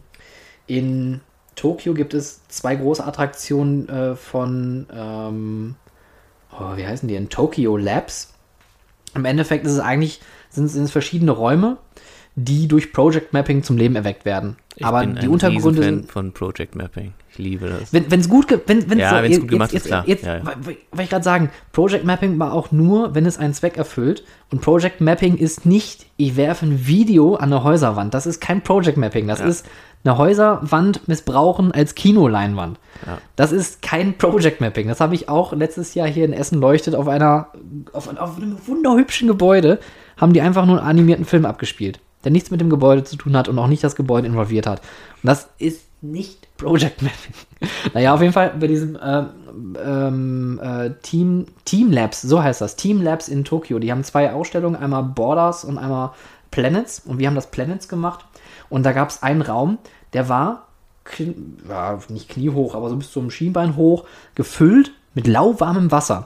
S2: in Tokio gibt es zwei große Attraktionen äh, von, ähm, oh, wie heißen die denn? Tokyo Labs. Im Endeffekt ist es eigentlich, sind, sind es verschiedene Räume, die durch Project Mapping zum Leben erweckt werden.
S3: Ich
S2: Aber
S3: bin
S2: die
S3: ein
S2: Untergründe
S3: Riesenfan
S2: sind
S3: von Project Mapping. Ich liebe das.
S2: Wenn es gut, ge- wenn, wenn's
S3: Ja,
S2: so,
S3: wenn's gut
S2: jetzt-
S3: gemacht
S2: jetzt,
S3: ist, klar.
S2: Jetzt,
S3: Ja, ja.
S2: Wollte ich gerade sagen, Project Mapping war auch nur, wenn es einen Zweck erfüllt. Und Project Mapping ist nicht, ich werfe ein Video an eine Häuserwand. Das ist kein Project Mapping. Das
S3: Ja.
S2: ist eine Häuserwand missbrauchen als Kinoleinwand.
S3: Ja.
S2: Das ist kein Project Mapping. Das habe ich auch letztes Jahr hier in Essen leuchtet auf einer, auf, auf einem wunderhübschen Gebäude, haben die einfach nur einen animierten Film abgespielt, der nichts mit dem Gebäude zu tun hat und auch nicht das Gebäude involviert hat. Und das ist nicht Project Mapping. Naja, auf jeden Fall bei diesem ähm, ähm, äh, Team, Team Labs, so heißt das, Team Labs in Tokio. Die haben zwei Ausstellungen, einmal Borders und einmal Planets. Und wir haben das Planets gemacht. Und da gab es einen Raum, der war, kn- ja, nicht kniehoch, aber so bis zum Schienbein hoch, gefüllt mit lauwarmem Wasser.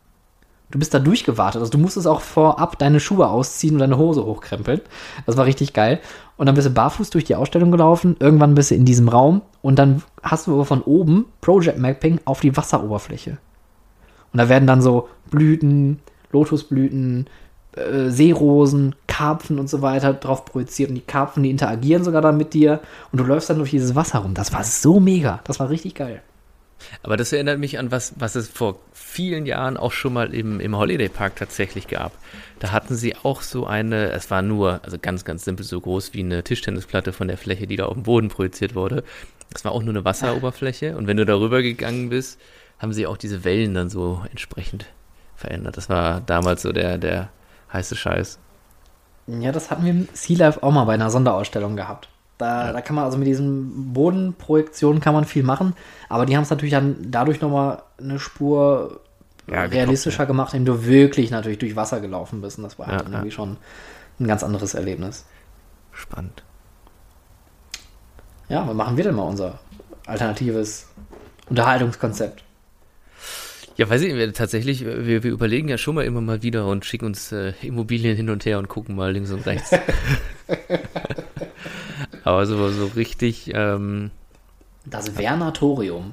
S2: Du bist da durchgewartet. Also du musstest auch vorab deine Schuhe ausziehen und deine Hose hochkrempeln. Das war richtig geil. Und dann bist du barfuß durch die Ausstellung gelaufen. Irgendwann bist du in diesem Raum. Und dann hast du aber von oben Project Mapping auf die Wasseroberfläche. Und da werden dann so Blüten, Lotusblüten, äh, Seerosen, Karpfen und so weiter drauf projiziert. Und die Karpfen, die interagieren sogar dann mit dir. Und du läufst dann durch dieses Wasser rum. Das war so mega. Das war richtig geil.
S3: Aber das erinnert mich an was, was es vor vielen Jahren auch schon mal im, im Holiday Park tatsächlich gab. Da hatten sie auch so eine, es war nur, also ganz, ganz simpel, so groß wie eine Tischtennisplatte von der Fläche, die da auf dem Boden projiziert wurde. Es war auch nur eine Wasseroberfläche. Und wenn du darüber gegangen bist, haben sie auch diese Wellen dann so entsprechend verändert. Das war damals so der, der heiße Scheiß.
S2: Ja, das hatten wir im Sea Life auch mal bei einer Sonderausstellung gehabt. Da,
S3: Ja.
S2: da kann man also mit diesen Bodenprojektionen kann man viel machen, aber die haben es natürlich dann dadurch nochmal eine Spur
S3: Ja,
S2: realistischer
S3: getoppt,
S2: gemacht, indem du wirklich natürlich durch Wasser gelaufen bist. Und das war halt
S3: Ja,
S2: dann
S3: ja.
S2: irgendwie schon ein ganz anderes Erlebnis.
S3: Spannend.
S2: Ja, was machen wir denn mal unser alternatives Unterhaltungskonzept?
S3: Ja, weiß ich, wir, tatsächlich, wir, wir überlegen ja schon mal immer mal wieder und schicken uns äh, Immobilien hin und her und gucken mal links und rechts. Aber so, so richtig, ähm,
S2: Das Vernatorium.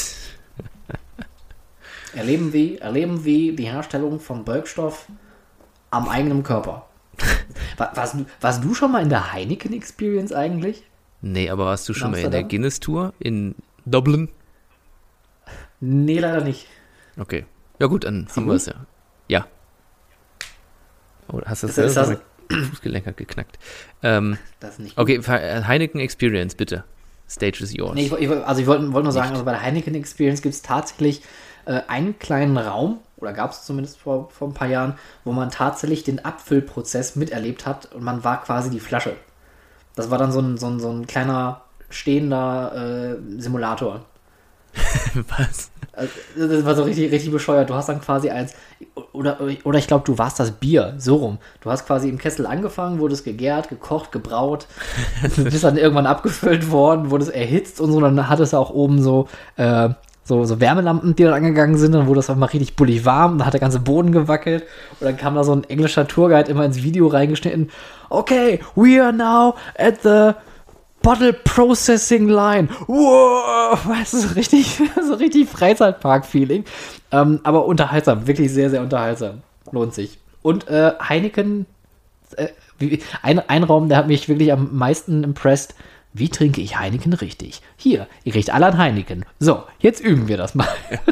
S2: erleben, wir, erleben wir die Herstellung von Wirkstoff am eigenen Körper. War, warst, du, warst du schon mal in der Heineken Experience eigentlich?
S3: nee, aber warst du schon mal in der
S2: Amsterdam?
S3: Guinness-Tour in Dublin?
S2: Nee, leider nicht.
S3: Okay. Ja gut, dann haben
S2: gut?
S3: wir es ja. Ja. Oh, hast du das,
S2: Ist das-
S3: selber
S2: ist
S3: mein Fußgelenk hat geknackt. Ähm,
S2: Das ist nicht gut.
S3: okay, Heineken Experience, bitte. Stage is yours.
S2: Nee, ich, ich, also ich wollte wollt nur sagen, also bei der Heineken Experience gibt es tatsächlich äh, einen kleinen Raum, oder gab es zumindest vor, vor ein paar Jahren, wo man tatsächlich den Abfüllprozess miterlebt hat und man war quasi die Flasche. Das war dann so ein, so ein, so ein kleiner stehender äh, Simulator.
S3: Was?
S2: Also, das war so richtig, richtig bescheuert. Du hast dann quasi eins, oder, oder ich glaube, du warst das Bier, so rum. Du hast quasi im Kessel angefangen, wurdest gegärt, gekocht, gebraut, bist dann irgendwann abgefüllt worden, wurdest erhitzt und so. Dann hattest du auch oben so, äh, so, so Wärmelampen, die dann angegangen sind. Dann wurde das auch mal richtig bullig warm. Dann hat der ganze Boden gewackelt. Und dann kam da so ein englischer Tourguide immer ins Video reingeschnitten. Okay, we are now at the Bottle Processing Line. Wow, weißt du, so richtig, so richtig Freizeitpark-Feeling. Ähm, aber unterhaltsam, wirklich sehr, sehr unterhaltsam. Lohnt sich. Und äh, Heineken, äh, wie, ein, ein Raum, der hat mich wirklich am meisten impressed. Wie trinke ich Heineken richtig? Hier, ihr riecht alle an Heineken. So, jetzt üben wir das mal.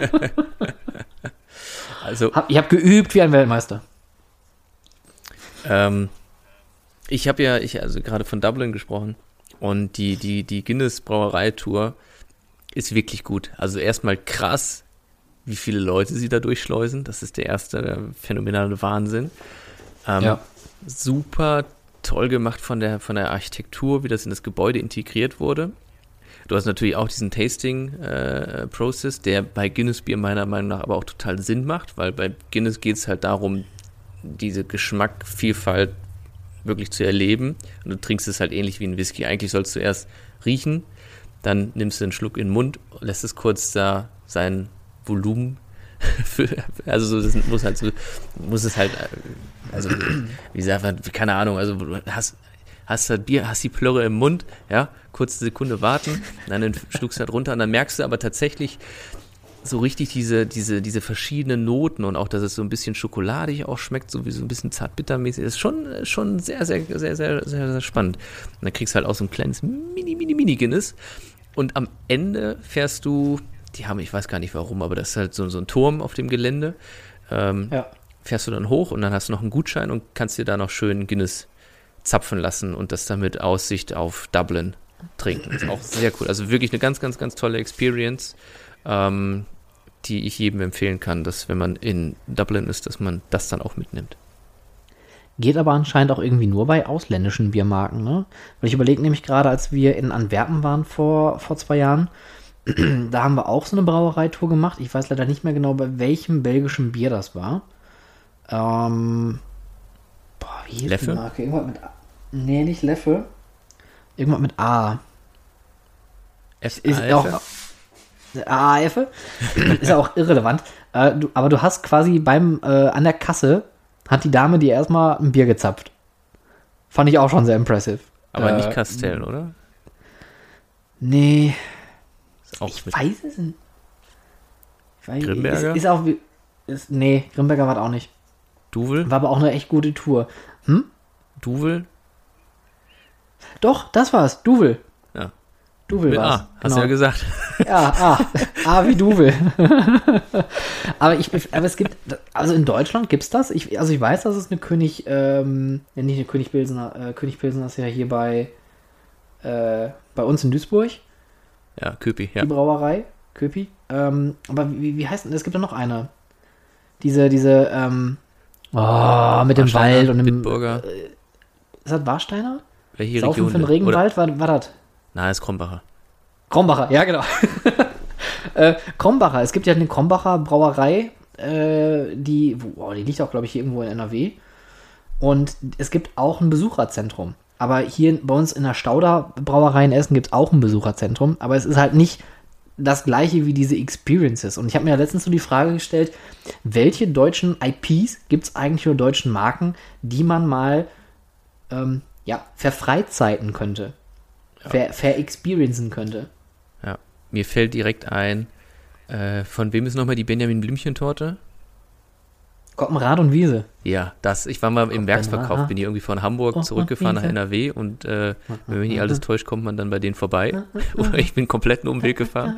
S3: Also,
S2: Hab, ich habe geübt wie ein Weltmeister.
S3: ähm, ich habe ja, ich also gerade von Dublin gesprochen und die, die, die Guinness Brauereitour ist wirklich gut. Also erstmal krass, wie viele Leute sie da durchschleusen. Das ist der erste der phänomenale Wahnsinn. Ähm,
S2: Ja.
S3: Super toll gemacht von der, von der Architektur, wie das in das Gebäude integriert wurde. Du hast natürlich auch diesen Tasting-Prozess, äh, der bei Guinness-Bier meiner Meinung nach aber auch total Sinn macht, weil bei Guinness geht es halt darum, diese Geschmackvielfalt wirklich zu erleben. Und du trinkst es halt ähnlich wie ein Whisky. Eigentlich sollst du erst riechen, dann nimmst du einen Schluck in den Mund, lässt es kurz da sein Volumen für, also so, das muss halt so, muss es halt, also wie gesagt, keine Ahnung, also du hast hast das Bier, hast die Plörre im Mund, ja, kurze Sekunde warten, dann schluckst du halt runter und dann merkst du aber tatsächlich so richtig diese, diese, diese verschiedenen Noten und auch, dass es so ein bisschen schokoladig auch schmeckt, so wie so ein bisschen zartbittermäßig, ist schon, schon sehr, sehr, sehr, sehr, sehr, sehr spannend. Und dann kriegst du halt auch so ein kleines Mini, Mini, Mini Guinness und am Ende fährst du, die haben, ich weiß gar nicht warum, aber das ist halt so, so ein Turm auf dem Gelände, ähm, ja. fährst du dann hoch und dann hast du noch einen Gutschein und kannst dir da noch schön Guinness zapfen lassen und das dann mit Aussicht auf Dublin trinken. Das ist auch sehr cool. Also wirklich eine ganz, ganz, ganz tolle Experience, ähm, die ich jedem empfehlen kann, dass wenn man in Dublin ist, dass man das dann auch mitnimmt.
S2: Geht aber anscheinend auch irgendwie nur bei ausländischen Biermarken, ne? Weil ich überlege nämlich gerade, als wir in Antwerpen waren vor, vor zwei Jahren, da haben wir auch so eine Brauereitour gemacht. Ich weiß leider nicht mehr genau, bei welchem belgischen Bier das war. Ähm, boah, wie hieß
S3: Leffe?
S2: die Marke? Irgendwas mit A. Nee, nicht Leffe. Irgendwas mit A.
S3: F
S2: Ist auch A F. Ist ja auch irrelevant. Äh, du, aber du hast quasi beim äh, an der Kasse hat die Dame dir erstmal ein Bier gezapft. Fand ich auch schon sehr impressive.
S3: Aber
S2: äh,
S3: nicht Castell, oder?
S2: Nee.
S3: Ist auch
S2: ich
S3: mit
S2: weiß es nicht. Ich weiß,
S3: Grimberger?
S2: Ist, ist auch wie. Ist, nee, Grimberger war auch nicht.
S3: Duvel?
S2: War aber auch eine echt gute Tour. Hm?
S3: Duvel?
S2: Doch, das war's. Duvel.
S3: Ja.
S2: Duvel
S3: Mit
S2: war's.
S3: A, hast du ja gesagt.
S2: Ja, A. A wie Duvel. aber ich, aber es gibt, also in Deutschland gibt's das. Ich, also ich weiß, dass es eine König, ähm, ja nicht eine König Pilsener, äh, König Pilsener ist ja hier bei, äh, bei uns in Duisburg.
S3: Ja, Köpi, ja.
S2: Die Brauerei, Köpi. Ähm, aber wie, wie heißt denn, es gibt ja noch eine. Diese, diese, ähm, oh, mit dem Wald und dem,
S3: Bitburger.
S2: Äh, ist das Warsteiner?
S3: Welche
S2: Saufen
S3: Region?
S2: für den Regenwald, war, war das?
S3: Nein, ist Krombacher.
S2: Krombacher, ja genau. äh, Krombacher, es gibt ja eine Krombacher Brauerei, äh, die, oh, die liegt auch, glaube ich, hier irgendwo in N R W. Und es gibt auch ein Besucherzentrum. Aber hier bei uns in der Stauder Brauerei in Essen gibt es auch ein Besucherzentrum. Aber es ist halt nicht das gleiche wie diese Experiences. Und ich habe mir ja letztens so die Frage gestellt, welche deutschen I Ps gibt es eigentlich oder deutschen Marken, die man mal ähm, ja, verfreizeiten könnte, ja. ver, verexperiencen könnte.
S3: Ja, mir fällt direkt ein, äh, von wem ist nochmal die Benjamin Blümchen-Torte?
S2: Koppenrad und Wiese.
S3: Ja, das, ich war mal im Werksverkauf, bin hier irgendwie von Hamburg zurückgefahren nach N R W und äh, wenn mich nicht alles täuscht, kommt man dann bei denen vorbei. Oder ich bin komplett einen Umweg gefahren.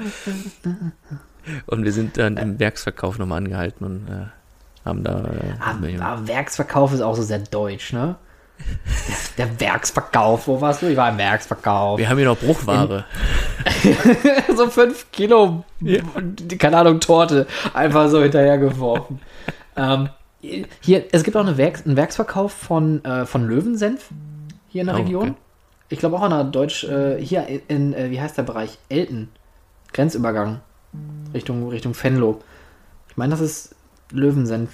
S3: Und wir sind dann im Werksverkauf nochmal angehalten und äh, haben da... Äh,
S2: ah, aber Werksverkauf ist auch so sehr deutsch, ne? Der Werksverkauf, wo warst du? Ich war im Werksverkauf.
S3: Wir haben hier noch Bruchware.
S2: So fünf Kilo, ja. keine Ahnung, Torte, einfach so hinterhergeworfen. ähm, hier, es gibt auch eine Werks-, einen Werksverkauf von, äh, von Löwensenf hier in der
S3: oh,
S2: Region.
S3: Okay.
S2: Ich glaube auch an der Deutsch, äh, hier in, äh, wie heißt der Bereich? Elten. Grenzübergang. Richtung, Richtung Venlo. Ich meine, das ist Löwensenf.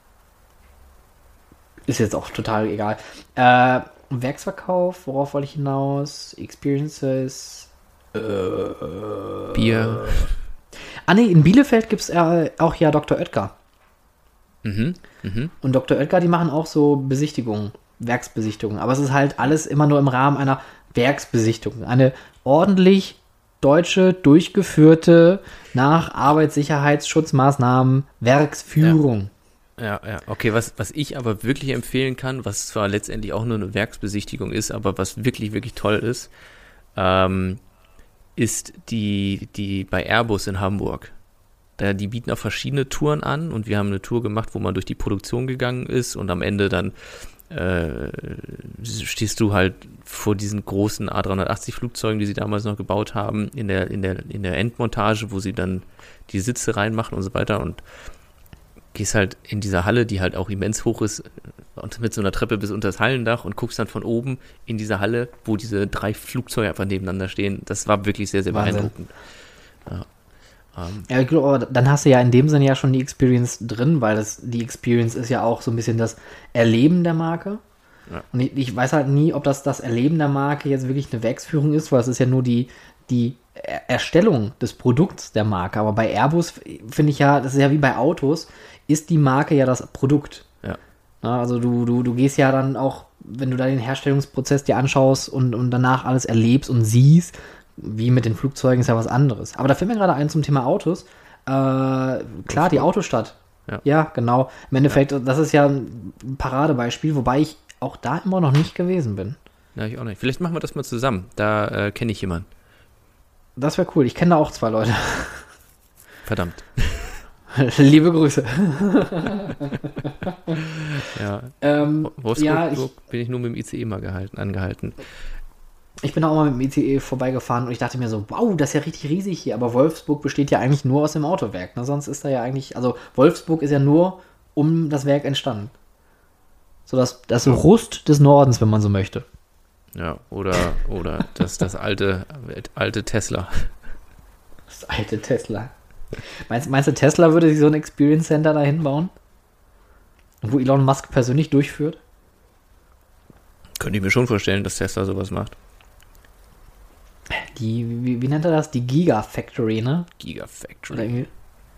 S2: Ist jetzt auch total egal. Äh, Werksverkauf, worauf wollte ich hinaus? Experiences. Äh,
S3: Bier.
S2: Ah ne, in Bielefeld gibt es äh, auch ja Doktor Oetker.
S3: Mhm, mhm.
S2: Und Doktor Oetker, die machen auch so Besichtigungen, Werksbesichtigungen. Aber es ist halt alles immer nur im Rahmen einer Werksbesichtigung. Eine ordentlich deutsche, durchgeführte, nach Arbeitssicherheitsschutzmaßnahmen Werksführung.
S3: Ja, ja, okay, was, was ich aber wirklich empfehlen kann, was zwar letztendlich auch nur eine Werksbesichtigung ist, aber was wirklich, wirklich toll ist, ähm, ist die, die bei Airbus in Hamburg. Da, die bieten auch verschiedene Touren an und wir haben eine Tour gemacht, wo man durch die Produktion gegangen ist und am Ende dann äh, stehst du halt vor diesen großen A dreihundertachtzig Flugzeugen, die sie damals noch gebaut haben, in der, in der, in der Endmontage, wo sie dann die Sitze reinmachen und so weiter und gehst halt in dieser Halle, die halt auch immens hoch ist, und mit so einer Treppe bis unter das Hallendach und guckst dann von oben in diese Halle, wo diese drei Flugzeuge einfach nebeneinander stehen. Das war wirklich sehr, sehr
S2: Wahnsinn.
S3: beeindruckend. Ja. Ähm,
S2: Ja, ich glaube, dann hast du ja in dem Sinne ja schon die Experience drin, weil das, die Experience ist ja auch so ein bisschen das Erleben der Marke.
S3: Ja.
S2: Und ich, ich weiß halt nie, ob das das Erleben der Marke jetzt wirklich eine Werksführung ist, weil es ist ja nur die, die Er- Erstellung des Produkts der Marke. Aber bei Airbus finde ich ja, das ist ja wie bei Autos, ist die Marke ja das Produkt.
S3: ja.
S2: Na, also du, du, du gehst ja dann auch, wenn du da den Herstellungsprozess dir anschaust und, und danach alles erlebst und siehst, wie mit den Flugzeugen ist ja was anderes. Aber da fällt mir gerade ein zum Thema Autos. Äh, klar, die Autostadt.
S3: Ja.
S2: Ja, genau. Im Endeffekt, das ist ja ein Paradebeispiel, wobei ich auch da immer noch nicht gewesen bin.
S3: Ja, ich auch nicht. Vielleicht machen wir das mal zusammen. Da äh, kenne ich jemanden.
S2: Das wäre cool. Ich kenne da auch zwei Leute.
S3: Verdammt.
S2: Liebe Grüße.
S3: Ja.
S2: Ähm,
S3: Wolfsburg
S2: ja, ich,
S3: bin ich nur mit dem I C E mal gehalten, angehalten.
S2: ich bin auch mal mit dem I C E vorbeigefahren und ich dachte mir so, wow, das ist ja richtig riesig hier. Aber Wolfsburg besteht ja eigentlich nur aus dem Autowerk. Ne? Sonst ist da ja eigentlich, also Wolfsburg ist ja nur um das Werk entstanden. So das, das Rust des Nordens, wenn man so möchte.
S3: Ja, oder, oder das, das alte, alte Tesla.
S2: Das alte Tesla. Meinst, meinst du, Tesla würde sich so ein Experience Center da hinbauen? Wo Elon Musk persönlich durchführt?
S3: Könnte ich mir schon vorstellen, dass Tesla sowas macht.
S2: Die, wie, wie nennt er das? Die Gigafactory, ne?
S3: Gigafactory.
S2: Oder irgendwie.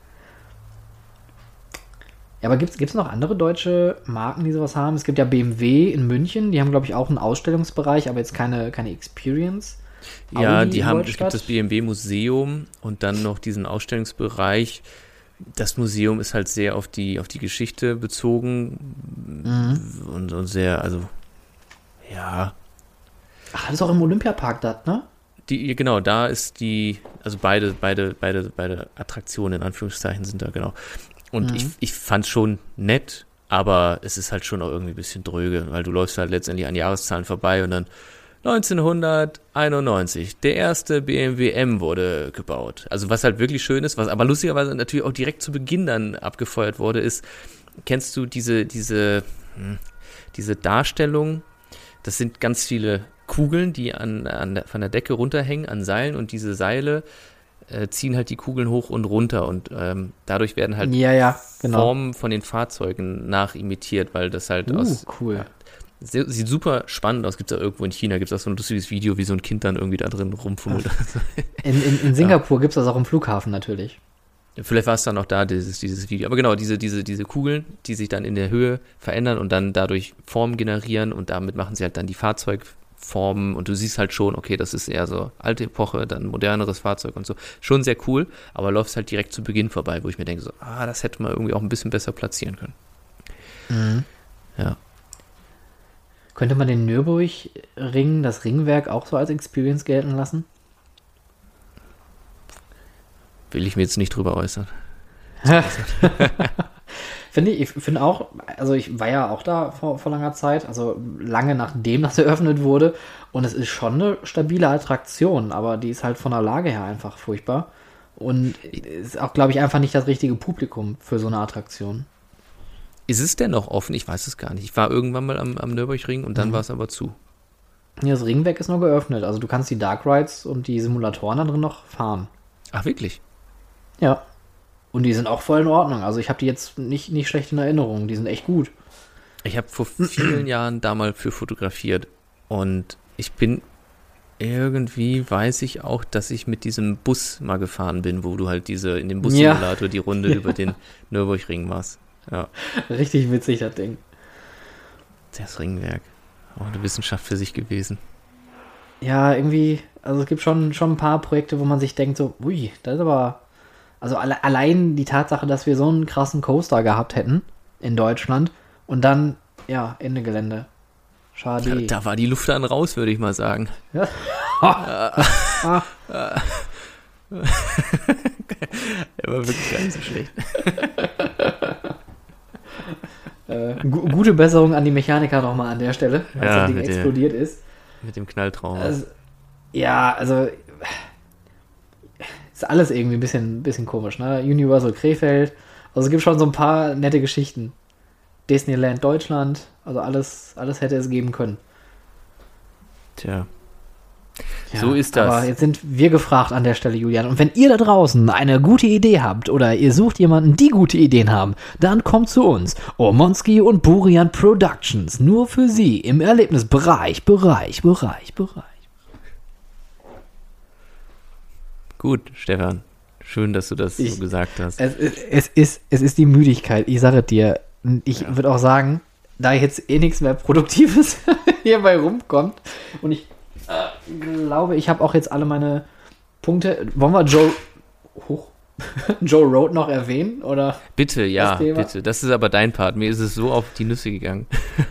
S2: Ja, aber gibt es noch andere deutsche Marken, die sowas haben? Es gibt ja B M W in München, die haben, glaube ich, auch einen Ausstellungsbereich, aber jetzt keine, keine Experience.
S3: Ja,
S2: Audi
S3: die
S2: in
S3: haben, es
S2: Deutschland.
S3: gibt das B M W-Museum und dann noch diesen Ausstellungsbereich. Das Museum ist halt sehr auf die, auf die Geschichte bezogen
S2: Mhm.
S3: und, und sehr, also, ja.
S2: Ach, das ist auch im Olympiapark da, ne?
S3: Die, genau, da ist die, also beide, beide, beide, beide Attraktionen in Anführungszeichen sind da, genau. Und
S2: Mhm.
S3: ich, ich fand's schon nett, aber es ist halt schon auch irgendwie ein bisschen dröge, weil du läufst halt letztendlich an Jahreszahlen vorbei und dann neunzehnhunderteinundneunzig, der erste B M W M wurde gebaut. Also was halt wirklich schön ist, was aber lustigerweise natürlich auch direkt zu Beginn dann abgefeuert wurde, ist, kennst du diese, diese, hm, diese Darstellung, das sind ganz viele Kugeln, die an, an der, von der Decke runterhängen, an Seilen und diese Seile äh, ziehen halt die Kugeln hoch und runter und ähm, dadurch werden halt
S2: Ja, ja, genau.
S3: Formen von den Fahrzeugen nachimitiert, weil das halt
S2: Uh,
S3: aus...
S2: cool.
S3: Ja, sehr, sieht super spannend aus. Gibt es auch irgendwo in China, gibt es auch so ein lustiges Video, wie so ein Kind dann irgendwie da drin rumfummelt.
S2: In, in, in Singapur gibt es das auch im Flughafen natürlich.
S3: Vielleicht war es dann auch da, dieses, dieses Video. Aber genau, diese, diese, diese Kugeln, die sich dann in der Höhe verändern und dann dadurch Formen generieren und damit machen sie halt dann die Fahrzeugformen und du siehst halt schon, okay, das ist eher so alte Epoche, dann moderneres Fahrzeug und so. Schon sehr cool, aber läufst halt direkt zu Beginn vorbei, wo ich mir denke so, ah, das hätte man irgendwie auch ein bisschen besser platzieren können.
S2: Mhm.
S3: Ja.
S2: Könnte man den Nürburgring, das Ringwerk, auch so als Experience gelten lassen?
S3: Will ich mir jetzt nicht drüber äußern.
S2: Finde ich, ich finde auch, also ich war ja auch da vor, vor langer Zeit, also lange nachdem das eröffnet wurde und es ist schon eine stabile Attraktion, aber die ist halt von der Lage her einfach furchtbar und ist auch, glaube ich, einfach nicht das richtige Publikum für so eine Attraktion.
S3: Ist es denn noch offen? Ich weiß es gar nicht. Ich war irgendwann mal am, am Nürburgring und dann
S2: Mhm.
S3: war es aber zu.
S2: Ja, das Ringwerk ist noch geöffnet, also du kannst die Dark Rides und die Simulatoren da drin noch fahren.
S3: Ach, wirklich?
S2: Ja. Und die sind auch voll in Ordnung. Also ich habe die jetzt nicht, nicht schlecht in Erinnerung. Die sind echt gut.
S3: Ich habe vor vielen Jahren da mal für fotografiert und ich bin irgendwie, weiß ich auch, dass ich mit diesem Bus mal gefahren bin, wo du halt diese, in dem Bussimulator die Runde
S2: Ja.
S3: über den Nürburgring machst. Ja,
S2: Richtig witzig, das Ding.
S3: das Ringwerk. Auch eine Wissenschaft für sich gewesen.
S2: Ja, irgendwie, also es gibt schon, schon ein paar Projekte, wo man sich denkt so, ui, das ist aber, also alle, allein die Tatsache, dass wir so einen krassen Coaster gehabt hätten in Deutschland und dann, ja, Ende Gelände. Schade.
S3: Da, da war die Luft dann raus, würde ich mal sagen.
S2: Ja.
S3: Ah. Der war wirklich gar nicht so schlecht.
S2: Äh, gu gute Besserung an die Mechaniker nochmal an der Stelle, als
S3: Ja,
S2: das Ding
S3: mit der-
S2: explodiert ist.
S3: Mit dem Knalltraum.
S2: Also, ja, also ist alles irgendwie ein bisschen, bisschen komisch, ne? Universal Krefeld. Also es gibt schon so ein paar nette Geschichten. Disneyland Deutschland, also alles, alles hätte es geben können.
S3: Tja.
S2: Ja,
S3: so ist das.
S2: Aber jetzt sind wir gefragt an der Stelle, Julian. Und wenn ihr da draußen eine gute Idee habt oder ihr sucht jemanden, die gute Ideen haben, dann kommt zu uns. Ormonski und Burian Productions. Nur für Sie im Erlebnisbereich, Bereich, Bereich, Bereich.
S3: Gut, Stefan. Schön, dass du das
S2: ich,
S3: so gesagt hast.
S2: Es, es, ist, es ist die Müdigkeit, ich sage dir. Ich ja. würde auch sagen, da jetzt eh nichts mehr Produktives hierbei rumkommt und ich äh, glaube, ich habe auch jetzt alle meine Punkte. Wollen wir Joe hoch, Joe Road noch erwähnen? Oder
S3: bitte, ja, bitte. Das ist aber dein Part. Mir ist es so auf die Nüsse gegangen.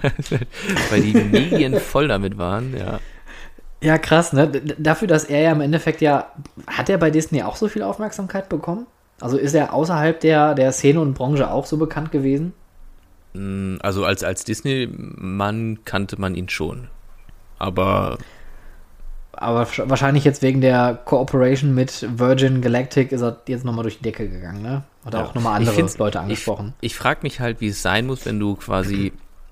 S3: Weil die Medien voll damit waren, ja.
S2: Ja, krass, ne? D- dafür, dass er ja im Endeffekt ja, hat er bei Disney auch so viel Aufmerksamkeit bekommen? Also ist er außerhalb der, der Szene und Branche auch so bekannt gewesen?
S3: Also als, als Disney-Mann kannte man ihn schon. Aber
S2: Aber wahrscheinlich jetzt wegen der Cooperation mit Virgin Galactic ist er jetzt nochmal durch die Decke gegangen, ne? Oder ja. auch nochmal andere Leute angesprochen.
S3: Ich, ich frage mich halt, wie es sein muss, wenn du quasi,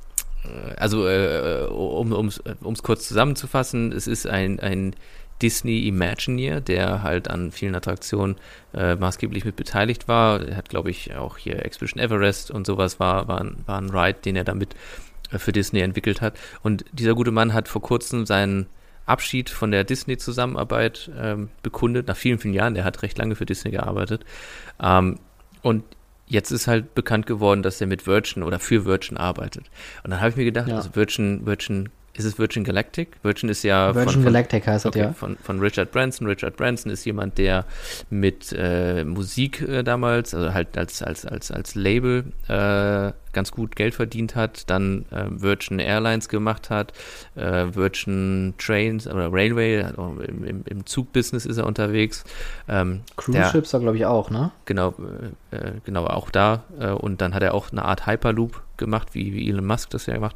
S3: also äh, um es kurz zusammenzufassen, es ist ein, ein Disney Imagineer, der halt an vielen Attraktionen äh, maßgeblich mit beteiligt war. Er hat, glaube ich, auch hier Expedition Everest und sowas war, war, ein, war ein Ride, den er damit äh, für Disney entwickelt hat. Und dieser gute Mann hat vor kurzem seinen Abschied von der Disney-Zusammenarbeit ähm, bekundet, nach vielen, vielen Jahren. Der hat recht lange für Disney gearbeitet. Ähm, und jetzt ist halt bekannt geworden, dass er mit Virgin oder für Virgin arbeitet. Und dann habe ich mir gedacht, ja. also Virgin, Virgin, ist es Virgin Galactic? Virgin ist ja
S2: Virgin
S3: von,
S2: Galactic heißt
S3: okay,
S2: das, ja.
S3: Von, von Richard Branson. Richard Branson ist jemand, der mit äh, Musik äh, damals, also halt als, als, als, als Label äh, ganz gut Geld verdient hat, dann äh, Virgin Airlines gemacht hat, äh, Virgin Trains oder Railway, also im, im, im Zugbusiness ist er unterwegs. Ähm,
S2: Cruise Ships war, glaube ich, auch, ne?
S3: Genau, äh, genau, auch da. Äh, und dann hat er auch eine Art Hyperloop gemacht, wie, wie Elon Musk das ja gemacht.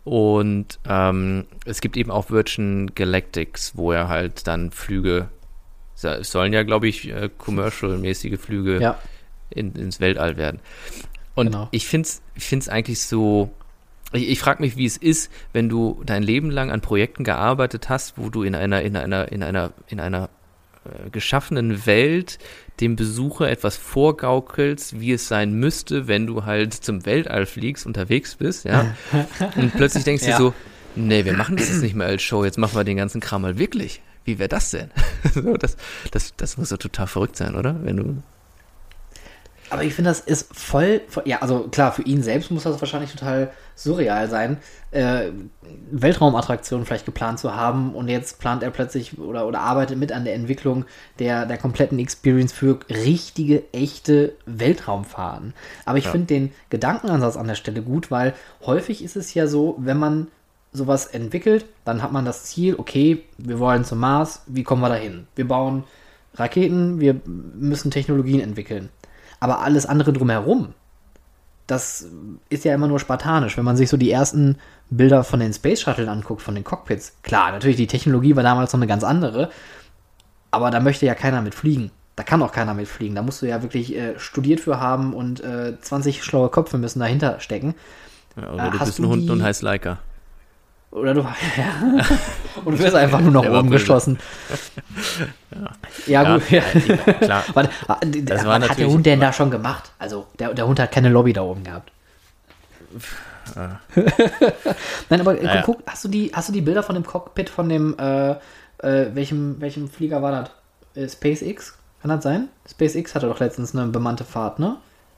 S3: Und ähm, es gibt eben auch Virgin Galactics, wo er halt dann Flüge, es sollen ja, glaube ich, äh, commercial-mäßige Flüge
S2: ja.
S3: in, ins Weltall werden. Und
S2: genau.
S3: ich finde es ich find's eigentlich so, ich, ich frage mich, wie es ist, wenn du dein Leben lang an Projekten gearbeitet hast, wo du in einer, in einer, in einer, in einer äh, geschaffenen Welt dem Besucher etwas vorgaukelst, wie es sein müsste, wenn du halt zum Weltall fliegst, unterwegs bist, ja. Und plötzlich denkst du ja. so, nee, wir machen das jetzt nicht mehr als Show, jetzt machen wir den ganzen Kram mal wirklich. Wie wäre das denn? so, das, das, das muss doch total verrückt sein, oder? Wenn du
S2: Aber ich finde, das ist voll, voll, ja, also klar, für ihn selbst muss das wahrscheinlich total surreal sein, äh, Weltraumattraktionen vielleicht geplant zu haben und jetzt plant er plötzlich oder, oder arbeitet mit an der Entwicklung der, der kompletten Experience für richtige, echte Weltraumfahrten. Aber ich ja. finde den Gedankenansatz an der Stelle gut, weil häufig ist es ja so, wenn man sowas entwickelt, dann hat man das Ziel, okay, wir wollen zum Mars, wie kommen wir dahin? Wir bauen Raketen, wir müssen Technologien entwickeln. Aber alles andere drumherum, das ist ja immer nur spartanisch. Wenn man sich so die ersten Bilder von den Space Shuttle anguckt, von den Cockpits, klar, natürlich, die Technologie war damals noch eine ganz andere, aber da möchte ja keiner mit fliegen. Da kann auch keiner mit fliegen. Da musst du ja wirklich äh, studiert für haben und äh, zwanzig schlaue Köpfe müssen dahinter stecken.
S3: Ja, oder äh, du bist ein Hund die... und heißt Leica.
S2: Oder du, ja. Und du wirst einfach nur nach oben geschossen.
S3: ja.
S2: Ja, ja, gut. Ja.
S3: Ja, klar.
S2: Was, was hat der Hund denn da schon gemacht? Also, der, der Hund hat keine Lobby da oben gehabt.
S3: Ja.
S2: Nein, aber
S3: ja,
S2: guck, hast du, die, hast du die Bilder von dem Cockpit von dem, äh, äh, welchem, welchem Flieger war das? Äh, SpaceX? Kann das sein? SpaceX hatte doch letztens eine bemannte Fahrt, ne?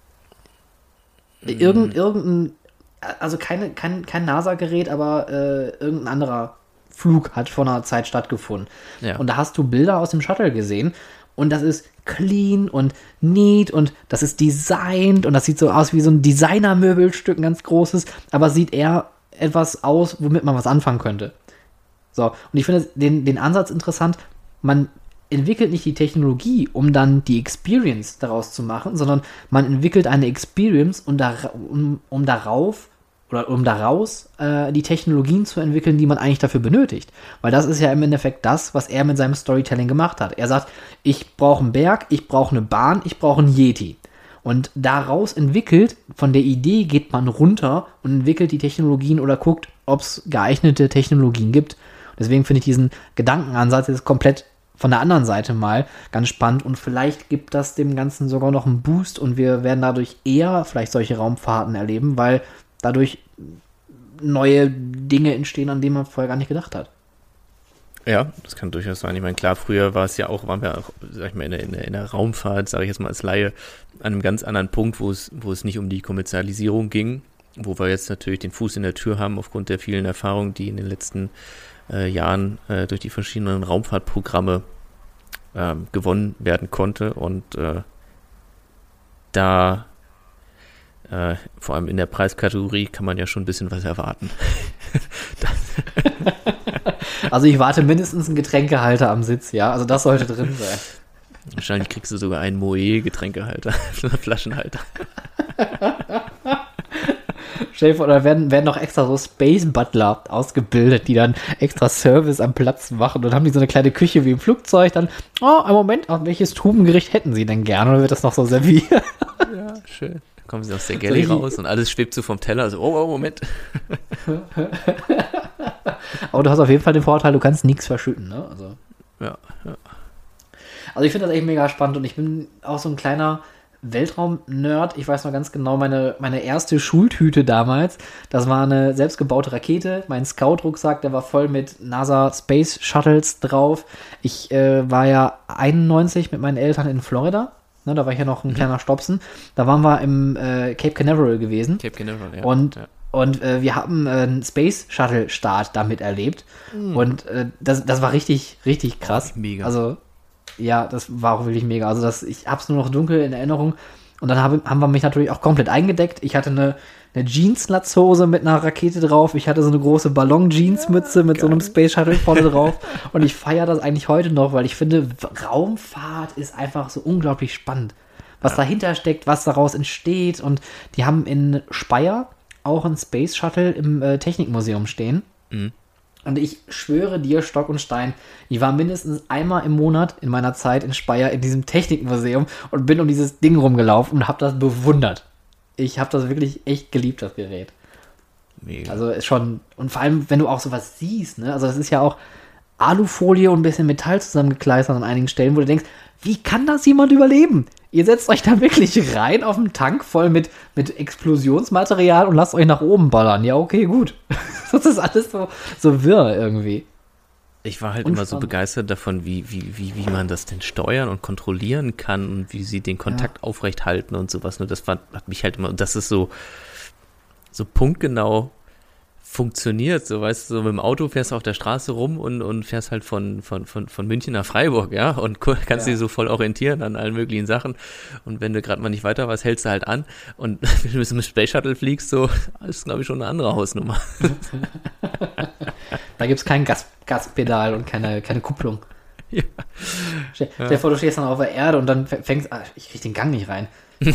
S2: Mhm. Irgend, irgendein Also keine, kein, kein NASA-Gerät, aber äh, irgendein anderer Flug hat vor einer Zeit stattgefunden.
S3: Ja.
S2: Und da hast du Bilder aus dem Shuttle gesehen und das ist clean und neat und das ist designt und das sieht so aus wie so ein Designer-Möbelstück, ein ganz großes, aber sieht eher etwas aus, womit man was anfangen könnte. So, und ich finde den, den Ansatz interessant, man entwickelt nicht die Technologie, um dann die Experience daraus zu machen, sondern man entwickelt eine Experience, um, dar- um, um darauf oder um daraus äh, die Technologien zu entwickeln, die man eigentlich dafür benötigt. Weil das ist ja im Endeffekt das, was er mit seinem Storytelling gemacht hat. Er sagt, ich brauche einen Berg, ich brauche eine Bahn, ich brauche einen Yeti. Und daraus entwickelt, von der Idee geht man runter und entwickelt die Technologien oder guckt, ob es geeignete Technologien gibt. Deswegen finde ich diesen Gedankenansatz jetzt komplett von der anderen Seite mal ganz spannend und vielleicht gibt das dem Ganzen sogar noch einen Boost und wir werden dadurch eher vielleicht solche Raumfahrten erleben, weil dadurch neue Dinge entstehen, an denen man vorher gar nicht gedacht hat.
S3: Ja, das kann durchaus sein. Ich meine, klar, früher war es ja auch, waren wir auch, sag ich mal, in der, in der, in der Raumfahrt, sage ich jetzt mal als Laie, an einem ganz anderen Punkt, wo es, wo es nicht um die Kommerzialisierung ging, wo wir jetzt natürlich den Fuß in der Tür haben aufgrund der vielen Erfahrungen, die in den letzten äh, Jahren äh, durch die verschiedenen Raumfahrtprogramme äh, gewonnen werden konnte und äh, da äh, vor allem in der Preiskategorie kann man ja schon ein bisschen was erwarten.
S2: Also ich warte mindestens einen Getränkehalter am Sitz, ja, also das sollte drin sein.
S3: Wahrscheinlich kriegst du sogar einen Moe-Getränkehalter, Flaschenhalter.
S2: Stell dir vor, da werden, werden noch extra so Space Butler ausgebildet, die dann extra Service am Platz machen und dann haben die so eine kleine Küche wie im Flugzeug, dann, oh, einen Moment, welches Tubengericht hätten sie denn gerne oder wird das noch so serviert?
S3: Ja, schön. Dann kommen sie aus der Galley so raus und alles schwebt so vom Teller, so, oh, oh, Moment.
S2: Aber du hast auf jeden Fall den Vorteil, du kannst nichts verschütten, ne? Also,
S3: ja, ja.
S2: Also ich finde das echt mega spannend und ich bin auch so ein kleiner Weltraum-Nerd. Ich weiß noch ganz genau, meine, meine erste Schultüte damals, das war eine selbstgebaute Rakete. Mein Scout-Rucksack, der war voll mit NASA Space Shuttles drauf. Ich äh, war ja einundneunzig mit meinen Eltern in Florida. Ne, da war ich ja noch ein mhm. kleiner Stopsen. Da waren wir im äh, Cape Canaveral gewesen.
S3: Cape Canaveral, ja.
S2: Und
S3: ja.
S2: Und äh, wir haben äh, einen Space-Shuttle-Start damit erlebt. Mm. Und äh, das, das war richtig, richtig krass.
S3: Mega.
S2: Also, ja, das war auch wirklich mega. Also, das, ich hab's nur noch dunkel in Erinnerung. Und dann hab, haben wir mich natürlich auch komplett eingedeckt. Ich hatte eine, eine Jeans-Latzhose mit einer Rakete drauf. Ich hatte so eine große Ballon-Jeans-Mütze ja, mit geil. So einem Space-Shuttle vorne drauf. Und ich feiere das eigentlich heute noch, weil ich finde, Raumfahrt ist einfach so unglaublich spannend. Was ja. dahinter steckt, was daraus entsteht. Und die haben in Speyer auch ein Space Shuttle im äh, Technikmuseum stehen. Mhm. Und ich schwöre dir, Stock und Stein, ich war mindestens einmal im Monat in meiner Zeit in Speyer in diesem Technikmuseum und bin um dieses Ding rumgelaufen und habe das bewundert. Ich habe das wirklich echt geliebt, das Gerät.
S3: Mega.
S2: Also ist schon, und vor allem, wenn du auch sowas siehst, ne, also das ist ja auch Alufolie und ein bisschen Metall zusammengekleistert an einigen Stellen, wo du denkst, wie kann das jemand überleben? Ihr setzt euch da wirklich rein auf einen Tank voll mit, mit Explosionsmaterial und lasst euch nach oben ballern. Ja, okay, gut. Das ist alles so, so wirr irgendwie.
S3: Ich war halt und immer spannend. So begeistert davon, wie, wie, wie, wie man das denn steuern und kontrollieren kann und wie sie den Kontakt ja. aufrecht halten und sowas. Und das war, hat mich halt immer, und das ist so, so punktgenau funktioniert, so, weißt du, so mit dem Auto fährst du auf der Straße rum und, und fährst halt von, von, von, von München nach Freiburg, ja, und kannst ja. dich so voll orientieren an allen möglichen Sachen und wenn du gerade mal nicht weiter weißt, hältst du halt an und wenn du mit dem Space Shuttle fliegst, so, das ist, glaube ich, schon eine andere Hausnummer.
S2: Da gibt es kein Gas, Gaspedal und keine, keine Kupplung.
S3: Ja.
S2: Stell dir ja. vor, du stehst dann auf der Erde und dann fängst, ah, ich krieg den Gang nicht rein.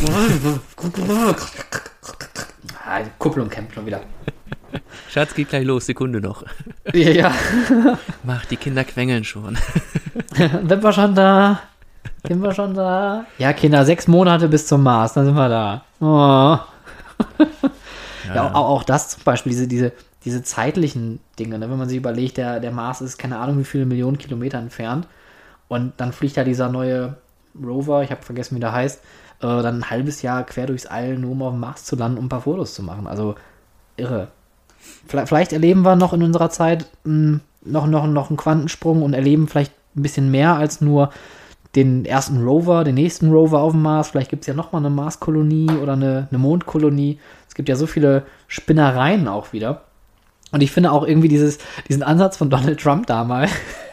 S2: ah, die Kupplung kämpft schon wieder.
S3: Schatz, geht gleich los, Sekunde noch.
S2: Ja, ja.
S3: Mach, die Kinder quengeln schon.
S2: Sind wir schon da? Sind wir schon da? Ja, Kinder, sechs Monate bis zum Mars, dann sind wir da. Oh. Ja, ja auch, auch das zum Beispiel, diese, diese, diese zeitlichen Dinge, ne? Wenn man sich überlegt, der, der Mars ist keine Ahnung wie viele Millionen Kilometer entfernt und dann fliegt da dieser neue Rover, ich habe vergessen, wie der heißt, äh, dann ein halbes Jahr quer durchs All, nur um auf dem Mars zu landen, um ein paar Fotos zu machen. Also irre. Vielleicht erleben wir noch in unserer Zeit mh, noch, noch, noch einen Quantensprung und erleben vielleicht ein bisschen mehr als nur den ersten Rover, den nächsten Rover auf dem Mars. Vielleicht gibt es ja nochmal eine Marskolonie oder eine, eine Mondkolonie. Es gibt ja so viele Spinnereien auch wieder. Und ich finde auch irgendwie dieses, diesen Ansatz von Donald Trump damals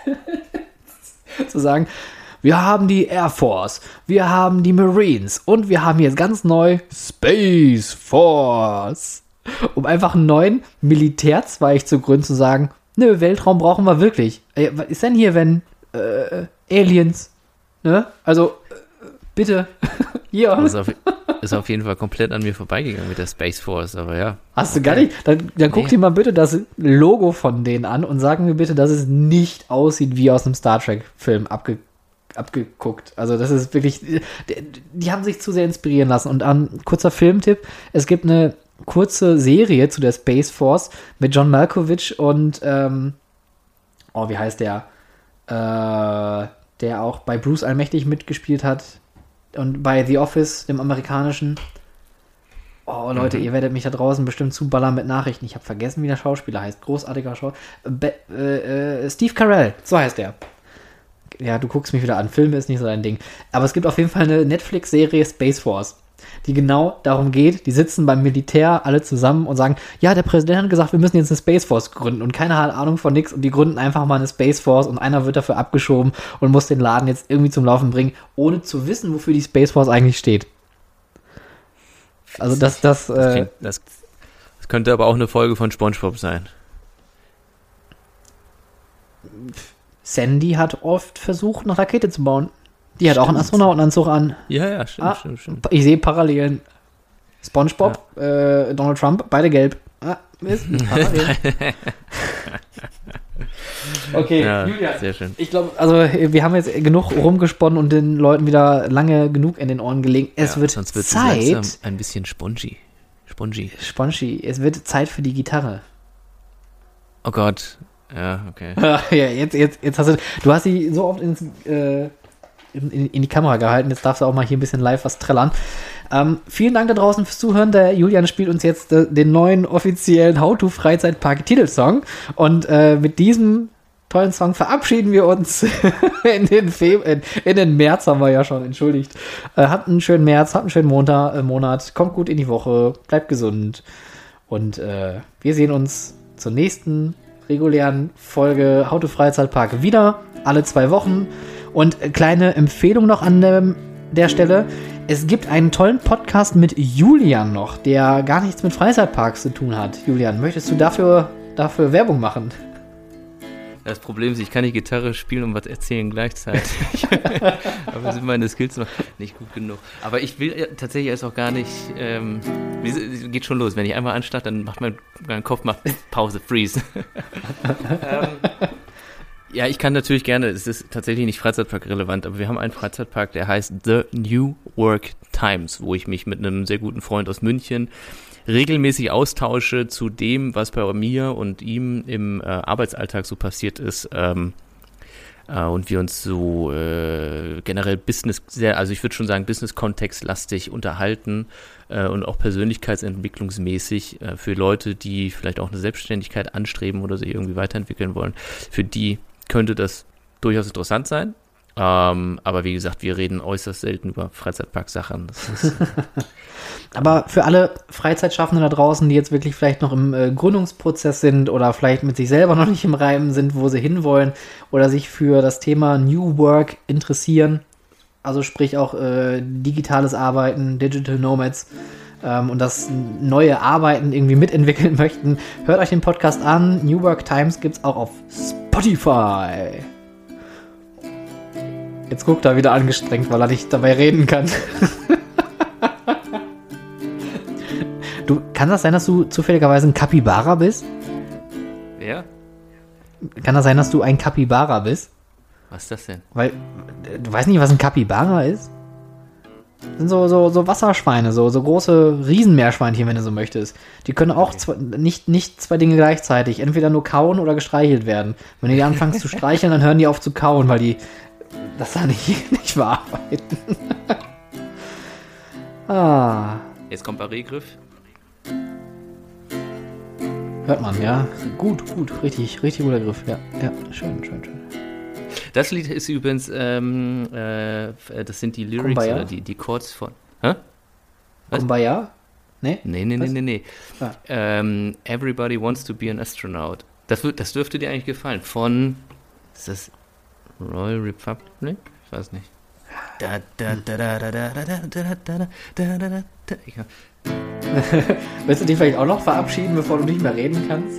S2: zu sagen, wir haben die Air Force, wir haben die Marines und wir haben jetzt ganz neu Space Force. Um einfach einen neuen Militärzweig zu gründen, zu sagen, nö, Weltraum brauchen wir wirklich. Ey, was ist denn hier, wenn äh, Aliens, ne? Also, äh, bitte, hier.
S3: Das ist auf, ist auf jeden Fall komplett an mir vorbeigegangen mit der Space Force, aber ja.
S2: Hast du gar nicht? Dann, dann guck nee. dir mal bitte das Logo von denen an und sag mir bitte, dass es nicht aussieht wie aus einem Star Trek-Film abge, abgeguckt. Also das ist wirklich, die, die haben sich zu sehr inspirieren lassen. Und ein um, kurzer Filmtipp, es gibt eine kurze Serie zu der Space Force mit John Malkovich und ähm, oh, wie heißt der? Äh, der auch bei Bruce Allmächtig mitgespielt hat und bei The Office, dem amerikanischen. Oh, Leute, mhm. ihr werdet mich da draußen bestimmt zuballern mit Nachrichten. Ich habe vergessen, wie der Schauspieler heißt. Großartiger Schauspieler. Äh, äh, Steve Carell, so heißt er. Ja, du guckst mich wieder an. Filme ist nicht so dein Ding. Aber es gibt auf jeden Fall eine Netflix-Serie Space Force, die genau darum geht. Die sitzen beim Militär alle zusammen und sagen, ja, der Präsident hat gesagt, wir müssen jetzt eine Space Force gründen. Und keiner hat Ahnung von nichts. Und die gründen einfach mal eine Space Force und einer wird dafür abgeschoben und muss den Laden jetzt irgendwie zum Laufen bringen, ohne zu wissen, wofür die Space Force eigentlich steht. Also das, das,
S3: das,
S2: äh,
S3: klingt, das, das könnte aber auch eine Folge von SpongeBob sein.
S2: Sandy hat oft versucht, eine Rakete zu bauen. Die hat
S3: Stimmt.
S2: auch einen Astronautenanzug an.
S3: Ja, ja, stimmt,
S2: ah,
S3: stimmt, stimmt.
S2: Ich sehe Parallelen. SpongeBob, ja. äh, Donald Trump, beide gelb. Ah, Mist, Parallelen. Okay,
S3: ja,
S2: Julia,
S3: sehr schön.
S2: ich glaube, also wir haben jetzt genug rumgesponnen und den Leuten wieder lange genug in den Ohren gelegt. Es
S3: ja,
S2: wird
S3: sonst wird
S2: Zeit.
S3: es langsam ein bisschen spongy. Spongy.
S2: Spongy. Es wird Zeit für die Gitarre.
S3: Oh Gott. Ja, okay.
S2: ja, jetzt, jetzt, jetzt hast du, du hast sie so oft ins, äh, in, in die Kamera gehalten, jetzt darfst du auch mal hier ein bisschen live was trällern. Ähm, vielen Dank da draußen fürs Zuhören. Der Julian spielt uns jetzt äh, den neuen offiziellen How-to-Freizeitpark-Titelsong und äh, mit diesem tollen Song verabschieden wir uns in den Fe- in, in den März haben wir ja schon, entschuldigt. Äh, habt einen schönen März, habt einen schönen Montag, äh, Monat, kommt gut in die Woche, bleibt gesund und äh, wir sehen uns zur nächsten regulären Folge How to Freizeitpark wieder, alle zwei Wochen. Und äh, kleine Empfehlung noch an ähm, der Stelle, es gibt einen tollen Podcast mit Julian noch, der gar nichts mit Freizeitparks zu tun hat. Julian, möchtest du dafür, dafür Werbung machen?
S3: Das Problem ist, ich kann die Gitarre spielen und was erzählen gleichzeitig. Aber sind meine Skills noch nicht gut genug. Aber ich will tatsächlich erst auch gar nicht, ähm, geht schon los. Wenn ich einmal anstarte, dann macht mein, mein Kopf macht Pause, Freeze. ähm, ja, ich kann natürlich gerne, es ist tatsächlich nicht Freizeitpark relevant, aber wir haben einen Freizeitpark, der heißt The New Work Times, wo ich mich mit einem sehr guten Freund aus München regelmäßig austausche zu dem, was bei mir und ihm im äh, Arbeitsalltag so passiert ist, ähm, äh, und wir uns so äh, generell Business, sehr, also ich würde schon sagen Business-kontextlastig unterhalten äh, und auch persönlichkeitsentwicklungsmäßig äh, für Leute, die vielleicht auch eine Selbstständigkeit anstreben oder sich irgendwie weiterentwickeln wollen. Für die könnte das durchaus interessant sein. Ähm, aber wie gesagt, wir reden äußerst selten über Freizeitpark-Sachen. Das ist,
S2: aber für alle Freizeitschaffenden da draußen, die jetzt wirklich vielleicht noch im äh, Gründungsprozess sind oder vielleicht mit sich selber noch nicht im Reim sind, wo sie hinwollen oder sich für das Thema New Work interessieren, also sprich auch äh, digitales Arbeiten, Digital Nomads ähm, und das neue Arbeiten irgendwie mitentwickeln möchten, hört euch den Podcast an. New Work Times gibt's auch auf Spotify. Jetzt guckt er wieder angestrengt, weil er nicht dabei reden kann. Du, kann das sein, dass du zufälligerweise ein Capybara bist?
S3: ja?
S2: Kann das sein, dass du ein Capybara bist?
S3: Was ist das denn?
S2: Weil, du weißt nicht, was ein Capybara ist? Das sind so, so, so Wasserschweine, so, so große Riesenmeerschweinchen, wenn du so möchtest. Die können auch
S3: Okay.
S2: zwei, nicht, nicht zwei Dinge gleichzeitig. Entweder nur kauen oder gestreichelt werden. Wenn du die anfängst zu streicheln, dann hören die auf zu kauen, weil die das da nicht, nicht verarbeiten. ah,
S3: Jetzt kommt Barré-Griff.
S2: hört man, ja. Gut, gut, richtig, richtig guter Griff. Ja, ja, schön, schön, schön.
S3: Das Lied ist übrigens, ähm, äh, das sind die Lyrics
S2: Kumbaya?
S3: oder die, die Chords von. Hä? Was?
S2: Kumbaya? Nee?
S3: Nee, nee, nee,
S2: Was?
S3: nee, nee.
S2: Ah.
S3: Ähm, Everybody Wants to be an Astronaut. Das, wird, das dürfte dir eigentlich gefallen. Von. Ist das Royal Republic? Ich weiß nicht. Da, da, da, da, da, da, da, da, da, da, da, da, da. Ich hab-
S2: Willst du dich vielleicht auch noch verabschieden, bevor du nicht mehr reden kannst?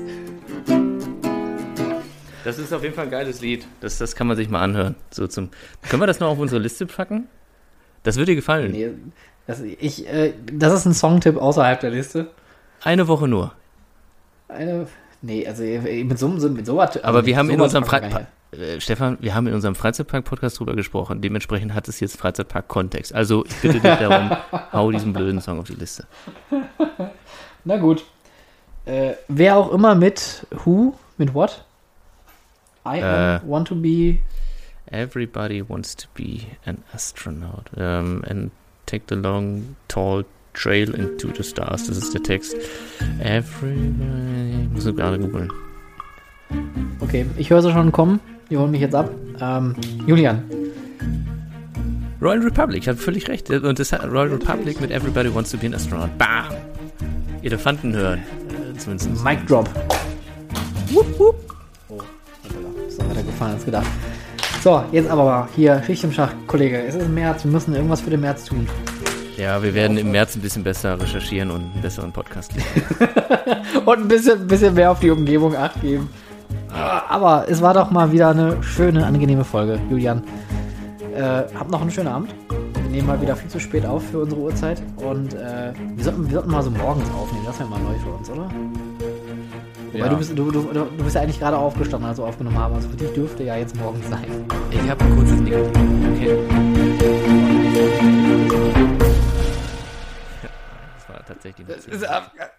S3: Das ist auf jeden Fall ein geiles Lied. Das, das kann man sich mal anhören. So zum, können wir das noch auf unsere Liste packen? Das wird dir gefallen.
S2: Nee, das, ich, äh, das ist ein Songtipp außerhalb der Liste.
S3: Eine Woche nur.
S2: Eine, nee, also äh, mit so, so, mit so was.
S3: Aber
S2: also
S3: wir haben in
S2: sowas
S3: unserem
S2: packen wir
S3: Fre-
S2: gar nicht.
S3: äh, Stefan, wir haben in unserem Freizeitpark-Podcast drüber gesprochen. Dementsprechend hat es jetzt Freizeitpark-Kontext. Also ich bitte dich darum, hau diesen blöden Song auf die Liste.
S2: Na gut. Äh, wer auch immer mit Who, mit what? I
S3: Äh,
S2: want to be...
S3: Everybody wants to be an astronaut. Um, and take the long, tall trail into the stars. Das ist der Text. Everybody... Muss ich gerade googeln.
S2: Okay, ich höre sie schon kommen. Die holen mich jetzt ab. Ähm, Julian.
S3: Royal Republic, ich habe völlig recht. Und das hat Royal Republic mit Everybody wants to be an astronaut. Bam! Elefanten hören. Äh, zumindest.
S2: Mic Drop. Wupp, wupp. Oh, ist doch weiter gefallen als gedacht. So, jetzt aber mal hier, Schicht im Schacht, Kollege. Es ist März, wir müssen irgendwas für den März tun.
S3: Ja, wir werden im März ein bisschen besser recherchieren und einen besseren Podcast liefern.
S2: Und ein bisschen, bisschen mehr auf die Umgebung Acht geben. Aber es war doch mal wieder eine schöne, angenehme Folge, Julian. Äh, habt noch einen schönen Abend. Wir nehmen mal wieder viel zu spät auf für unsere Uhrzeit. Und äh, wir, sollten, wir sollten mal so morgens aufnehmen. Das wäre mal neu für uns, oder? Wobei
S3: Ja.
S2: du, bist, du, du, du bist ja eigentlich gerade aufgestanden, als wir aufgenommen haben. Also für dich dürfte ja jetzt morgens sein.
S3: Ich habe ein kurzes Nickerchen. Okay. Das war tatsächlich
S2: Das ist ab,